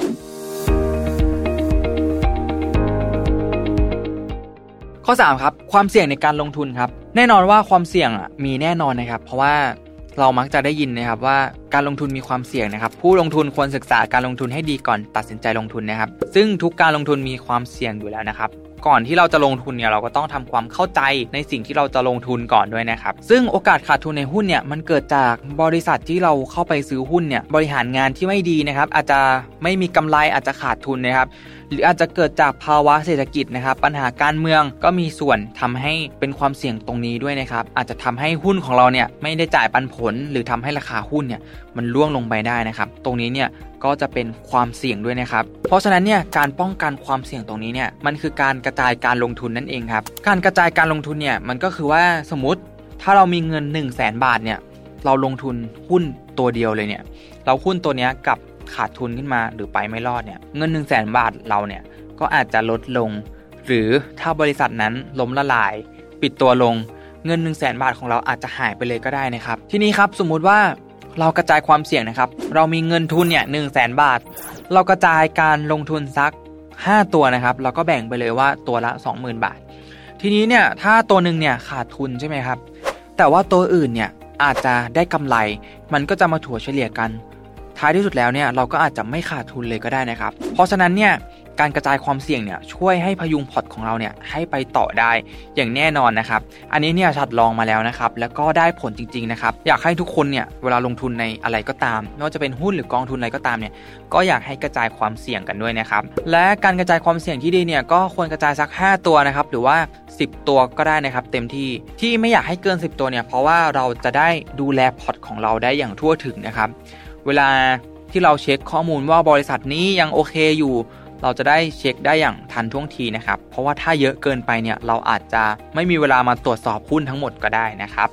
ข้อสามครับความเสี่ยงในการลงทุนครับแน่นอนว่าความเสี่ยงมีแน่นอนนะครับเพราะว่าเรามักจะได้ยินนะครับว่าการลงทุนมีความเสี่ยงนะครับผู้ลงทุนควรศึกษาการลงทุนให้ดีก่อนตัดสินใจลงทุนนะครับซึ่งทุกการลงทุนมีความเสี่ยงอยู่แล้วนะครับก่อนที่เราจะลงทุนเนี่ยเราก็ต้องทำความเข้าใจในสิ่งที่เราจะลงทุนก่อนด้วยนะครับซึ่งโอกาสขาดทุนในหุ้นเนี่ยมันเกิดจากบริษัทที่เราเข้าไปซื้อหุ้นเนี่ยบริหารงานที่ไม่ดีนะครับอาจจะไม่มีกำไรอาจจะขาดทุนนะครับหรืออาจจะเกิดจากภาวะเศรษฐกิจนะครับปัญหาการเมืองก็มีส่วนทำให้เป็นความเสี่ยงตรงนี้ด้วยนะครับอาจจะทำให้หุ้นของเราเนี่ยไม่ได้จ่ายปันผลหรือทำให้ราคาหุ้นเนี่ยมันร่วงลงไปได้นะครับตรงนี้เนี่ยก็จะเป็นความเสี่ยงด้วยนะครับเพราะฉะนั้นเนี่ยการป้องกันความเสี่ยงตรงนี้เนี่ยมันคือการกระจายการลงทุนนั่นเองครับการกระจายการลงทุนเนี่ยมันก็คือว่าสมมติถ้าเรามีเงิน หนึ่งแสน บาทเนี่ยเราลงทุนหุ้นตัวเดียวเลยเนี่ยเราหุ้นตัวเนี้ยกับขาดทุนขึ้นมาหรือไปไม่รอดเนี่ยเงิน หนึ่งแสน บาทเราเนี่ยก็อาจจะลดลงหรือถ้าบริษัทนั้นล้มละลายปิดตัวลงเงิน หนึ่งแสน บาทของเราอาจจะหายไปเลยก็ได้นะครับทีนี้ครับสมมุติว่าเรากระจายความเสี่ยงนะครับเรามีเงินทุนเนี่ย หนึ่งแสน บาทเรากระจายการลงทุนสักห้าตัวนะครับเราก็แบ่งไปเลยว่าตัวละ สองหมื่น บาททีนี้เนี่ยถ้าตัวนึงเนี่ยขาดทุนใช่ไหมครับแต่ว่าตัวอื่นเนี่ยอาจจะได้กำไรมันก็จะมาถัวเฉลี่ยกันท้ายที่สุดแล้วเนี่ยเราก็อาจจะไม่ขาดทุนเลยก็ได้นะครับเพราะฉะนั้นเนี่ยการกระจายความเสี่ยงเนี่ยช่วยให้พยุงพอร์ตของเราเนี่ยให้ไปต่อได้อย่างแน่นอนนะครับอันนี้เนี่ยฉัดลองมาแล้วนะครับแล้วก็ได้ผลจริงๆนะครับอยากให้ทุกคนเนี่ยเวลาลงทุนในอะไรก็ตามไม่ว่าจะเป็นหุ้นหรือกองทุนอะไรก็ตามเนี่ยก็อยากให้กระจายความเสี่ยงกันด้วยนะครับและการกระจายความเสี่ยงที่ดีเนี่ยก็ควรกระจายสักห้าตัวนะครับหรือว่าสิบตัวก็ได้นะครับเต็มที่ที่ไม่อยากให้เกินสิบตัวเนี่ยเพราะว่าเราจะได้ดูแลพอร์ตของเราได้อย่างทั่วถึงนะครับเวลาที่เราเช็คข้อมูลว่าบริษัทนี้ยังโอเคอยู่เราจะได้เช็คได้อย่างทันท่วงทีนะครับเพราะว่าถ้าเยอะเกินไปเนี่ยเราอาจจะไม่มีเวลามาตรวจสอบหุ้นทั้งหมดก็ได้นะครับ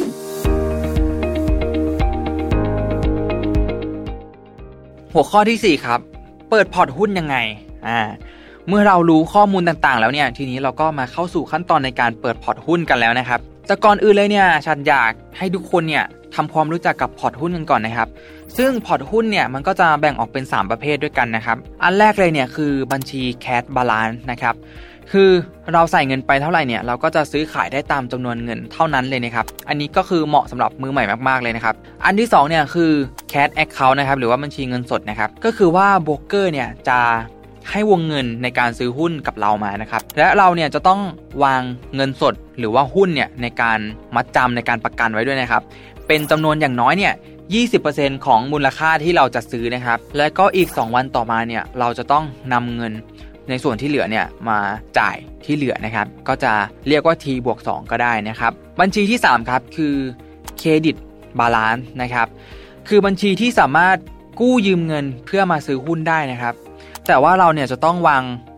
หัวข้อที่สี่ครับเปิดพอร์ตหุ้นยังไงอ่าเมื่อเรารู้ข้อมูลต่างๆแล้วเนี่ยทีนี้เราก็มาเข้าสู่ขั้นตอนในการเปิดพอร์ตหุ้นกันแล้วนะครับแต่ก่อนอื่นเลยเนี่ยฉันอยากให้ทุกคนเนี่ยทำความรู้จักกับพอร์ตหุ้นกันก่อนนะครับซึ่งพอร์ตหุ้นเนี่ยมันก็จะแบ่งออกเป็นสามประเภทด้วยกันนะครับอันแรกเลยเนี่ยคือบัญชี cash balance นะครับคือเราใส่เงินไปเท่าไหร่เนี่ยเราก็จะซื้อขายได้ตามจำนวนเงินเท่านั้นเลยนะครับอันนี้ก็คือเหมาะสำหรับมือใหม่มากๆเลยนะครับอันที่สองเนี่ยคือ cash account นะครับหรือว่าบัญชีเงินสดนะครับก็คือว่าโบรกเกอร์เนี่ยจะให้วงเงินในการซื้อหุ้นกับเรามานะครับและเราเนี่ยจะต้องวางเงินสดหรือว่าหุ้นเนี่ยในการมัดจำในการประกันไว้ด้วยนะครับเป็นจำนวนอย่างน้อยเนี่ย ยี่สิบเปอร์เซ็นต์ ของมูลค่าที่เราจะซื้อนะครับและก็อีกสองวันต่อมาเนี่ยเราจะต้องนำเงินในส่วนที่เหลือเนี่ยมาจ่ายที่เหลือนะครับก็จะเรียกว่า T บวกสองก็ได้นะครับบัญชีที่สามครับคือเครดิตบาลานซ์นะครับคือบัญชีที่สามารถกู้ยืมเงินเพื่อมาซื้อหุ้นได้นะครับแต่ว่าเราเนี่ยจะต้องวาง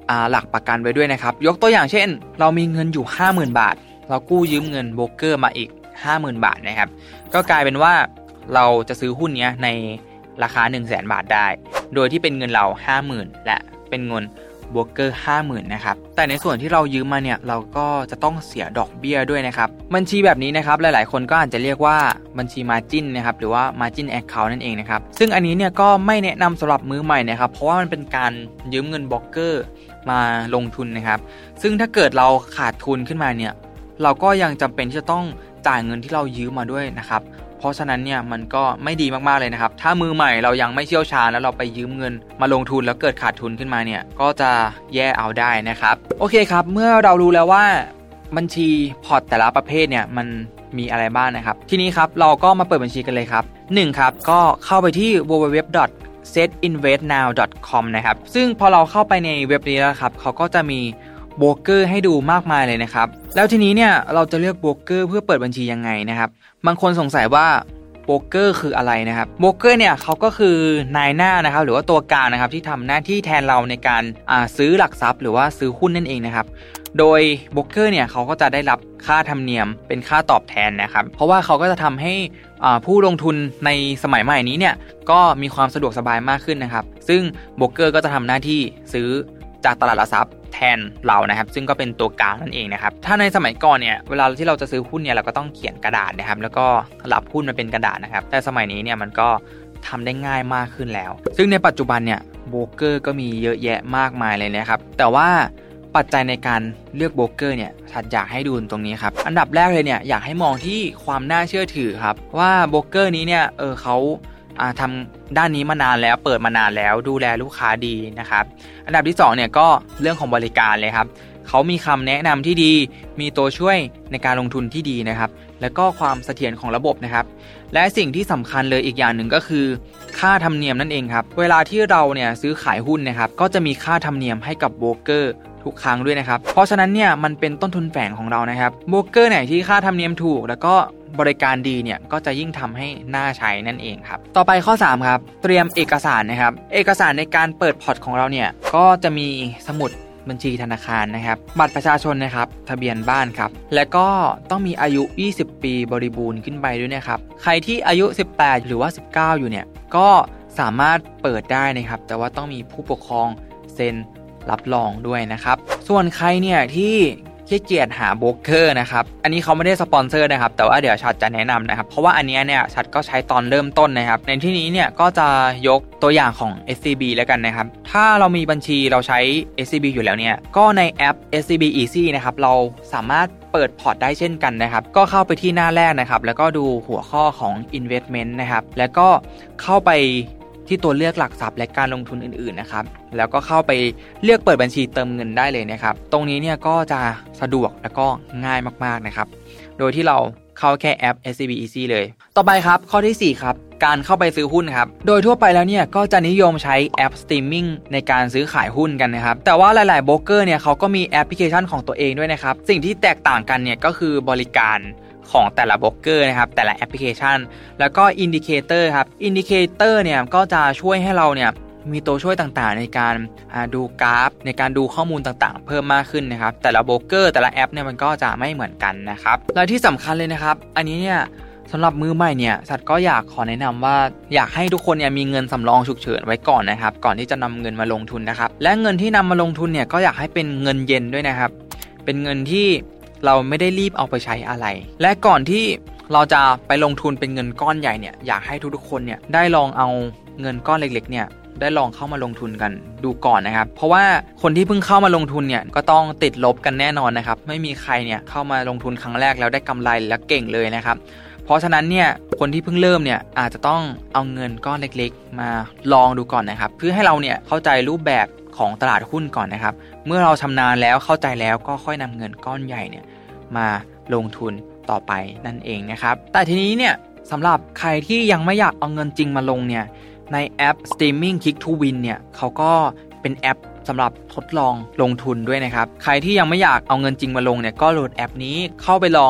อ่าหลักประกันไว้ด้วยนะครับยกตัวอย่างเช่นเรามีเงินอยู่ ห้าหมื่น บาทเรากู้ยืมเงินโบรกเกอร์มาอีก ห้าหมื่น บาทนะครับก็กลายเป็นว่าเราจะซื้อหุ้นเนี้ยในราคา หนึ่งแสน บาทได้โดยที่เป็นเงินเรา ห้าหมื่น และเป็นเงินโบรกเกอร์ ห้าหมื่น นะครับแต่ในส่วนที่เรายืมมาเนี่ยเราก็จะต้องเสียดอกเบี้ยด้วยนะครับบัญชีแบบนี้นะครับหลายๆคนก็อาจจะเรียกว่าบัญชี margin นะครับหรือว่า margin account นั่นเองนะครับซึ่งอันนี้เนี่ยก็ไม่แนะนำสำหรับมือใหม่นะครับเพราะว่ามันเป็นการยืมเงินโบรกเกอร์มาลงทุนนะครับซึ่งถ้าเกิดเราขาดทุนขึ้นมาเนี่ยเราก็ยังจำเป็นที่จะต้องจ่ายเงินที่เรายืมมาด้วยนะครับเพราะฉะนั้นเนี่ยมันก็ไม่ดีมากๆเลยนะครับถ้ามือใหม่เรายังไม่เชี่ยวชาญแล้วเราไปยืมเงินมาลงทุนแล้วเกิดขาดทุนขึ้นมาเนี่ยก็จะแย่เอาได้นะครับโอเคครับเมื่อเรารู้แล้วว่าบัญชีพอร์ตแต่ละประเภทเนี่ยมันมีอะไรบ้างนะครับทีนี้ครับเราก็มาเปิดบัญชีกันเลยครับหนึ่งครับก็เข้าไปที่ ดับเบิลยู ดับเบิลยู ดับเบิลยู ดอท เซต อินเวสต์ นาว ดอท คอม นะครับซึ่งพอเราเข้าไปในเว็บนี้แล้วครับเขาก็จะมีโบรกเกอร์ให้ดูมากมายเลยนะครับแล้วทีนี้เนี่ยเราจะเลือกโบรกเกอร์เพื่อเปิดบัญชียังไงนะครับบางคนสงสัยว่าโบรกเกอร์คืออะไรนะครับโบรกเกอร์เนี่ยเขาก็คือนายหน้านะครับหรือว่าตัวกลางนะครับที่ทำหน้าที่แทนเราในการอ่าซื้อหลักทรัพย์หรือว่าซื้อหุ้นนั่นเองนะครับโดยโบรกเกอร์เนี่ยเขาก็จะได้รับค่าธรรมเนียมเป็นค่าตอบแทนนะครับเพราะว่าเขาก็จะทำให้อ่าผู้ลงทุนในสมัยใหม่นี้เนี่ยก็มีความสะดวกสบายมากขึ้นนะครับซึ่งโบรกเกอร์ก็จะทำหน้าที่ซื้อจากตลาดหลักทรัพย์แทนเรานะครับซึ่งก็เป็นตัวกลางนั่นเองนะครับถ้าในสมัยก่อนเนี่ยเวลาที่เราจะซื้อหุ้นเนี่ยเราก็ต้องเขียนกระดาษนะครับแล้วก็รับหุ้นมาเป็นกระดาษนะครับแต่สมัยนี้เนี่ยมันก็ทำได้ง่ายมากขึ้นแล้วซึ่งในปัจจุบันเนี่ยโบรกเกอร์ก็มีเยอะแยะมากมายเลยนะครับแต่ว่าปัจจัยในการเลือกโบรกเกอร์เนี่ยฉันอยากให้ดูตรงนี้ครับอันดับแรกเลยเนี่ยอยากให้มองที่ความน่าเชื่อถือครับว่าโบรกเกอร์นี้เนี่ยเออเขาทำด้านนี้มานานแล้วเปิดมานานแล้วดูแลลูกค้าดีนะครับอันดับที่สองเนี่ยก็เรื่องของบริการเลยครับเขามีคำแนะนำที่ดีมีตัวช่วยในการลงทุนที่ดีนะครับแล้วก็ความเสถียรของระบบนะครับและสิ่งที่สำคัญเลยอีกอย่างหนึ่งก็คือค่าธรรมเนียมนั่นเองครับเวลาที่เราเนี่ยซื้อขายหุ้นนะครับก็จะมีค่าธรรมเนียมให้กับโบรกเกอร์ทุกครั้งด้วยนะครับเพราะฉะนั้นเนี่ยมันเป็นต้นทุนแฝงของเรานะครับโบรกเกอร์ไหนที่ค่าธรรมเนียมถูกแล้วก็บริการดีเนี่ยก็จะยิ่งทำให้น่าใช้นั่นเองครับต่อไปข้อสามครับเตรียมเอกสารนะครับเอกสารในการเปิดพอร์ตของเราเนี่ยก็จะมีสมุดบัญชีธนาคารนะครับบัตรประชาชนนะครับทะเบียนบ้านครับและก็ต้องมีอายุยี่สิบปีบริบูรณ์ขึ้นไปด้วยนะครับใครที่อายุสิบแปดหรือว่าสิบเก้าอยู่เนี่ยก็สามารถเปิดได้นะครับแต่ว่าต้องมีผู้ปกครองเซ็นรับรองด้วยนะครับส่วนใครเนี่ยที่ขี้เกียจหาโบรกเกอร์นะครับอันนี้เขาไม่ได้สปอนเซอร์นะครับแต่ว่าเดี๋ยวชัดจะแนะนำนะครับเพราะว่าอันนี้เนี่ยชัดก็ใช้ตอนเริ่มต้นนะครับในที่นี้เนี่ยก็จะยกตัวอย่างของ เอส ซี บี แล้วกันนะครับถ้าเรามีบัญชีเราใช้ เอส ซี บี อยู่แล้วเนี่ยก็ในแอป เอส ซี บี Easy นะครับเราสามารถเปิดพอร์ตได้เช่นกันนะครับก็เข้าไปที่หน้าแรกนะครับแล้วก็ดูหัวข้อของ investment นะครับแล้วก็เข้าไปที่ตัวเลือกหลักทรัพย์และการลงทุนอื่นๆนะครับแล้วก็เข้าไปเลือกเปิดบัญชีเติมเงินได้เลยนะครับตรงนี้เนี่ยก็จะสะดวกและก็ง่ายมากๆนะครับโดยที่เราเข้าแค่แอป เอส ซี บี Easy เลยต่อไปครับข้อที่สี่ครับการเข้าไปซื้อหุ้นครับโดยทั่วไปแล้วเนี่ยก็จะนิยมใช้แอปสตรีมมิ่งในการซื้อขายหุ้นกันนะครับแต่ว่าหลายๆโบรกเกอร์เนี่ยเขาก็มีแอปพลิเคชันของตัวเองด้วยนะครับสิ่งที่แตกต่างกันเนี่ยก็คือบริการของแต่ละโบรกเกอร์นะครับแต่ละแอปพลิเคชันแล้วก็อินดิเคเตอร์ครับอินดิเคเตอร์เนี่ยก็จะช่วยให้เราเนี่ยมีตัวช่วยต่างๆในการดูกราฟในการดูข้อมูลต่างๆเพิ่มมากขึ้นนะครับแต่ละโบรกเกอร์แต่ละแอปเนี่ยมันก็จะไม่เหมือนกันนะครับและที่สำคัญเลยนะครับอันนี้เนี่ยสำหรับมือใหม่เนี่ยสัตว์ก็อยากขอแนะนำว่าอยากให้ทุกคนเนี่ยมีเงินสำรองฉุกเฉินไว้ก่อนนะครับก่อนที่จะนำเงินมาลงทุนนะครับและเงินที่นำมาลงทุนเนี่ยก็อยากให้เป็นเงินเย็นด้วยนะครับเป็นเงินที่เราไม่ได้รีบเอาไปใช้อะไรและก่อนที่เราจะไปลงทุนเป็นเงินก้อนใหญ่เนี่ยอยากให้ทุกๆคนเนี่ยได้ลองเอาเงินก้อนเล็กๆเนี่ยได้ลองเข้ามาลงทุนกันดูก่อนนะครับเพราะว่าคนที่เพิ่งเข้ามาลงทุนเนี่ยก็ต้องติดลบกันแน่นอนนะครับไม่มีใครเนี่ยเข้ามาลงทุนครั้งแรกแล้วได้กำไรและเก่งเลยนะครับเพราะฉะนั้นเนี่ยคนที่เพิ่งเริ่มเนี่ยอาจจะต้องเอาเงินก้อนเล็กๆมาลองดูก่อนนะครับเพื่อให้เราเนี่ยเข้าใจรูปแบบของตลาดหุ้นก่อนนะครับเมื่อเราชำนาญแล้วเข้าใจแล้วก็ค่อยนำเงินก้อนใหญ่เนี่ยมาลงทุนต่อไปนั่นเองนะครับแต่ทีนี้เนี่ยสำหรับใครที่ยังไม่อยากเอาเงินจริงมาลงเนี่ยในแอป Streaming Kick to Win เนี่ยเขาก็เป็นแอปสำหรับทดลองลงทุนด้วยนะครับใครที่ยังไม่อยากเอาเงินจริงมาลงเนี่ยก็โหลดแอปนี้เข้าไปลอง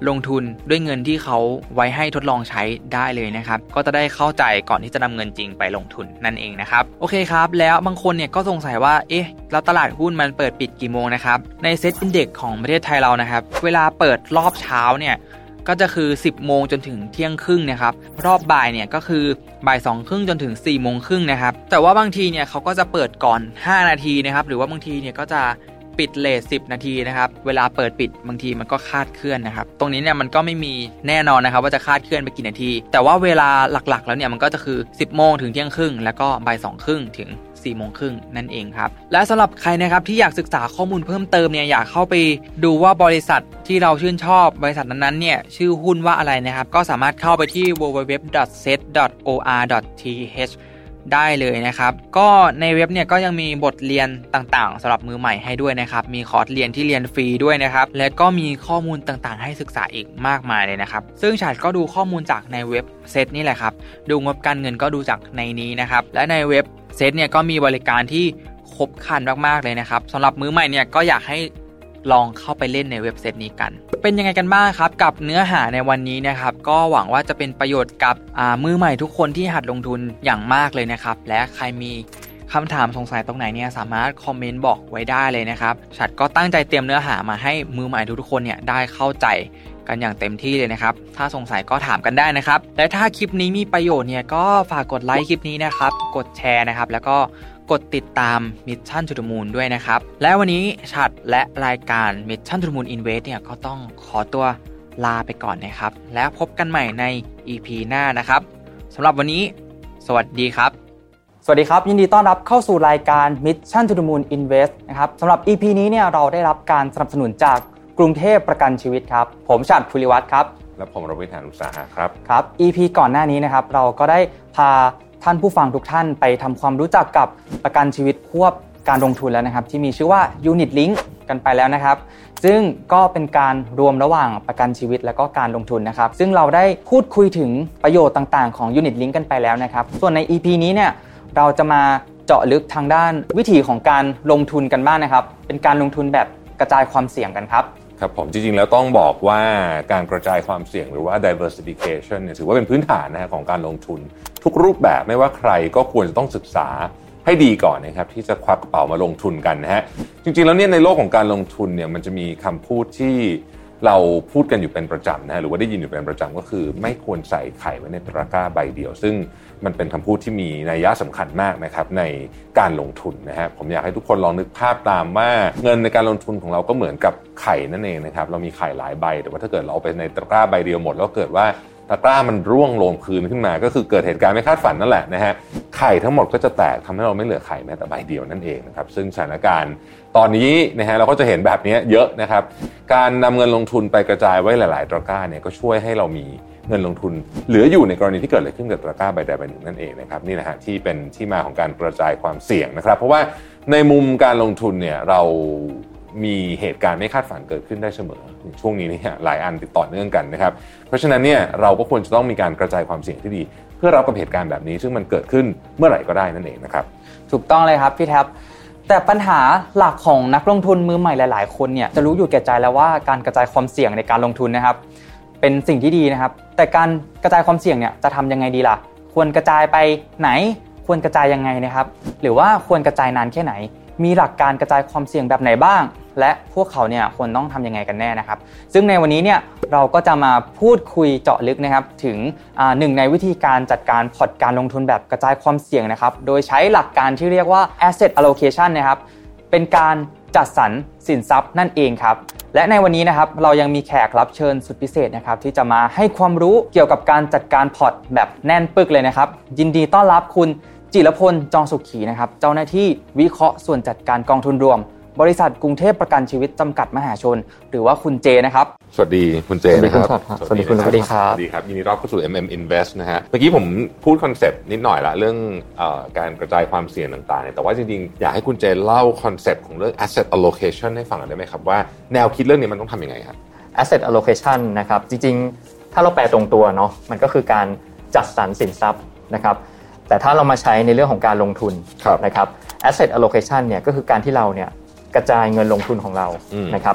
ลงทุนด้วยเงินที่เขาไว้ให้ทดลองใช้ได้เลยนะครับก็จะได้เข้าใจก่อนที่จะนำเงินจริงไปลงทุนนั่นเองนะครับโอเคครับแล้วบางคนเนี่ยก็สงสัยว่าเอ๊ะแล้วตลาดหุ้นมันเปิดปิดกี่โมงนะครับในเซ็ตอินเด็กซ์ของประเทศไทยเรานะครับเวลาเปิดรอบเช้าเนี่ยก็จะคือสิบโมงจนถึงเที่ยงครึ่งนะครับรอบบ่ายเนี่ยก็คือบ่ายสองครึ่งจนถึงสี่โมงครึ่งนะครับแต่ว่าบางทีเนี่ยเขาก็จะเปิดก่อนห้านาทีนะครับหรือว่าบางทีเนี่ยก็จะปิดเลทสิบนาทีนะครับเวลาเปิดปิดบางทีมันก็คลาดเคลื่อนนะครับตรงนี้เนี่ยมันก็ไม่มีแน่นอนนะครับว่าจะคลาดเคลื่อนไปกี่นาทีแต่ว่าเวลาหลักๆแล้วเนี่ยมันก็จะคือสิบโมงถึงเที่ยงครึ่งแล้วก็บ่ายสองครึ่งถึงสี่โมงครึ่งนั่นเองครับและสำหรับใครนะครับที่อยากศึกษาข้อมูลเพิ่มเติมเนี่ยอยากเข้าไปดูว่าบริษัทที่เราชื่นชอบบริษัทนั้นๆเนี่ยชื่อหุ้นว่าอะไรนะครับก็สามารถเข้าไปที่ ดับเบิลยู ดับเบิลยู ดับเบิลยู ดอท เซ็ต ดอท โอ อาร์ ดอท ที เอช ได้เลยนะครับก็ในเว็บเนี่ยก็ยังมีบทเรียนต่างๆสำหรับมือใหม่ให้ด้วยนะครับมีคอร์สเรียนที่เรียนฟรีด้วยนะครับและก็มีข้อมูลต่างๆให้ศึกษาอีกมากมายเลยนะครับซึ่งฉันก็ดูข้อมูลจากในเว็บเซ็ตนี่แหละครับดูงบการเงินก็ดูจากในนี้นะครับและในเว็บเซ็ตเนี่ยก็มีบริการที่ครบครันมากๆเลยนะครับสำหรับมือใหม่เนี่ยก็อยากให้ลองเข้าไปเล่นในเว็บเซ็ตนี้กันเป็นยังไงกันบ้างครับกับเนื้อหาในวันนี้นะครับก็หวังว่าจะเป็นประโยชน์กับมือใหม่ทุกคนที่หัดลงทุนอย่างมากเลยนะครับและใครมีคำถามสงสัยตรงไหนเนี่ยสามารถคอมเมนต์บอกไว้ได้เลยนะครับฉันก็ตั้งใจเตรียมเนื้อหามาให้มือใหม่ทุกๆคนเนี่ยได้เข้าใจกันอย่างเต็มที่เลยนะครับถ้าสงสัยก็ถามกันได้นะครับและถ้าคลิปนี้มีประโยชน์เนี่ยก็ฝากกดไลค์คลิปนี้นะครับกดแชร์นะครับแล้วก็กดติดตาม Mission to the Moon ด้วยนะครับและวันนี้ฉัดและรายการ Mission to the Moon Invest เนี่ยก็ต้องขอตัวลาไปก่อนนะครับแล้วพบกันใหม่ใน อี พี หน้านะครับสำหรับวันนี้สวัสดีครับสวัสดีครับยินดีต้อนรับเข้าสู่รายการ Mission to the Moon Invest นะครับสำหรับ อี พี นี้เนี่ยเราได้รับการสนับสนุนจากกรุงเทพประกันชีวิตครับผมฉัตร ภูริวัฒน์ครับและผมรวิทย์ หาญอุตสาหะครับครับ อี พี ก่อนหน้านี้นะครับเราก็ได้พาท่านผู้ฟังทุกท่านไปทำความรู้จักกับประกันชีวิตควบการลงทุนแล้วนะครับที่มีชื่อว่า Unit Link กันไปแล้วนะครับซึ่งก็เป็นการรวมระหว่างประกันชีวิตและก็การลงทุนนะครับซึ่งเราได้พูดคุยถึงประโยชน์ต่างๆของ Unit Link กันไปแล้วนะครับส่วนใน อี พี นี้เนี่ยเราจะมาเจาะลึกทางด้านวิธีของการลงทุนกันบ้าง นะครับเป็นการลงทุนแบบกระจายความเสี่ยงกันครับครับผมจริงๆแล้วต้องบอกว่าการกระจายความเสี่ยงหรือว่า diversification เนี่ยถือว่าเป็นพื้นฐานนะฮะของการลงทุนทุกรูปแบบไม่ว่าใครก็ควรจะต้องศึกษาให้ดีก่อนนะครับที่จะควักกระเป๋ามาลงทุนกันนะฮะจริงๆแล้วเนี่ยในโลกของการลงทุนเนี่ยมันจะมีคำพูดที่เราพูดกันอยู่เป็นประจำนะฮะหรือว่าได้ยินอยู่เป็นประจำก็คือไม่ควรใส่ไข่ไว้ในตะกร้าใบเดียวซึ่งมันเป็นคำพูดที่มีนัยยะสำคัญมากนะครับในการลงทุนนะฮะผมอยากให้ทุกคนลองนึกภาพตามว่าเงินในการลงทุนของเราก็เหมือนกับไข่นั่นเองนะครับเรามีไข่หลายใบแต่ว่าถ้าเกิดเราเอาไปในตะกร้าใบเดียวหมดแล้วเกิดว่าตะกร้ามันร่วงลงพื้นขึ้นมาก็คือเกิดเหตุการณ์ไม่คาดฝันนั่นแหละนะฮะไข่ทั้งหมดก็จะแตกทำให้เราไม่เหลือไข่แม้แต่ใบเดียวนั่นเองนะครับซึ่งสถานการณ์ตอนนี้นะฮะเราก็จะเห็นแบบนี้เยอะนะครับการนำเงินลงทุนไปกระจายไว้หลายๆตะกร้าเนี่ยก็ช่วยให้เรามีเงินลงทุนเหลืออยู่ในกรณีที่เกิดอะไรขึ้นกับตะกร้าใบใดใบหนึ่งนั่นเองนะครับนี่นะฮะที่เป็นที่มาของการกระจายความเสี่ยงนะครับเพราะว่าในมุมการลงทุนเนี่ยเรามีเหตุการณ์ไม่คาดฝันเกิดขึ้นได้เสมอช่วงนี้เนี่ยหลายอันติดต่อเนื่องกันนะครับเพราะฉะนั้นเนี่ยเราก็ควรจะต้องมีการกระจายความเสี่ยงที่ดีเพื่อรับกับเหตุการณ์แบบนี้ซึ่งมันเกิดขึ้นเมื่อไหร่ก็ได้นั่นเองนะครับถูกต้องเลยครับพี่แท็บแต่ปัญหาหลักของนักลงทุนมือใหม่หลายๆคนเนี่ยจะรู้อยู่แก่ใจแล้วว่าการกระจายความเสี่ยงในการลงทุนนะครับเป็นสิ่งที่ดีนะครับแต่การกระจายความเสี่ยงเนี่ยจะทำยังไงดีล่ะควรกระจายไปไหนควรกระจายยังไงนะครับหรือว่าควรกระจายนานแค่ไหนมีหลักการกระจายความเสี่ยงแบบไหนบ้างและพวกเขาเนี่ยควรต้องทำยังไงกันแน่นะครับซึ่งในวันนี้เนี่ยเราก็จะมาพูดคุยเจาะลึกนะครับถึงหนึ่งในวิธีการจัดการพอร์ตการลงทุนแบบกระจายความเสี่ยงนะครับโดยใช้หลักการที่เรียกว่า asset allocation นะครับเป็นการจัดสรรสินทรัพย์นั่นเองครับและในวันนี้นะครับเรายังมีแขกรับเชิญสุดพิเศษนะครับที่จะมาให้ความรู้เกี่ยวกับการจัดการพอร์ตแบบแน่นปึกเลยนะครับยินดีต้อนรับคุณจิรพลจองสุขีนะครับเจ้าหน้าที่วิเคราะห์ส่วนจัดการกองทุนรวมบริษัทกรุงเทพประกันชีวิตจำกัดมหาชนหรือว่าคุณเจนะครับสวัสดีคุณเจนะครับสวัสดีคุณสวัสดีครับสวัสดีครับยินดีต้อนรับเข้าสู่ เอ็ม เอ็ม Invest นะฮะเมื่อกี้ผมพูดคอนเซปต์นิดหน่อยละเรื่องเอ่อการกระจายความเสี่ยงต่างๆแต่ว่าจริงๆอยากให้คุณเจเล่าคอนเซปต์ของเรื่อง asset allocation ให้ฟังหน่อยได้ไหมครับว่าแนวคิดเรื่องนี้มันต้องทำยังไงครับ asset allocation นะครับจริงๆถ้าเราแปลตรงตัวเนาะมันก็คือการจัดสรรสินทรัพย์นะครับแต่ถ้าเรามาใช้ในเรื่องของการลงทุนนะครับ asset allocation เนี่ยก็คือการที่เราเนี่ยกระจายเงินลงทุนของเรานะครับ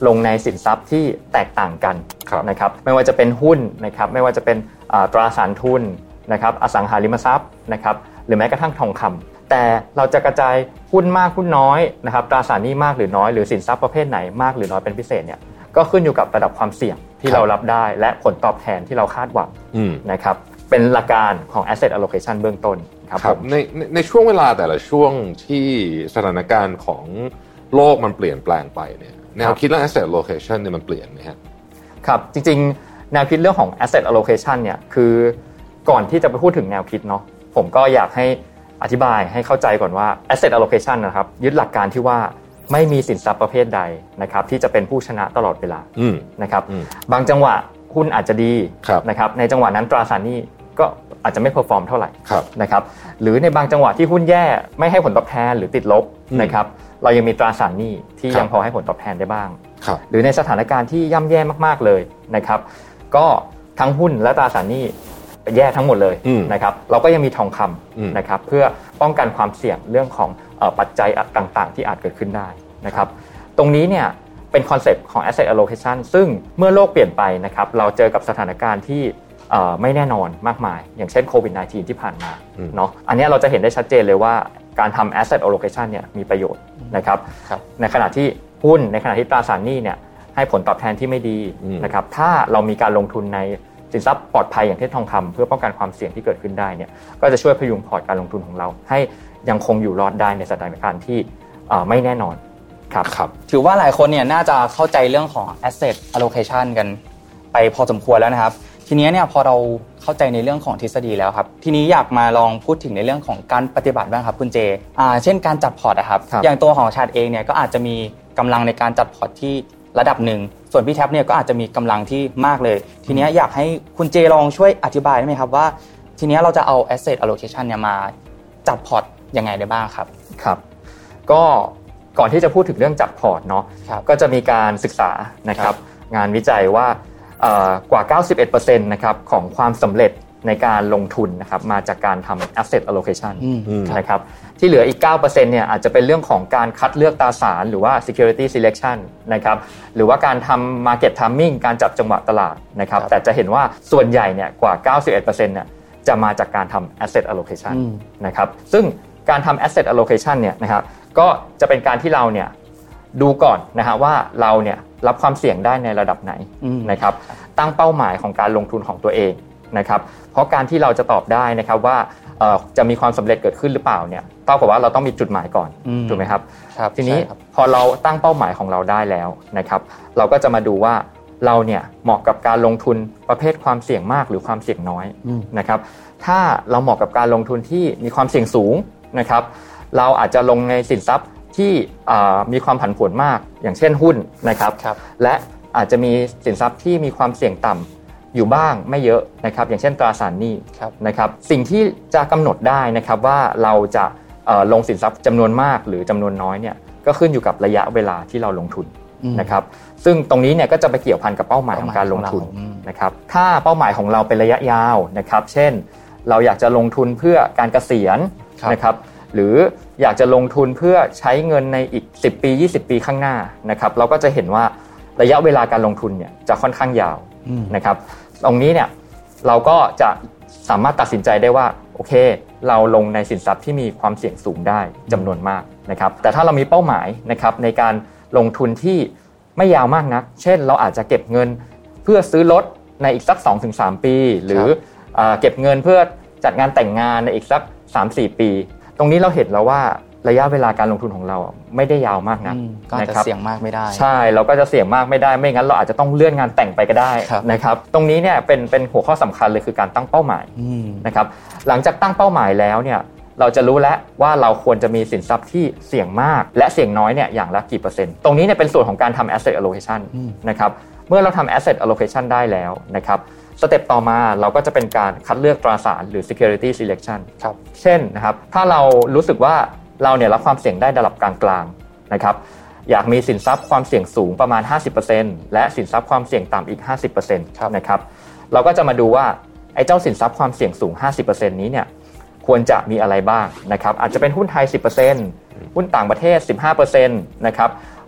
ลงในสินทรัพย์ที่แตกต่างกันนะครับไม่ว่าจะเป็นหุ้นนะครับไม่ว่าจะเป็นตราสารทุนนะครับอสังหาริมทรัพย์นะครับหรือแม้กระทั่งทองคำแต่เราจะกระจายหุ้นมากหุ้นน้อยนะครับตราสารหนี้มากหรือน้อยหรือสินทรัพย์ประเภทไหนมากหรือน้อยเป็นพิเศษเนี่ยก็ขึ้นอยู่กับระดับความเสี่ยงที่เรารับได้และผลตอบแทนที่เราคาดหวังนะครับเป็นหลักการของ asset allocation เบื้องต้นครับผมในในช่วงเวลาแต่ละช่วงที่สถานการณ์ของโลกมันเปลี่ยนแปลงไปเนี่ยแนวคิดเรื่อง asset allocation เนี่ยมันเปลี่ยนไหมครับครับจริงๆแนวคิดเรื่องของ asset allocation เนี่ยคือก่อนที่จะไปพูดถึงแนวคิดเนาะผมก็อยากให้อธิบายให้เข้าใจก่อนว่า asset allocation นะครับยึดหลักการที่ว่าไม่มีสินทรัพย์ประเภทใดนะครับที่จะเป็นผู้ชนะตลอดเวลานะครับบางจังหวะหุ้นอาจจะดีนะครับในจังหวะนั้นตราสารหนี้ก็อาจจะไม่เพอร์ฟอร์มเท่าไหร่นะครับหรือในบางจังหวะที่หุ้นแย่ไม่ให้ผลตอบแทนหรือติดลบนะครับเรายังมีตราสารหนี้ที่ยังพอให้ผลตอบแทนได้บ้างหรือในสถานการณ์ที่ย่ำแย่มากๆเลยนะครับก็ทั้งหุ้นและตราสารหนี้แย่ทั้งหมดเลยนะครับเราก็ยังมีทองคำนะครับเพื่อป้องกันความเสี่ยงเรื่องของปัจจัยต่างๆที่อาจเกิดขึ้นได้นะครับตรงนี้เนี่ยเป็นคอนเซปต์ของ asset allocation ซึ่งเมื่อโลกเปลี่ยนไปนะครับเราเจอกับสถานการณ์ที่ไม่แน่นอนมากมายอย่างเช่นโควิด สิบเก้า ที่ผ่านมาเนาะอันนี้เราจะเห็นได้ชัดเจนเลยว่าการทำ asset allocation เนี่ยมีประโยชน์นะครับในขณะที่หุ้นในขณะที่ตราสารหนี้เนี่ยให้ผลตอบแทนที่ไม่ดีนะครับถ้าเรามีการลงทุนในสินทรัพย์ปลอดภัยอย่างเช่นทองคำเพื่อป้องกันความเสี่ยงที่เกิดขึ้นได้เนี่ยก็จะช่วยพยุงพอร์ตการลงทุนของเราให้ยังคงอยู่รอดได้ในสถานการณ์ที่ไม่แน่นอนครับครับถือว่าหลายคนเนี่ยน่าจะเข้าใจเรื่องของ asset allocation กันไปพอสมควรแล้วนะครับทีนี้เนี่ยพอเราเข้าใจในเรื่องของทฤษฎีแล้วครับทีนี้อยากมาลองพูดถึงในเรื่องของการปฏิบัติบ้างครับคุณเจอ่าเช่นการจัดพอร์ตนะครับอย่างตัวของชาติเองเนี่ยก็อาจจะมีกำลังในการจัดพอร์ตที่ระดับหนึ่งส่วนพี่แท็บเนี่ยก็อาจจะมีกำลังที่มากเลยทีนี้อยากให้คุณเจลองช่วยอธิบายได้ไหมครับว่าทีนี้เราจะเอา asset allocation เนี่ยมาจัดพอร์ตยังไงได้บ้างครับครับก็ก่อนที่จะพูดถึงเรื่องจัดพอร์ตเนาะก็จะมีการศึกษานะครับงานวิจัยว่ากว่า เก้าสิบเอ็ดเปอร์เซ็นต์ นะครับของความสำเร็จในการลงทุนนะครับมาจากการทำ asset allocation นะครับที่เหลืออีก เก้าเปอร์เซ็นต์ เนี่ยอาจจะเป็นเรื่องของการคัดเลือกตราสารหรือว่า security selection นะครับหรือว่าการทำ market timing การจับจังหวะตลาดนะครับแต่จะเห็นว่าส่วนใหญ่เนี่ยกว่า เก้าสิบเอ็ดเปอร์เซ็นต์ เนี่ยจะมาจากการทำ asset allocation นะครับซึ่งการทำ asset allocation เนี่ยนะครับก็จะเป็นการที่เราเนี่ยดูก่อนนะฮะว่าเราเนี่ยรับความเสี่ยงได้ในระดับไหนนะครับตั้งเป้าหมายของการลงทุนของตัวเองนะครับเพราะการที่เราจะตอบได้นะครับว่าจะมีความสำเร็จเกิดขึ้นหรือเปล่าเนี่ยเท่ากับว่าเราต้องมีจุดหมายก่อนถูกไหมครับทีนี้พอเราตั้งเป้าหมายของเราได้แล้วนะครับเราก็จะมาดูว่าเราเนี่ยเหมาะกับการลงทุนประเภทความเสี่ยงมากหรือความเสี่ยงน้อยนะครับถ้าเราเหมาะกับการลงทุนที่มีความเสี่ยงสูงนะครับเราอาจจะลงในสินทรัพย์ที่มีความผันผวนมากอย่างเช่นหุ้นนะครับและอาจจะมีสินทรัพย์ที่มีความเสี่ยงต่ำอยู่บ้างไม่เยอะนะครับอย่างเช่นตราสารหนี้นะครับสิ่งที่จะกำหนดได้นะครับว่าเราจะลงสินทรัพย์จำนวนมากหรือจำนวนน้อยเนี่ยก็ขึ้นอยู่กับระยะเวลาที่เราลงทุนนะครับซึ่งตรงนี้เนี่ยก็จะไปเกี่ยวพันกับเป้าหมายของการลงทุนนะครับถ้าเป้าหมายของเราเป็นระยะยาวนะครับเช่นเราอยากจะลงทุนเพื่อการเกษียณนะครับหรืออยากจะลงทุนเพื่อใช้เงินในอีกสิบปียี่สิบปีข้างหน้านะครับเราก็จะเห็นว่าระยะเวลาการลงทุนเนี่ยจะค่อนข้างยาวนะครับตรงนี้เนี่ยเราก็จะสามารถตัดสินใจได้ว่าโอเคเราลงในสินทรัพย์ที่มีความเสี่ยงสูงได้จำนวนมากนะครับแต่ถ้าเรามีเป้าหมายนะครับในการลงทุนที่ไม่ยาวมากนักเช่นเราอาจจะเก็บเงินเพื่อซื้อรถในอีกสัก สองถึงสาม ปีหรือเก็บเงินเพื่อจัดงานแต่งงานในอีกสัก สามถึงสี่ ปีตรงนี้เราเห็นแล้วว่าระยะเวลาการลงทุนของเราไม่ได้ยาวมากนักก็จะเสี่ยงมากไม่ได้ใช่เราก็จะเสี่ยงมากไม่ได้ไม่งั้นเราอาจจะต้องเลื่อนงานแต่งไปก็ได้นะครับตรงนี้เนี่ยเป็นเป็นหัวข้อสำคัญเลยคือการตั้งเป้าหมายนะครับหลังจากตั้งเป้าหมายแล้วเนี่ยเราจะรู้แล้วว่าเราควรจะมีสินทรัพย์ที่เสี่ยงมากและเสี่ยงน้อยเนี่ยอย่างละกี่เปอร์เซ็นต์ตรงนี้เนี่ยเป็นส่วนของการทำ asset allocation นะครับเมื่อเราทำ asset allocation ได้แล้วนะครับสเต็ปต่อมาเราก็จะเป็นการคัดเลือกตราสารหรือ security selection ครับเช่นนะครับถ้าเรารู้สึกว่าเราเนี่ยรับความเสี่ยงได้ระดับกลางๆนะครับอยากมีสินทรัพย์ความเสี่ยงสูงประมาณ ห้าสิบเปอร์เซ็นต์ และสินทรัพย์ความเสี่ยงต่ำอีก ห้าสิบเปอร์เซ็นต์ นะครับเราก็จะมาดูว่าไอ้เจ้าสินทรัพย์ความเสี่ยงสูง ห้าสิบเปอร์เซ็นต์ นี้เนี่ยควรจะมีอะไรบ้างนะครับอาจจะเป็นหุ้นไทย สิบเปอร์เซ็นต์ หุ้นต่างประเทศ สิบห้าเปอร์เซ็นต์ นะครับ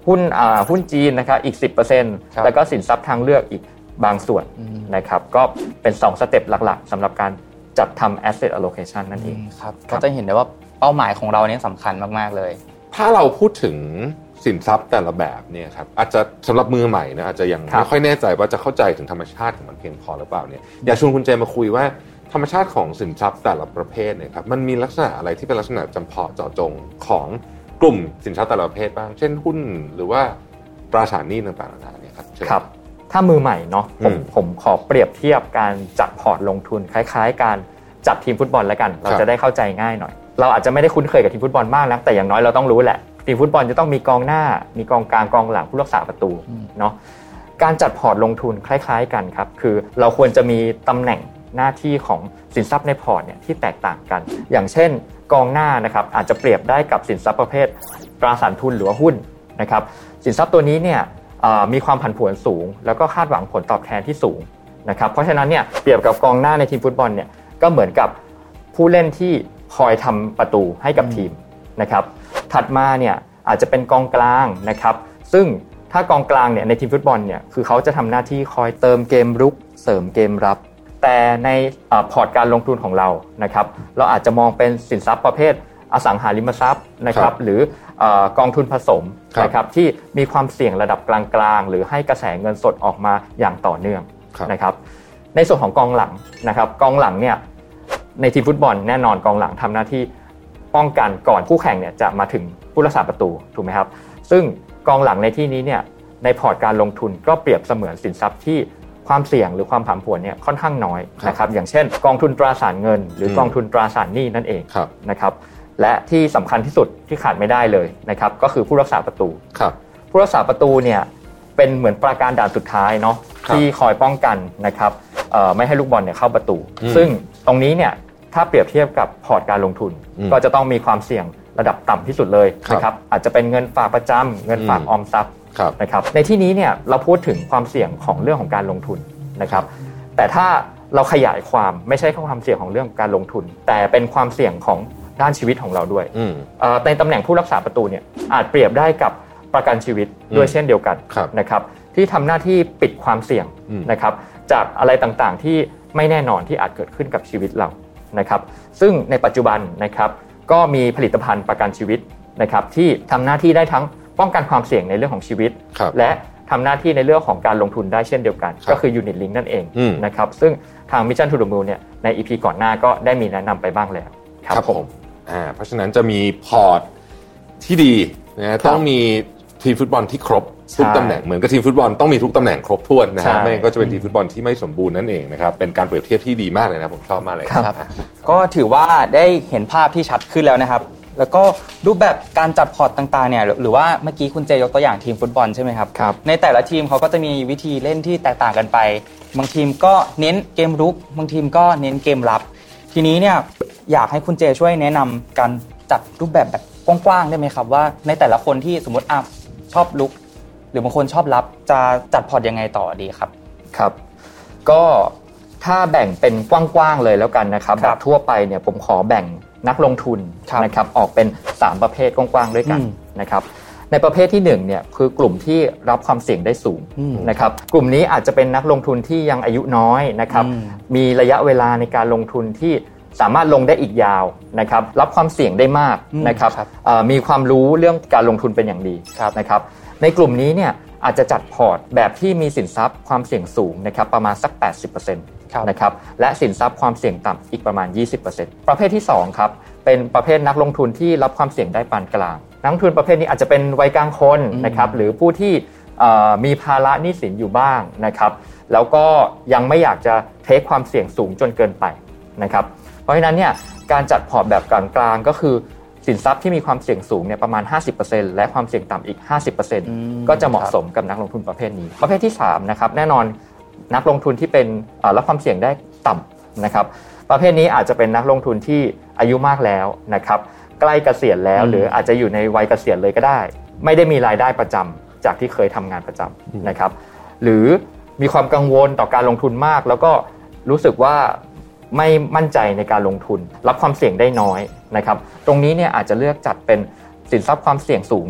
หุ้นอ่าหุ้นจีนนะครับอีก สิบเปอร์เซ็นต์ แล้วก็สินทรัพย์ทางเลือกอีกบางส่วนนะครับก็เป็นสองสเต็ปหลักๆสำหรับการจัดทำ asset allocation นั่นเองครับก็จะเห็นได้ว่าเป้าหมายของเราเนี่ยสำคัญมากๆเลยถ้าเราพูดถึงสินทรัพย์แต่ละแบบเนี่ยครับอาจจะสำหรับมือใหม่นะอาจจะยังไม่ค่อยแน่ใจว่าจะเข้าใจถึงธรรมชาติของมันเพียงพอหรือเปล่าเนี่ยอยากชวนคุณเจมาคุยว่าธรรมชาติของสินทรัพย์แต่ละประเภทเนี่ยครับมันมีลักษณะอะไรที่เป็นลักษณะจำเพาะเจาะจงของกลุ่มสินทรัพย์แต่ละประเภทบ้างเช่นหุ้นหรือว่าตราสารหนี้ต่างๆนานาเนี่ยครับครับถ้ามือใหม่เนาะผมผมขอเปรียบเทียบการจัดพอร์ตลงทุนคล้ายๆการจัดทีมฟุตบอลแล้วกันเราจะได้เข้าใจง่ายหน่อยเราอาจจะไม่ได้คุ้นเคยกับทีมฟุตบอลมากนักแต่อย่างน้อยเราต้องรู้แหละทีมฟุตบอลจะต้องมีกองหน้ามีกองกลางกองหลังผู้รักษาประตูเนาะการจัดพอร์ตลงทุนคล้ายๆกันครับคือเราควรจะมีตำแหน่งหน้าที่ของสินทรัพย์ในพอร์ตเนี่ยที่แตกต่างกันอย่างเช่นกองหน้านะครับอาจจะเปรียบได้กับสินทรัพย์ประเภทตราสารทุนหรือว่าหุ้นนะครับสินทรัพย์ตัวนี้เนี่ยมีความผันผวนสูงแล้วก็คาดหวังผลตอบแทนที่สูงนะครับเพราะฉะนั้นเนี่ยเปรียบกับกองหน้าในทีมฟุตบอลเนี่ยก็เหมือนกับผู้เล่นที่คอยทำประตูให้กับทีมนะครับถัดมาเนี่ยอาจจะเป็นกองกลางนะครับซึ่งถ้ากองกลางเนี่ยในทีมฟุตบอลเนี่ยคือเขาจะทำหน้าที่คอยเติมเกมรุกเสริมเกมรับแต่ในพอร์ตการลงทุนของเรานะครับเราอาจจะมองเป็นสินทรัพย์ประเภทอสังหาริมทรัพย์นะครับหรือกองทุนผสมนะครับที่มีความเสี่ยงระดับกลางๆหรือให้กระแสเงินสดออกมาอย่างต่อเนื่องนะครับในส่วนของกองหลังนะครับกองหลังเนี่ยในทีมฟุตบอลแน่นอนกองหลังทำหน้าที่ป้องกันก่อนคู่แข่งเนี่ยจะมาถึงผู้รักษาประตูถูกไหมครับซึ่งกองหลังในที่นี้เนี่ยในพอร์ตการลงทุนก็เปรียบเสมือนสินทรัพย์ที่ความเสี่ยงหรือความผันผวนเนี่ยค่อนข้างน้อยนะครับอย่างเช่นกองทุนตราสารเงินหรือกองทุนตราสารหนี้นั่นเองนะครับและที่สำคัญที่สุดที่ขาดไม่ได้เลยนะครับก็คือผู้รักษาประตูผู้รักษาประตูเนี่ยเป็นเหมือนปราการด่านสุดท้ายเนาะที่คอยป้องกันนะครับไม่ให้ลูกบอลเนี่ยเข้าประตูซึ่งตรงนี้เนี่ยถ้าเปรียบเทียบกับพอร์ตการลงทุนก็จะต้องมีความเสี่ยงระดับต่ำที่สุดเลยนะครับอาจจะเป็นเงินฝากประจำเงินฝากออมทรัพย์นะครับในที่นี้เนี่ยเราพูดถึงความเสี่ยงของเรื่องของการลงทุนนะครับแต่ถ้าเราขยายความไม่ใช่แค่ความเสี่ยงของเรื่องการลงทุนแต่เป็นความเสี่ยงของด้านชีวิตของเราด้วยในตำแหน่งผู้รักษาประตูเนี่ยอาจเปรียบได้กับประกันชีวิตด้วยเช่นเดียวกันนะครับที่ทำหน้าที่ปิดความเสี่ยงนะครับจากอะไรต่างๆที่ไม่แน่นอนที่อาจเกิดขึ้นกับชีวิตเรานะครับซึ่งในปัจจุบันนะครับก็มีผลิตภัณฑ์ประกันชีวิตนะครับที่ทำหน้าที่ได้ทั้งป้องกันความเสี่ยงในเรื่องของชีวิตและทำหน้าที่ในเรื่องของการลงทุนได้เช่นเดียวกันก็คือ Unit Link นั่นเองนะครับซึ่งทาง Mission to the Moon เนี่ยใน อี พี ก่อนหน้าก็ได้มีแนะนำไปบ้างแล้วครับผมอ่าเพราะฉะนั้นจะมีพอร์ตที่ดีนะต้องมีทีมฟุตบอลที่ครบทุกตำแหน่งเหมือนกับทีมฟุตบอลต้องมีทุกตำแหน่งครบถ้วนนะฮะไม่งั้นก็จะเป็นทีมฟุตบอลที่ไม่สมบูรณ์นั่นเองนะครับเป็นการเปรียบเทียบที่ดีมากเลยนะผมชอบมากเลยครับก็ถือว่าได้เห็นภาพที่ชัดขึ้นแล้วนะครับแล้วก็รูปแบบการจัดพอร์ตต่างๆเนี่ยหรือว่าเมื่อกี้คุณเจยกตัวอย่างทีมฟุตบอลใช่ไหมครับในแต่ละทีมเขาก็จะมีวิธีเล่นที่แตกต่างกันไปบางทีมก็เน้นเกมรุกบางทีมก็เน้นเกมรับทีนี้เนี่ยอยากให้คุณเจช่วยแนะนำการจัดรูปแบบแบบกว้างๆได้ไหมครับว่าในแต่ละคนที่สมมติอ่ะชอบลุกหรือบางคนชอบรับจะจัดพอร์ตยังไงต่อดีครับครับก็ถ้าแบ่งเป็นกว้างๆเลยแล้วกันนะครับแบบทั่วไปเนี่ยผมขอแบ่งนักลงทุนนะครับออกเป็นสามประเภทกว้างๆด้วยกันนะครับในประเภทที่หนึ่งเนี่ยคือกลุ่มที่รับความเสี่ยงได้สูงนะครับกลุ่มนี้อาจจะเป็นนักลงทุนที่ยังอายุน้อยนะครับมีระยะเวลาในการลงทุนที่สามารถลงได้อีกยาวนะครับรับความเสี่ยงได้มากนะครับมีความรู้เรื่องการลงทุนเป็นอย่างดีนะครับในกลุ่มนี้เนี่ยอาจจะจัดพอร์ตแบบที่มีสินทรัพย์ความเสี่ยงสูงนะครับประมาณสัก แปดสิบเปอร์เซ็นต์ นะครับและสินทรัพย์ความเสี่ยงต่ำอีกประมาณ ยี่สิบเปอร์เซ็นต์ ประเภทที่สองครับเป็นประเภทนักลงทุนที่รับความเสี่ยงได้ปานกลางนักลงทุนประเภทนี้อาจจะเป็นวัยกลางคนนะครับหรือผู้ที่มีภาระหนี้สินอยู่บ้างนะครับแล้วก็ยังไม่อยากจะเทคความเสี่ยงสูงจนเกินไปนะครับเพราะฉะนั้นเนี่ยการจัดพอร์ตแบบกลางๆก็คือสินทรัพย์ที่มีความเสี่ยงสูงเนี่ยประมาณ ห้าสิบเปอร์เซ็นต์ และความเสี่ยงต่ำอีก ห้าสิบเปอร์เซ็นต์ ก็จะเหมาะสมกับนักลงทุนประเภทนี้ประเภทที่สามนะครับแน่นอนนักลงทุนที่เป็นรับความเสี่ยงได้ต่ำนะครับประเภทนี้อาจจะเป็นนักลงทุนที่อายุมากแล้วนะครับใกล้เกษียณแล้วหรืออาจจะอยู่ในวัยเกษียณเลยก็ได้ไม่ได้มีรายได้ประจำจากที่เคยทำงานประจำนะครับหรือมีความกังวลต่อการลงทุนมากแล้วก็รู้สึกว่าไม่มั่นใจในการลงทุนรับความเสี่ยงได้น้อยนะครับตรงนี้เนี่ยอาจจะเลือกจัดเป็นสินทรัพย์ความเสี่ยงสูงเนี่ย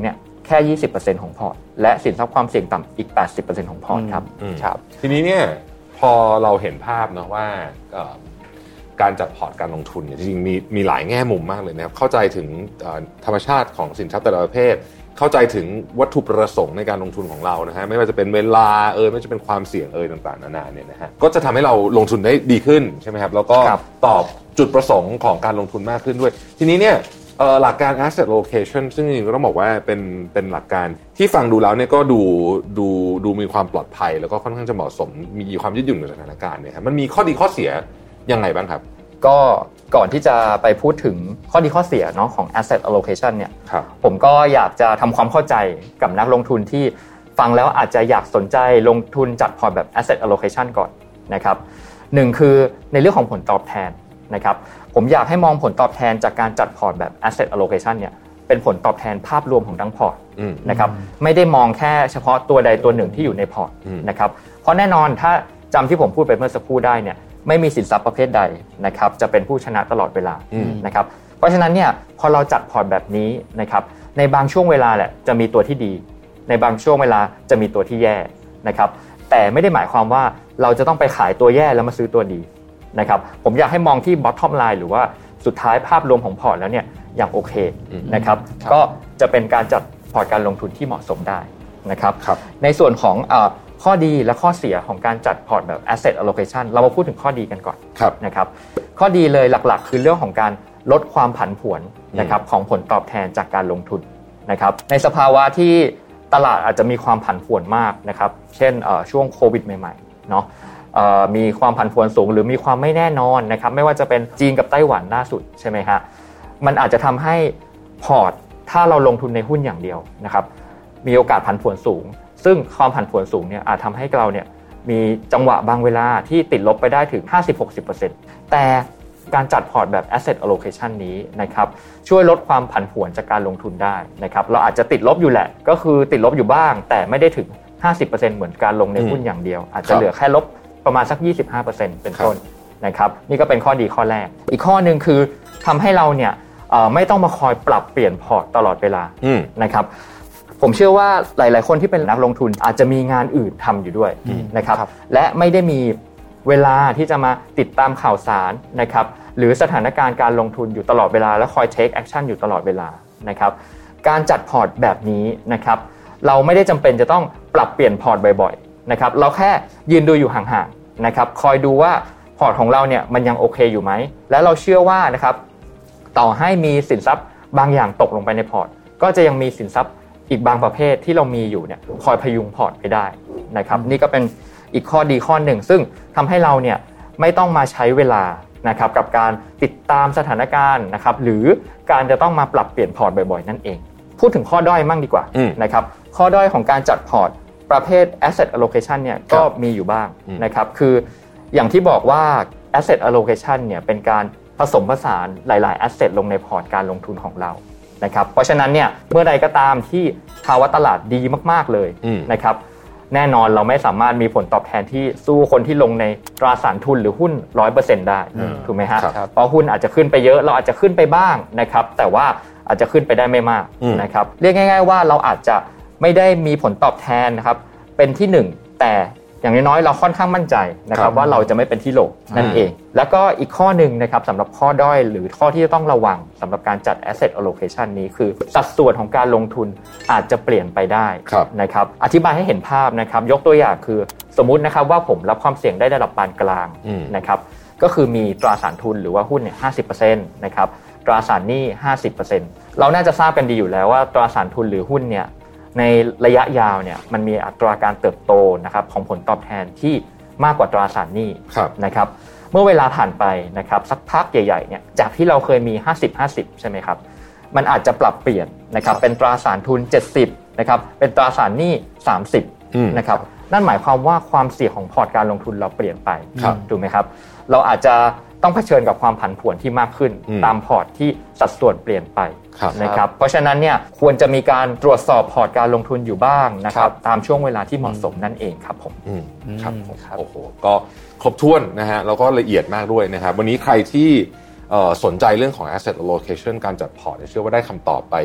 แค่ ยี่สิบเปอร์เซ็นต์ ของพอร์ตและสินทรัพย์ความเสี่ยงต่ำอีก แปดสิบเปอร์เซ็นต์ ของพอร์ตครับครับทีนี้เนี่ยพอเราเห็นภาพนะว่าการจัดพอร์ตการลงทุนเนี่ยจริงๆมีมีหลายแง่มุมมากเลยนะครับเข้าใจถึงธรรมชาติของสินทรัพย์แต่ละประเภทเข้าใจถึงวัตถุประสงค์ในการลงทุนของเรานะฮะไม่ว่าจะเป็นเวลาเอ่ยไม่ว่าจะเป็นความเสี่ยงเอ่ยต่างๆนานาเนี่ยนะฮะก็จะทำให้เราลงทุนได้ดีขึ้นใช่ไหมครับแล้วก็ตอบจุดประสงค์ของการลงทุนมากขึ้นด้วยทีนี้เนี่ยหลักการ asset allocation ซึ่งจริงๆก็ต้องบอกว่าเป็นเป็นหลักการที่ฟังดูแล้วเนี่ยก็ดูดูดูมีความปลอดภัยแล้วก็ค่อนข้างจะเหมาะสมมีความยืดหยุ่นในสถานการณ์เนี่ยครับมันมีข้อดีข้อเสียยังไงบ้างครับก็ก่อนที่จะไปพูดถึงข้อดีข้อเสียเนาะของ asset allocation เนี่ยผมก็อยากจะทำความเข้าใจกับนักลงทุนที่ฟังแล้วอาจจะอยากสนใจลงทุนจัดพอร์ตแบบ asset allocation ก่อนนะครับหนึ่งคือในเรื่องของผลตอบแทนนะครับผมอยากให้มองผลตอบแทนจากการจัดพอร์ตแบบ asset allocation เนี่ยเป็นผลตอบแทนภาพรวมของทั้งพอร์ตนะครับไม่ได้มองแค่เฉพาะตัวใดตัวหนึ่งที่อยู่ในพอร์ตนะครับเพราะแน่นอนถ้าจำที่ผมพูดไปเมื่อสักครู่ได้เนี่ยไม่มีสินทรัพย์ประเภทใดนะครับจะเป็นผู้ชนะตลอดเวลานะครับเพราะฉะนั้นเนี่ยพอเราจัดพอร์ตแบบนี้นะครับในบางช่วงเวลาแหละจะมีตัวที่ดีในบางช่วงเวลาจะมีตัวที่แย่นะครับแต่ไม่ได้หมายความว่าเราจะต้องไปขายตัวแย่แล้วมาซื้อตัวดีนะครับผมอยากให้มองที่ bottom line หรือว่าสุดท้ายภาพรวมของพอร์ตแล้วเนี่ยอย่างโอเคนะครับก็จะเป็นการจัดพอร์ตการลงทุนที่เหมาะสมได้นะครับในส่วนของข้อดีและข้อเสียของการจัดพอร์ตแบบ asset allocation เรามาพูดถึงข้อดีกันก่อนนะครับข้อดีเลยหลักๆคือเรื่องของการลดความผันผวนนะครับของผลตอบแทนจากการลงทุนนะครับในสภาวะที่ตลาดอาจจะมีความผันผวนมากนะครับเช่นช่วงโควิดใหม่ๆเนาะมีความผันผวนสูงหรือมีความไม่แน่นอนนะครับไม่ว่าจะเป็นจีนกับไต้หวันล่าสุดใช่ไหมฮะมันอาจจะทำให้พอร์ตถ้าเราลงทุนในหุ้นอย่างเดียวนะครับมีโอกาสผันผวนสูงซึ่งความผันผวนสูงเนี่ยอาจทำให้เราเนี่ยมีจังหวะบางเวลาที่ติดลบไปได้ถึง ห้าสิบถึงหกสิบเปอร์เซ็นต์ แต่การจัดพอร์ตแบบ asset allocation นี้นะครับช่วยลดความผันผวนจากการลงทุนได้นะครับเราอาจจะติดลบอยู่แหละก็คือติดลบอยู่บ้างแต่ไม่ได้ถึง ห้าสิบเปอร์เซ็นต์ เหมือนการลงในหุ้นอย่างเดียวอาจจะเหลือแค่ลบประมาณสัก ยี่สิบห้าเปอร์เซ็นต์ เป็นต้นนะครับนี่ก็เป็นข้อดีข้อแรกอีกข้อนึงคือทำให้เราเนี่ยไม่ต้องมาคอยปรับเปลี่ยนพอร์ตตลอดเวลานะครับผมเชื่อว่าหลายๆคนที่เป็นนักลงทุนอาจจะมีงานอื่นทำอยู่ด้วยนะครับและไม่ได้มีเวลาที่จะมาติดตามข่าวสารนะครับหรือสถานการณ์การลงทุนอยู่ตลอดเวลาและคอย take action อยู่ตลอดเวลานะครับการจัดพอร์ตแบบนี้นะครับเราไม่ได้จำเป็นจะต้องปรับเปลี่ยนพอร์ตบ่อยๆนะครับเราแค่ยืนดูอยู่ห่างๆนะครับคอยดูว่าพอร์ตของเราเนี่ยมันยังโอเคอยู่ไหมและเราเชื่อว่านะครับต่อให้มีสินทรัพย์บางอย่างตกลงไปในพอร์ตก็จะยังมีสินทรัพย์อีกบางประเภทที่เรามีอยู่เนี่ยคอยพยุงพอร์ตไปได้นะครับนี่ก็เป็นอีกข้อดีข้อหนึ่งซึ่งทำให้เราเนี่ยไม่ต้องมาใช้เวลานะครับกับการติดตามสถานการณ์นะครับหรือการจะต้องมาปรับเปลี่ยนพอร์ตบ่อยๆนั่นเองพูดถึงข้อด้อยมั่งดีกว่านะครับข้อด้อยของการจัดพอร์ตประเภท asset allocation เนี่ยก็มีอยู่บ้างนะครับคืออย่างที่บอกว่า asset allocation เนี่ยเป็นการผสมผสานหลายๆ asset ลงในพอร์ตการลงทุนของเรานะครับเพราะฉะนั้นเนี่ยเมื่อใดก็ตามที่ภาวะตลาดดีมากๆเลยนะครับแน่นอนเราไม่สามารถมีผลตอบแทนที่สู้คนที่ลงในตราสารทุนหรือหุ้น ร้อยเปอร์เซ็นต์ ได้ถูกไหมฮะเพราะหุ้นอาจจะขึ้นไปเยอะเราอาจจะขึ้นไปบ้างนะครับแต่ว่าอาจจะขึ้นไปได้ไม่มากนะครับเรียกง่ายๆว่าเราอาจจะไม่ได้มีผลตอบแทนนะครับเป็นที่หนึ่งแต่อย่างน้อยๆเราค่อนข้างมั่นใจนะครับว่าเราจะไม่เป็นที่โหลนั่นเองแล้วก็อีกข้อหนึ่งนะครับสำหรับข้อด้อยหรือข้อที่จะต้องระวังสำหรับการจัด asset allocation นี้คือสัดส่วนของการลงทุนอาจจะเปลี่ยนไปได้นะครับอธิบายให้เห็นภาพนะครับยกตัวอย่างคือสมมุตินะครับว่าผมรับความเสี่ยงได้ระดับปานกลางนะครับก็คือมีตราสารทุนหรือว่าหุ้นเนี่ย ห้าสิบเปอร์เซ็นต์ นะครับตราสารหนี้ ห้าสิบเปอร์เซ็นต์ เราน่าจะทราบกันดีอยู่แล้วว่าตราสารทุนหรือหุ้นเนี่ยในระยะยาวเนี่ยมันมีอัตราการเติบโตนะครับของผลตอบแทนที่มากกว่าตราสารหนี้นะครับเมื่อเวลาผ่านไปนะครับสักพักใหญ่ๆเนี่ยจากที่เราเคยมี ห้าสิบ ห้าสิบ ใช่ไหมครับมันอาจจะปรับเปลี่ยนนะครับเป็นตราสารทุนเจ็ดสิบนะครับเป็นตราสารหนี้สามสิบนะครับนั่นหมายความว่าความเสี่ยงของพอร์ตการลงทุนเราเปลี่ยนไปถูกไหมครับเราอาจจะต้องเผชิญกับความผันผวนที่มากขึ้นตามพอร์ตที่สัดส่วนเปลี่ยนไปนะครับเพราะฉะนั้นเนี่ยควรจะมีการตรวจสอบพอร์ตการลงทุนอยู่บ้างนะครับตามช่วงเวลาที่เหมาะสมนั่นเองครับผมครับโอ้โหก็ครบถ้วนนะฮะแล้วก็ละเอียดมากด้วยนะครับวันนี้ใครที่สนใจเรื่องของ asset allocation การจัดพอร์ตเชื่อว่าได้คำตอบไป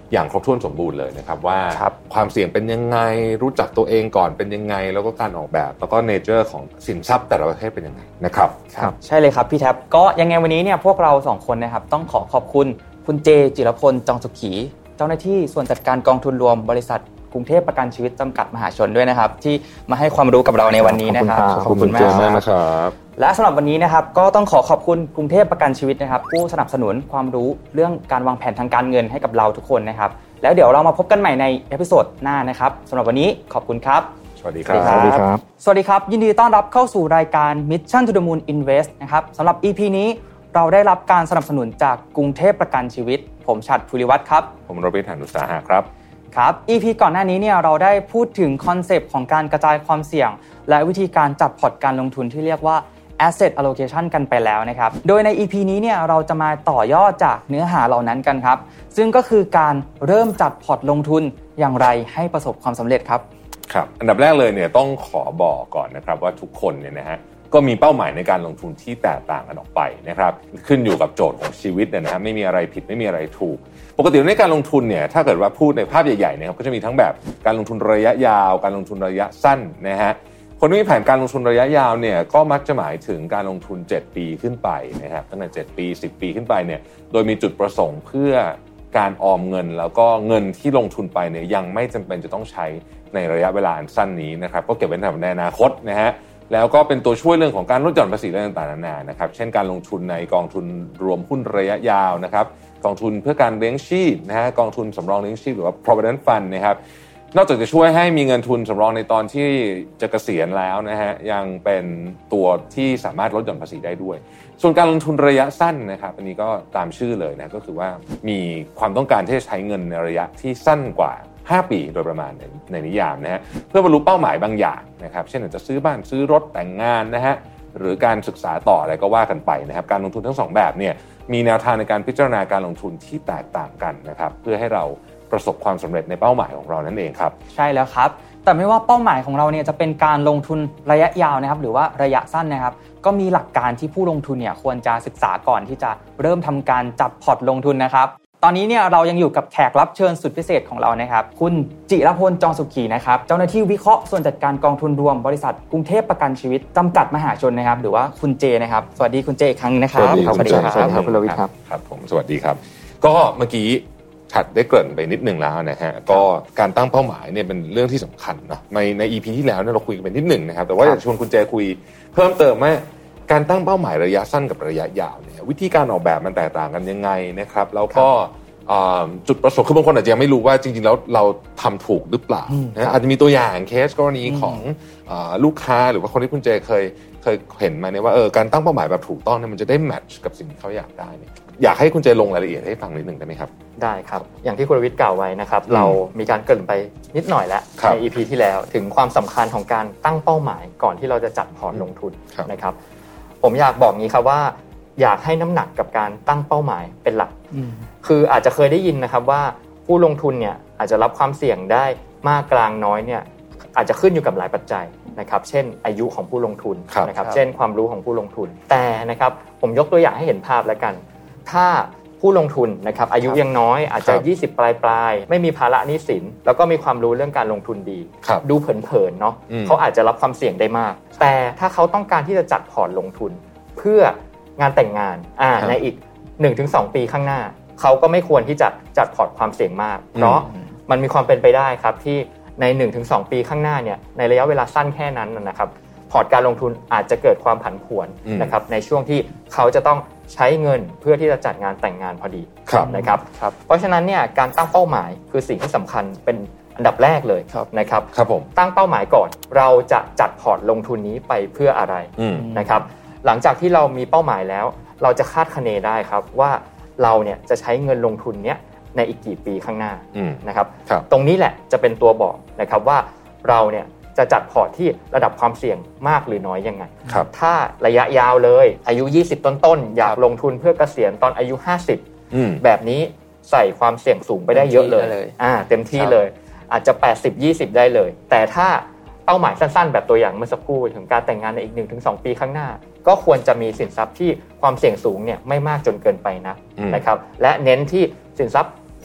อย่างครบถ้วนสมบูรณ์เลยนะครับว่าความเสี่ยงเป็นยังไงรู้จักตัวเองก่อนเป็นยังไงแล้วก็การออกแบบแล้วก็เนเจอร์ของสินทรัพย์แต่ละประเภทเป็นยังไงนะครับครับใช่เลยครับพี่แท็บก็ยังไงวันนี้เนี่ยพวกเราสองคนนะครับต้องขอขอบคุณคุณเจจิรพลจองสุขีเจ้าหน้าที่ส่วนจัดการกองทุนรวมบริษัทกรุงเทพประกันชีวิตจำกัดมหาชนด้วยนะครับที่มาให้ความรู้กับเราในวันนี้นะครับขอบคุณมากนะครับและสำหรับวันนี้นะครับก็ต้องขอขอบคุณกรุงเทพประกันชีวิตนะครับผู้สนับสนุนความรู้เรื่องการวางแผนทางการเงินให้กับเราทุกคนนะครับแล้วเดี๋ยวเรามาพบกันใหม่ในเอพิโซดหน้านะครับสำหรับวันนี้ขอบคุณครับสวัสดีครับสวัสดีครับสวัสดีครับยินดีต้อนรับเข้าสู่รายการ Mission to the Moon Invest นะครับสำหรับ อี พี นี้เราได้รับการสนับสนุนจากกรุงเทพประกันชีวิตผมฉัตรภูริวัฒน์ครับผมโรบิน หาญอุตสาหะครับครับ อี พี ก่อนหน้านี้เนี่ยเราได้พูดถึงคอนเซปต์ของการกระจายความเสี่ยงและวิธีการจัดพอร์ตการลงทุนที่เรียกว่า Asset Allocation กันไปแล้วนะครับโดยใน อี พี นี้เนี่ยเราจะมาต่อยอดจากเนื้อหาเหล่านั้นกันครับซึ่งก็คือการเริ่มจัดพอร์ตลงทุนอย่างไรให้ประสบความสำเร็จครับครับอันดับแรกเลยเนี่ยต้องขอบอกก่อนนะครับว่าทุกคนเนี่ยนะฮะก็มีเป้าหมายในการลงทุนที่แตกต่างกันออกไปนะครับขึ้นอยู่กับโจทย์ของชีวิตเนี่ยนะฮะไม่มีอะไรผิดไม่มีอะไรถูกปกติในการลงทุนเนี่ยถ้าเกิดว่าพูดในภาพใหญ่ๆเนี่ยก็จะมีทั้งแบบการลงทุนระยะยาวการลงทุนระยะสั้นนะฮะคนที่มีแผนการลงทุนระยะยาวเนี่ยก็มักจะหมายถึงการลงทุนเจ็ดปีขึ้นไปนะครับตั้งแต่เจ็ดปีสิบปีขึ้นไปเนี่ยโดยมีจุดประสงค์เพื่อการออมเงินแล้วก็เงินที่ลงทุนไปเนี่ยยังไม่จำเป็นจะต้องใช้ในระยะเวลาอันสั้นนี้นะครับก็เก็บไว้สำหรับในอนาคตนะฮะแล้วก็เป็นตัวช่วยเรื่องของการลดหย่อนภาษีอะไรต่างๆนานานะครับเช่นการลงทุนในกองทุนรวมหุ้นระยะยาวนะครับกองทุนเพื่อการเลี้ยงชีพนะฮะกองทุนสำรองเลี้ยงชีพหรือว่า provident fund นะครับนอกจากจะช่วยให้มีเงินทุนสำรองในตอนที่จะเกษียณแล้วนะฮะยังเป็นตัวที่สามารถลดหย่อนภาษีได้ด้วยส่วนการลงทุนระยะสั้นนะครับอันนี้ก็ตามชื่อเลยนะก็คือว่ามีความต้องการที่จะใช้เงินในระยะที่สั้นกว่าห้าปีโดยประมาณในในนิยามนะฮะเพื่อบรรลุเป้าหมายบางอย่างนะครับเช่นอาจจะซื้อบ้านซื้อรถแต่งงานนะฮะหรือการศึกษาต่ออะไรก็ว่ากันไปนะครับการลงทุนทั้งสองแบบเนี่ยมีแนวทางในการพิจารณาการลงทุนที่แตกต่างกันนะครับเพื่อให้เราประสบความสำเร็จในเป้าหมายของเรานั่นเองครับใช่แล้วครับแต่ไม่ว่าเป้าหมายของเราเนี่ยจะเป็นการลงทุนระยะยาวนะครับหรือว่าระยะสั้นนะครับก็มีหลักการที่ผู้ลงทุนเนี่ยควรจะศึกษาก่อนที่จะเริ่มทำการจับพอร์ตลงทุนนะครับตอนนี้เนี่ยเรายังอยู่กับแขกรับเชิญสุดพิเศษของเรานะครับคุณจิรพลจองสุขีนะครับเจ้าหน้าที่วิเคราะห์ส่วนจัดการกองทุนรวมบริษัทกรุงเทพประกันชีวิตจำกัดมหาชนนะครับหรือว่าคุณเจนะครับสวัสดีคุณเจอีกครั้งนะครับสวัสดีครับสวัสดีครับคุณรวิทย์ครับครับผมสวัสดีครับก็เมื่อกี้ฉัดได้เกริ่นไปนิดนึงแล้วนะฮะก็การตั้งเป้าหมายเนี่ยเป็นเรื่องที่สำคัญนะในใน อี พี ที่แล้วเนี่ยเราคุยกันไปนิดนึงนะครับแต่ว่าอยากชวนคุณเจคุยเพิ่มเติมว่าการตั้งเป้าหมายระยะสั้นกับระยะยาวเนี่ยวิธีการออกแบบมันแตกต่างกันยังไงนะครับแล้วก็จุดประสงค์คือบางคนอาจจะยังไม่รู้ว่าจริงๆแล้วเราทำถูกหรือเปล่านะอาจจะมีตัวอย่างเคสกรณีของลูกค้าหรือว่าคนที่คุณเจเคยเคยเห็นมาเนี่ยว่าเออการตั้งเป้าหมายแบบถูกต้องเนี่ยมันจะได้แมทช์กับสิ่งที่เขาอยากได้เนี่ยอยากให้คุณเจลงรายละเอียดให้ฟังนิดนึงได้ไหมครับได้ครับอย่างที่คุณรวิทย์กล่าวไว้นะครับเรามีการเกริ่นไปนิดหน่อยแล้วใน อี พี ที่แล้วถึงความสำคัญของการตั้งเป้าหมายก่อนที่เราจะจัดพอร์ตลงทุนนะครับผมอยากบอกงี้ครับว่าอยากให้น้ำหนักกับการตั้งเป้าหมายเป็นหลักคืออาจจะเคยได้ยินนะครับว่าผู้ลงทุนเนี่ยอาจจะรับความเสี่ยงได้มากกลางน้อยเนี่ยอาจจะขึ้นอยู่กับหลายปัจจัยนะครับเช่นอายุของผู้ลงทุนนะครับเช่นความรู้ของผู้ลงทุนแต่นะครับผมยกตัวอย่างให้เห็นภาพแล้วกันถ้าผู้ลงทุนนะครับอายุยังน้อยอาจจะยี่สิบปลายๆไม่มีภาระหนี้สินแล้วก็มีความรู้เรื่องการลงทุนดีดูเผินๆเนาะเขาอาจจะรับความเสี่ยงได้มากแต่ถ้าเขาต้องการที่จะจัดพอร์ตลงทุนเพื่องานแต่งงานอ่าในอีก หนึ่งถึงสอง ปีข้างหน้าเขาก็ไม่ควรที่จะจัดพอร์ตความเสี่ยงมากเพราะมันมีความเป็นไปได้ครับที่ใน หนึ่งถึงสอง ปีข้างหน้าเนี่ยในระยะเวลาสั้นแค่นั้นนะครับพอร์ตการลงทุนอาจจะเกิดความผันผวนนะครับในช่วงที่เขาจะต้องใช้เงินเพื่อที่จะจัดงานแต่งงานพอดีนะครับเพราะฉะนั้นเนี่ยการตั้งเป้าหมายคือสิ่งที่สำคัญเป็นอันดับแรกเลยนะครับครับผมตั้งเป้าหมายก่อนเราจะจัดพอร์ตลงทุนนี้ไปเพื่ออะไรนะครับหลังจากที่เรามีเป้าหมายแล้วเราจะคาดคะเนได้ครับว่าเราเนี่ยจะใช้เงินลงทุนเนี้ยในอีกกี่ปีข้างหน้านะครับตรงนี้แหละจะเป็นตัวบอกนะครับว่าเราเนี่ยจะจัดพอร์ตที่ระดับความเสี่ยงมากหรือน้อยยังไงถ้าระยะยาวเลยอายุยี่สิบต้นๆอยากลงทุนเพื่อเกษียณตอนอายุห้าสิบแบบนี้ใส่ความเสี่ยงสูงไปได้เยอะเลยอ่าเต็มที่เลยอาจจะแปดสิบ ยี่สิบได้เลยแต่ถ้าเป้าหมายสั้นๆแบบตัวอย่างเมื่อสักครู่ถึงการแต่งงานในอีก หนึ่งถึงสอง ปีข้างหน้าก็ควรจะมีสินทรัพย์ที่ความเสี่ยงสูงเนี่ยไม่มากจนเกินไปนะนะครับและเน้นที่สินทรัพย์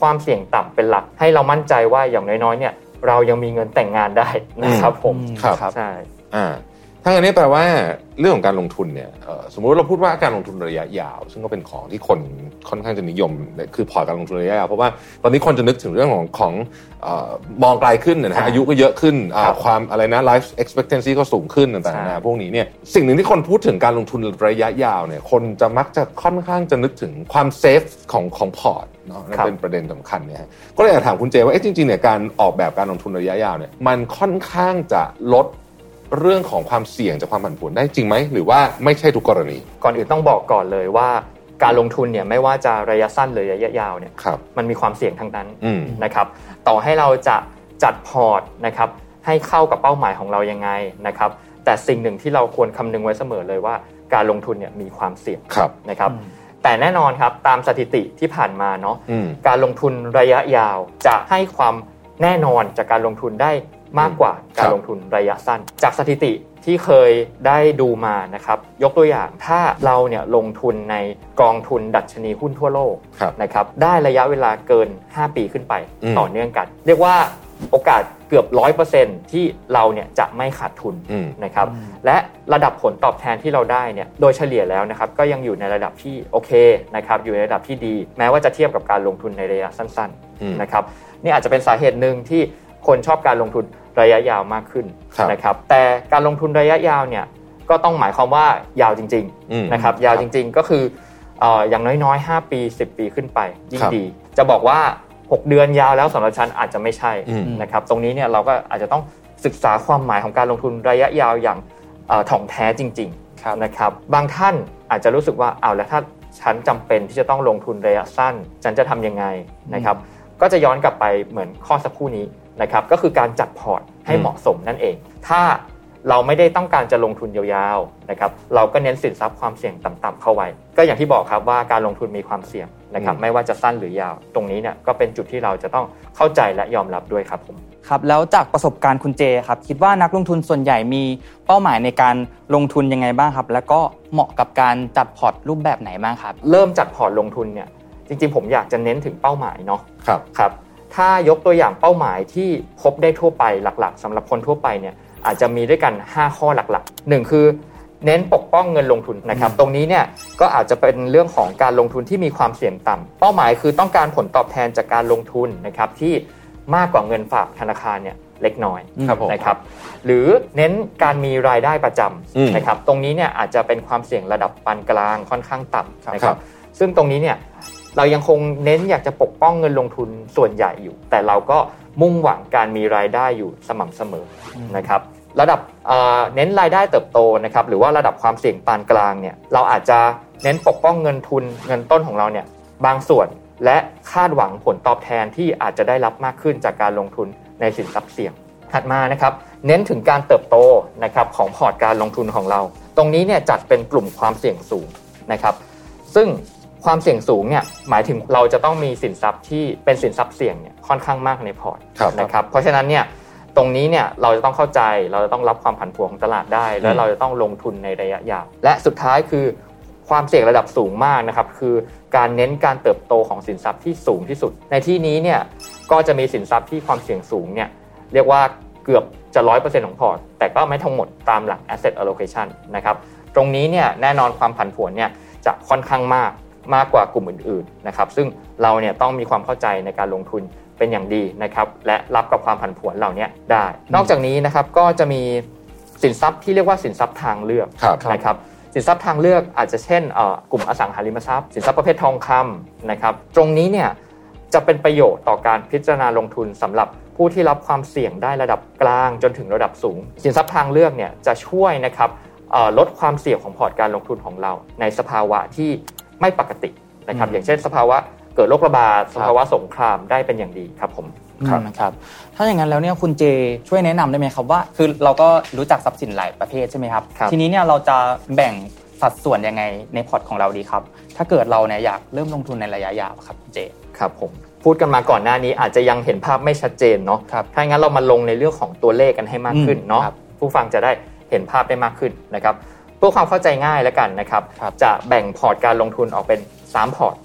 ความเสี่ยงต่ำเป็นหลักให้เรามั่นใจว่าอย่างน้อยๆเนี่ยเรายังมีเงินแต่งงานได้นะครับผมครับใช่อ่าถ้าอย่างนี้แปลว่าเรื่องของการลงทุนเนี่ยสมมุติเราพูดว่าการลงทุนระยะยาวซึ่งก็เป็นของที่คนค่อนข้างจะนิยมคือพอร์ตการลงทุนระยะยาวเพราะว่าตอนนี้คนจะนึกถึงเรื่องของของเอ่อมองไกลขึ้นนะฮะอายุก็เยอะขึ้นความอะไรนะ life expectancy ก็สูงขึ้นต่างๆนะพวกนี้เนี่ยสิ่งหนึ่งที่คนพูดถึงการลงทุนระยะยาวเนี่ยคนจะมักจะค่อนข้างจะนึกถึงความเซฟของของพอร์ตเนาะนั่นเป็นประเด็นสำคัญเนี่ยก็เลยอยากถามคุณเจว่าเอ๊ะจริงๆเนี่ยการออกแบบการลงทุนระยะยาวเนี่ยมันค่อนข้างจะลดเรื่องของความเสี่ยงจากความผันผวนได้จริงไหมหรือว่าไม่ใช่ทุกกรณีก่อนอื่นต้องบอกก่อนเลยว่าการลงทุนเนี่ยไม่ว่าจะระยะสั้นหรือระยะยาวเนี่ยมันมีความเสี่ยงทั้งนั้นนะครับต่อให้เราจะจัดพอร์ตนะครับให้เข้ากับเป้าหมายของเรายังไงนะครับแต่สิ่งหนึ่งที่เราควรคำนึงไว้เสมอเลยว่าการลงทุนเนี่ยมีความเสี่ยงนะครับแต่แน่นอนครับตามสถิติที่ผ่านมาเนาะการลงทุนระยะยาวจะให้ความแน่นอนจากการลงทุนได้มากกว่าการลงทุนระยะสั้นจากสถิติที่เคยได้ดูมานะครับยกตัวอย่างถ้าเราเนี่ยลงทุนในกองทุนดัชนีหุ้นทั่วโลกนะครับได้ระยะเวลาเกินห้าปีขึ้นไปต่อเนื่องกันเรียกว่าโอกาสเกือบ ร้อยเปอร์เซ็นต์ ที่เราเนี่ยจะไม่ขาดทุนนะครับและระดับผลตอบแทนที่เราได้เนี่ยโดยเฉลี่ยแล้วนะครับก็ยังอยู่ในระดับที่โอเคนะครับอยู่ในระดับที่ดีแม้ว่าจะเทียบกับการลงทุนในระยะสั้นๆนะครับนี่อาจจะเป็นสาเหตุนึงที่คนชอบการลงทุนระยะยาวมากขึ้นนะครับแต่การลงทุนระยะยาวเนี่ยก็ต้องหมายความว่ายาวจริงๆนะครับยาวจริงๆก็คือเอ่ออย่างน้อยๆห้าปีสิบปีขึ้นไปยิ่งดีจะบอกว่าหกเดือนยาวแล้วสำหรับฉันอาจจะไม่ใช่นะครับตรงนี้เนี่ยเราก็อาจจะต้องศึกษาความหมายของการลงทุนระยะยาวอย่างเอ่อถ่องแท้จริงๆนะครับบางท่านอาจจะรู้สึกว่าอ้าวแล้วถ้าฉันจำเป็นที่จะต้องลงทุนระยะสั้นฉันจะทำยังไงนะครับก็จะย้อนกลับไปเหมือนข้อสักครู่นี้นะครับก็คือการจัดพอร์ตให้เหมาะสมนั่นเองถ้าเราไม่ได้ต้องการจะลงทุนยาวๆนะครับเราก็เน้นสินทรัพย์ความเสี่ยงต่ำๆเข้าไว้ก็อย่างที่บอกครับว่าการลงทุนมีความเสี่ยงนะครับไม่ว่าจะสั้นหรือยาวตรงนี้เนี่ยก็เป็นจุดที่เราจะต้องเข้าใจและยอมรับด้วยครับผมครับแล้วจากประสบการณ์คุณเจครับคิดว่านักลงทุนส่วนใหญ่มีเป้าหมายในการลงทุนยังไงบ้างครับแล้วก็เหมาะกับการจัดพอร์ตรูปแบบไหนบ้างครับเริ่มจัดพอร์ตลงทุนเนี่ยจริงๆผมอยากจะเน้นถึงเป้าหมายเนาะครับครับถ้ายกตัวอย่างเป้าหมายที่พบได้ทั่วไปหลักๆสำหรับคนทั่วไปเนี่ยอาจจะมีด้วยกันห้าข้อหลักๆหนึ่งคือเน้นปกป้องเงินลงทุนนะครับตรงนี้เนี่ยก็อาจจะเป็นเรื่องของการลงทุนที่มีความเสี่ยงต่ำเป้าหมายคือต้องการผลตอบแทนจากการลงทุนนะครับที่มากกว่าเงินฝากธนาคารเนี่ยเล็กน้อยนะครับหรือเน้นการมีรายได้ประจำนะครับตรงนี้เนี่ยอาจจะเป็นความเสี่ยงระดับปานกลางค่อนข้างต่ำนะครับซึ่งตรงนี้เนี่ยเรายังคงเน้นอยากจะปกป้องเงินลงทุนส่วนใหญ่อยู่แต่เราก็มุ่งหวังการมีรายได้อยู่สม่ำเสมอนะครับระดับเน้นรายได้เติบโตนะครับหรือว่าระดับความเสี่ยงปานกลางเนี่ยเราอาจจะเน้นปกป้องเงินทุนเงินต้นของเราเนี่ยบางส่วนและคาดหวังผลตอบแทนที่อาจจะได้รับมากขึ้นจากการลงทุนในสินทรัพย์เสี่ยงถัดมานะครับเน้นถึงการเติบโตนะครับของพอร์ตการลงทุนของเราตรงนี้เนี่ยจัดเป็นกลุ่มความเสี่ยงสูงนะครับซึ่งความเสี่ยงสูงเนี่ยหมายถึงเราจะต้องมีสินทรัพย์ที่เป็นสินทรัพย์เสี่ยงเนี่ยค่อนข้างมากในพอร์ตนะครับเพราะฉะนั้นเนี่ยตรงนี้เนี่ยเราจะต้องเข้าใจเราจะต้องรับความผันผวนของตลาดได้แล้วเราจะต้องลงทุนในระยะยาวและสุดท้ายคือความเสี่ยงระดับสูงมากนะครับคือการเน้นการเติบโตของสินทรัพย์ที่สูงที่สุดในที่นี้เนี่ยก็จะมีสินทรัพย์ที่ความเสี่ยงสูงเนี่ยเรียกว่าเกือบจะ ร้อยเปอร์เซ็นต์ ของพอร์ตแต่ก็ไม่ทั้งหมดตามหลัก asset allocation นะครับตรงนี้เนี่ยแน่นอนความผันผวนเนี่ยจะค่อนข้างมากมากกว่ากลุ่มอื่นๆนะครับซึ่งเราเนี่ยต้องมีความเข้าใจในการลงทุนเป็นอย่างดีนะครับและรับกับความผันผวนเหล่านี้ได้นอกจากนี้นะครับก็จะมีสินทรัพย์ที่เรียกว่าสินทรัพย์ทางเลือกนะครับสินทรัพย์ทางเลือกอาจจะเช่นกลุ่มอสังหาริมทรัพย์สินทรัพย์ประเภททองคำนะครับตรงนี้เนี่ยจะเป็นประโยชน์ต่อการพิจารณาลงทุนสำหรับผู้ที่รับความเสี่ยงได้ระดับกลางจนถึงระดับสูงสินทรัพย์ทางเลือกเนี่ยจะช่วยนะครับลดความเสี่ยงของพอร์ตการลงทุนของเราในสภาวะที่ไม่ปกตินะครับอย่างเช่นสภาวะเกิดโรคระบาดสภาวะสงครามได้เป็นอย่างดีครับผมครับนะครับถ้าอย่างนั้นแล้วเนี่ยคุณเจช่วยแนะนำได้ไหมครับว่าคือเราก็รู้จักทรัพย์สินหลายประเภทใช่ไหมครับทีนี้เนี่ยเราจะแบ่งสัดส่วนยังไงในพอร์ตของเราดีครับถ้าเกิดเราเนี่ยอยากเริ่มลงทุนในระยะยาวครับคุณเจครับผมพูดกันมาก่อนหน้านี้อาจจะยังเห็นภาพไม่ชัดเจนเนาะถ้าอย่างนั้นเรามาลงในเรื่องของตัวเลขกันให้มากขึ้นเนาะผู้ฟังจะได้เห็นภาพได้มากขึ้นนะครับเพื่อความเข้าใจง่ายแล้วกันนะครับจะแบ่งพอร์ตการลงทุนออกเป็นสามพอร์ตพ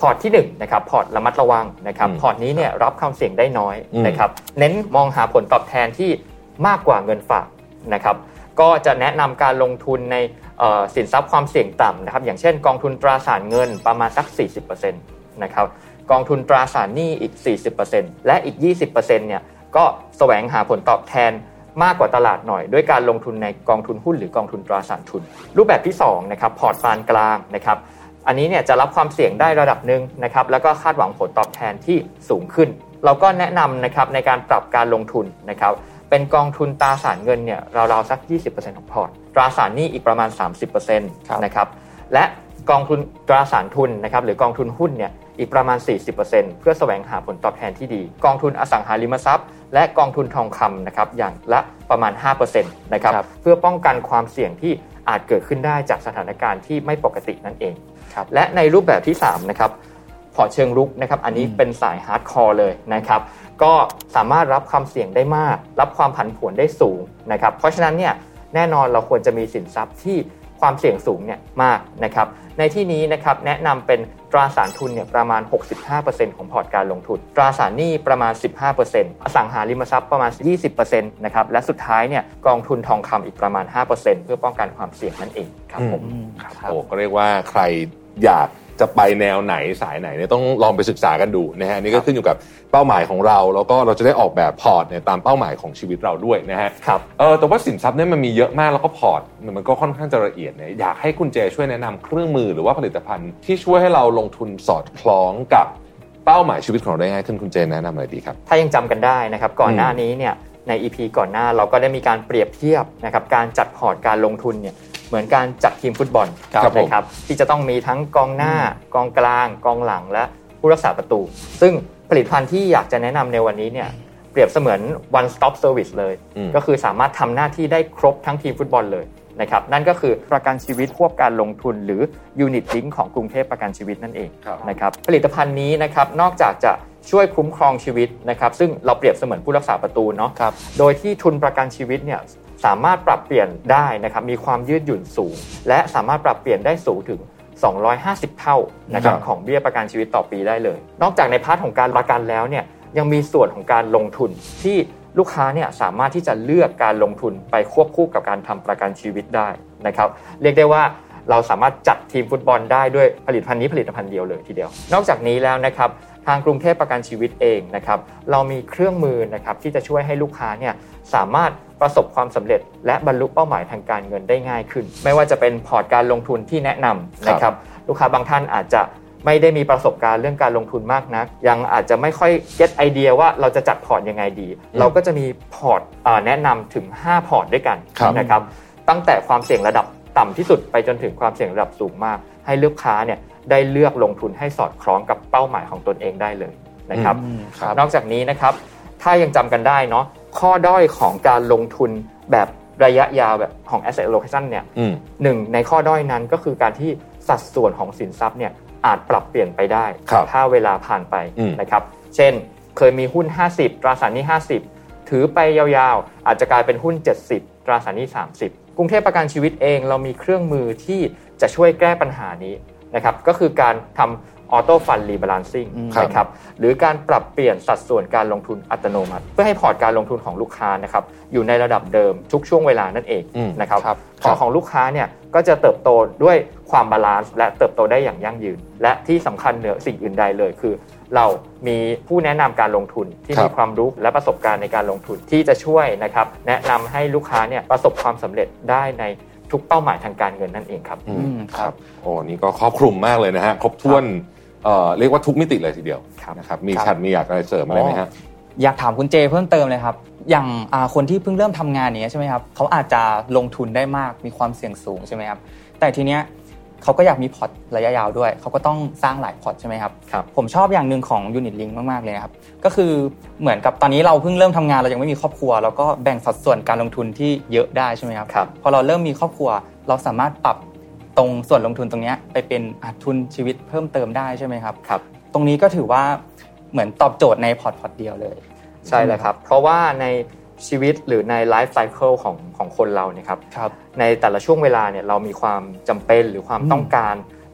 พอร์ตที่หนึ่งนะครับพอร์ตระมัดระวังนะครับพอร์ตนี้เนี่ยรับความเสี่ยงได้น้อยนะครับเน้นมองหาผลตอบแทนที่มากกว่าเงินฝากนะครับก็จะแนะนำการลงทุนในสินทรัพย์ความเสี่ยงต่ำนะครับอย่างเช่นกองทุนตราสารเงินประมาณสัก สี่สิบเปอร์เซ็นต์ นะครับกองทุนตราสารหนี้อีก สี่สิบเปอร์เซ็นต์ และอีก ยี่สิบเปอร์เซ็นต์ เนี่ยก็แสวงหาผลตอบแทนมากกว่าตลาดหน่อยด้วยการลงทุนในกองทุนหุ้นหรือกองทุนตราสารทุนรูปแบบที่สองนะครับพอร์ตปานกลางนะครับอันนี้เนี่ยจะรับความเสี่ยงได้ระดับหนึ่งนะครับแล้วก็คาดหวังผลตอบแทนที่สูงขึ้นเราก็แนะนำนะครับในการปรับการลงทุนนะครับเป็นกองทุนตราสารเงินเนี่ยราวๆสัก ยี่สิบเปอร์เซ็นต์ ของพอร์ตตราสารหนี้อีกประมาณ สามสิบเปอร์เซ็นต์ นะครับและกองทุนตราสารทุนนะครับหรือกองทุนหุ้นเนี่ยอีกประมาณ สี่สิบเปอร์เซ็นต์ เพื่อแสวงหาผลตอบแทนที่ดีกองทุนอสังหาริมทรัพย์และกองทุนทองคำนะครับอย่างละประมาณ ห้าเปอร์เซ็นต์ นะครับเพื่อป้องกันความเสี่ยงที่อาจเกิดขึ้นได้จากสถานการณ์ที่ไม่ปกตินั่นเองและในรูปแบบที่สามนะครับพอร์ตเชิงรุกนะครับอันนี้เป็นสายฮาร์ดคอร์เลยนะครับก็สามารถรับความเสี่ยงได้มากรับความผันผวนได้สูงนะครับเพราะฉะนั้นเนี่ยแน่นอนเราควรจะมีสินทรัพย์ที่ความเสี่ยงสูงเนี่ยมากนะครับในที่นี้นะครับแนะนำเป็นตราสารทุนเนี่ยประมาณ หกสิบห้าเปอร์เซ็นต์ ของพอร์ตการลงทุนตราสารหนี้ประมาณ สิบห้าเปอร์เซ็นต์ อสังหาริมทรัพย์ประมาณ ยี่สิบเปอร์เซ็นต์ นะครับและสุดท้ายเนี่ยกองทุนทองคำอีกประมาณ ห้าเปอร์เซ็นต์ เพื่อป้องกันความเสี่ยงนั่นเองครับผมครับโอ้ก็เรียกว่าใครอยากจะไปแนวไหนสายไหนเนี่ยต้องลองไปศึกษากันดูนะฮะนี่ก็ขึ้นอยู่กับเป้าหมายของเราแล้วก็เราจะได้ออกแบบพอร์ตเนี่ยตามเป้าหมายของชีวิตเราด้วยนะฮะครับเออแต่ว่าสินทรัพย์เนี่ยมันมีเยอะมากแล้วก็พอร์ตมันก็ค่อนข้างจะละเอียดเนี่ยอยากให้คุณเจช่วยแนะนำเครื่องมือหรือว่าผลิตภัณฑ์ที่ช่วยให้เราลงทุนสอดคล้องกับเป้าหมายชีวิตของเราได้ง่ายขึ้นคุณเจแนะนำอะไรดีครับถ้ายังจำกันได้นะครับก่อนหน้านี้เนี่ยใน อี พี ก่อนหน้าเราก็ได้มีการเปรียบเทียบนะครับการจัดพอร์ตการลงทุนเนี่ยเหมือนการจัดทีมฟุตบอลนะครับที่จะต้องมีทั้งกองหน้ากองกลางกองหลังและผู้รักษาประตูซึ่งผลิตภัณฑ์ที่อยากจะแนะนำในวันนี้เนี่ยเปรียบเสมือน one stop service เลยก็คือสามารถทำหน้าที่ได้ครบทั้งทีมฟุตบอลเลยนะครับนั่นก็คือประกันชีวิตควบการลงทุนหรือ Unit Link ของกรุงเทพประกันชีวิตนั่นเองนะครับผลิตภัณฑ์นี้นะครับนอกจากจะช่วยคุ้มครองชีวิตนะครับซึ่งเราเปรียบเสมือนผู้รักษาประตูเนาะโดยที่ทุนประกันชีวิตเนี่ยสามารถปรับเปลี่ยนได้นะครับมีความยืดหยุ่นสูงและสามารถปรับเปลี่ยนได้สูงถึงสองร้อยห้าสิบเท่านะครับของเบี้ยประกันชีวิตต่อปีได้เลยนอกจากในพาร์ทของการประกันแล้วเนี่ยยังมีส่วนของการลงทุนที่ลูกค้าเนี่ยสามารถที่จะเลือกการลงทุนไปควบคู่กับการทำประกันชีวิตได้นะครับเรียกได้ว่าเราสามารถจัดทีมฟุตบอลได้ด้วยผลิตภัณฑ์นี้ผลิตภัณฑ์เดียวเลยทีเดียวนอกจากนี้แล้วนะครับทางกรุงเทพประกันชีวิตเองนะครับเรามีเครื่องมือนะครับที่จะช่วยให้ลูกค้าเนี่ยสามารถประสบความสำเร็จและบรรลุเป้าหมายทางการเงินได้ง่ายขึ้นไม่ว่าจะเป็นพอร์ตการลงทุนที่แนะนำนะครับลูกค้าบางท่านอาจจะไม่ได้มีประสบการณ์เรื่องการลงทุนมากนักยังอาจจะไม่ค่อยเก็ตไอเดียว่าเราจะจัดพอร์ตยังไงดีเราก็จะมีพอร์ตแนะนำถึงห้าพอร์ตด้วยกันนะครับตั้งแต่ความเสี่ยงระดับต่ำที่สุดไปจนถึงความเสี่ยงระดับสูงมากให้ลูกค้าเนี่ยได้เลือกลงทุนให้สอดคล้องกับเป้าหมายของตนเองได้เลยนะครับนอกจากนี้นะครับถ้ายังจำกันได้เนาะข้อด้อยของการลงทุนแบบระยะยาวแบบของ asset allocation เนี่ยหนึ่งในข้อด้อยนั้นก็คือการที่สัดส่วนของสินทรัพย์เนี่ยอาจปรับเปลี่ยนไปได้ถ้าเวลาผ่านไปนะครับเช่นเคยมีหุ้นห้าสิบตราสารหนี้ห้าสิบถือไปยาวๆอาจจะกลายเป็นหุ้นเจ็ดสิบตราสารหนี้สามสิบกรุงเทพประกันชีวิตเองเรามีเครื่องมือที่จะช่วยแก้ปัญหานี้นะครับก็คือการทำออโต้ฟันรีบาลานซิ่งนะครับหรือการปรับเปลี่ยนสัดส่วนการลงทุนอัตโนมัติเพื่อให้พอร์ตการลงทุนของลูกค้านะครับอยู่ในระดับเดิมทุกช่วงเวลานั่นเองนะครับพอร์ตของลูกค้าเนี่ยก็จะเติบโตด้วยความบาลานซ์และเติบโตได้อย่างยั่งยืนและที่สำคัญเหนือสิ่งอื่นใดเลยคือเรามีผู้แนะนำการลงทุนที่มีความรู้และประสบการณ์ในการลงทุนที่จะช่วยนะครับแนะนำให้ลูกค้าเนี่ยประสบความสำเร็จได้ในทุกเป้าหมายทางการเงินนั่นเองครับอืมครับโอ้นี่ก็ครอบคลุมมากเลยนะฮะครบถ้วนเอ่อเรียกว่าทุกมิติเลยทีเดียวนะครับมีชัดมีอยากอะไรเสริมอะไรไหมครับอยากถามคุณเจเพิ่มเติมเลยครับอย่างคนที่เพิ่งเริ่มทำงานนี้ใช่ไหมครับเขาอาจจะลงทุนได้มากมีความเสี่ยงสูงใช่ไหมครับแต่ทีเนี้ยเขาก็อยากมีพอร์ตระยะยาวด้วยเขาก็ต้องสร้างหลายพอร์ตใช่ไหมครับผมชอบอย่างนึงของ Unit Link มากๆเลยครับก็คือเหมือนกับตอนนี้เราเพิ่งเริ่มทำงานเรายังไม่มีครอบครัวเราก็แบ่งสัดส่วนการลงทุนที่เยอะได้ใช่ไหมครับพอเราเริ่มมีครอบครัวเราสามารถปรับตรงส่วนลงทุนตรงนี้ไปเป็นทุนชีวิตเพิ่มเติมได้ใช่ไหมครับครับตรงนี้ก็ถือว่าเหมือนตอบโจทย์ในพอร์ตพอร์ตเดียวเลยใช่เลยครับเพราะว่าในชีวิตหรือในไลฟ์ไซเคิลของของคนเราเนี่ยครับในแต่ละช่วงเวลาเนี่ยเรามีความจำเป็นหรือความต้องการ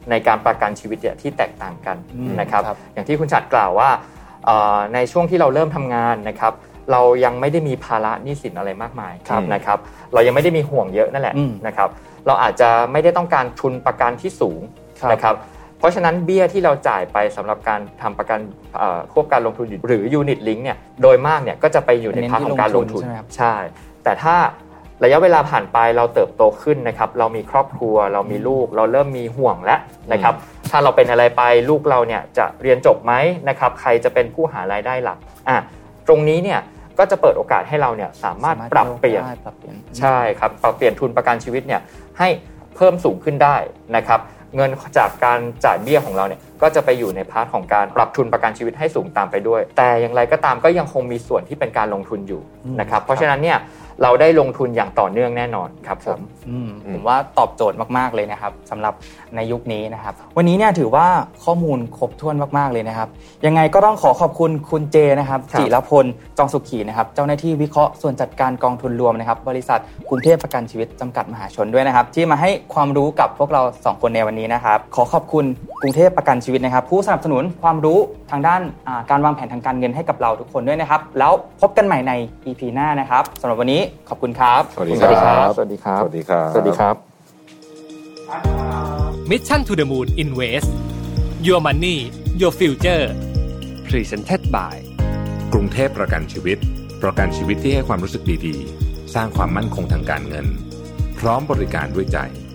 ในการประกันชีวิตเนี่ยที่แตกต่างกันนะครับอย่างที่คุณฉัตรกล่าวว่าในช่วงที่เราเริ่มทำงานนะครับเรายังไม่ได้มีภาระหนี้สินอะไรมากมายนะครับเรายังไม่ได้มีห่วงเยอะนั่นแหละนะครับเราอาจจะไม่ได้ต้องการทุนประกันที่สูงนะครับเพราะฉะนั้นเบี้ยที่เราจ่ายไปสำหรับการทำประกันควบการลงทุนหรือ Unit Link เนี่ยโดยมากเนี่ยก็จะไปอยู่ในพาร์ทของการลงทุนใช่แต่ถ้าระยะเวลาผ่านไปเราเติบโตขึ้นนะครับเรามีครอบครัวเรามีลูกเราเริ่มมีห่วงแล้วนะครับถ้าเราเป็นอะไรไปลูกเราเนี่ยจะเรียนจบไหมนะครับใครจะเป็นผู้หารายได้หลักอ่ะตรงนี้เนี่ยก็จะเปิดโอกาสให้เราเนี่ยสามารถปรับเปลี่ยนใช่ครับปรับเปลี่ยนทุนประกันชีวิตเนี่ยให้เพิ่มสูงขึ้นได้นะครับเงินจากการจ่ายเบี้ยของเราเนี่ยก็จะไปอยู่ในพาร์ทของการปรับทุนประกันชีวิตให้สูงตามไปด้วยแต่อย่างไรก็ตามก็ยังคงมีส่วนที่เป็นการลงทุนอยู่นะครับเพราะฉะนั้นเนี่ยเราได้ลงทุนอย่างต่อเนื่องแน่นอนครับผมผมว่าตอบโจทย์มากๆเลยนะครับสำหรับในยุคนี้นะครับวันนี้เนี่ยถือว่าข้อมูลครบถ้วนมากๆเลยนะครับยังไงก็ต้องขอขอบคุณคุณเจนะครับจิรพลจองสุขีนะครับเจ้าหน้าที่วิเคราะห์ส่วนจัดการกองทุนรวมนะครับบริษัทกรุงเทพประกันชีวิตจำกัดมหาชนด้วยนะครับที่มาให้ความรู้กับพวกเราสองคนในวันนี้นะครับขอขอบคุณกรุงเทพประกันชีวิตนะครับผู้สนับสนุนความรู้ทางด้านการวางแผนทางการเงินให้กับเราทุกคนด้วยนะครับแล้วพบกันใหม่ใน อี พี หน้านะครับสำหรับวันนี้ขอบคุณครับสวัสดีครับสวัสดีครับสวัสดีครับสวัสดีครับ Mission to the Moon Invest Your Money Your Future Presented by กรุงเทพประกันชีวิตประกันชีวิตที่ให้ความรู้สึกดีๆสร้างความมั่นคงทางการเงินพร้อมบริการด้วยใจ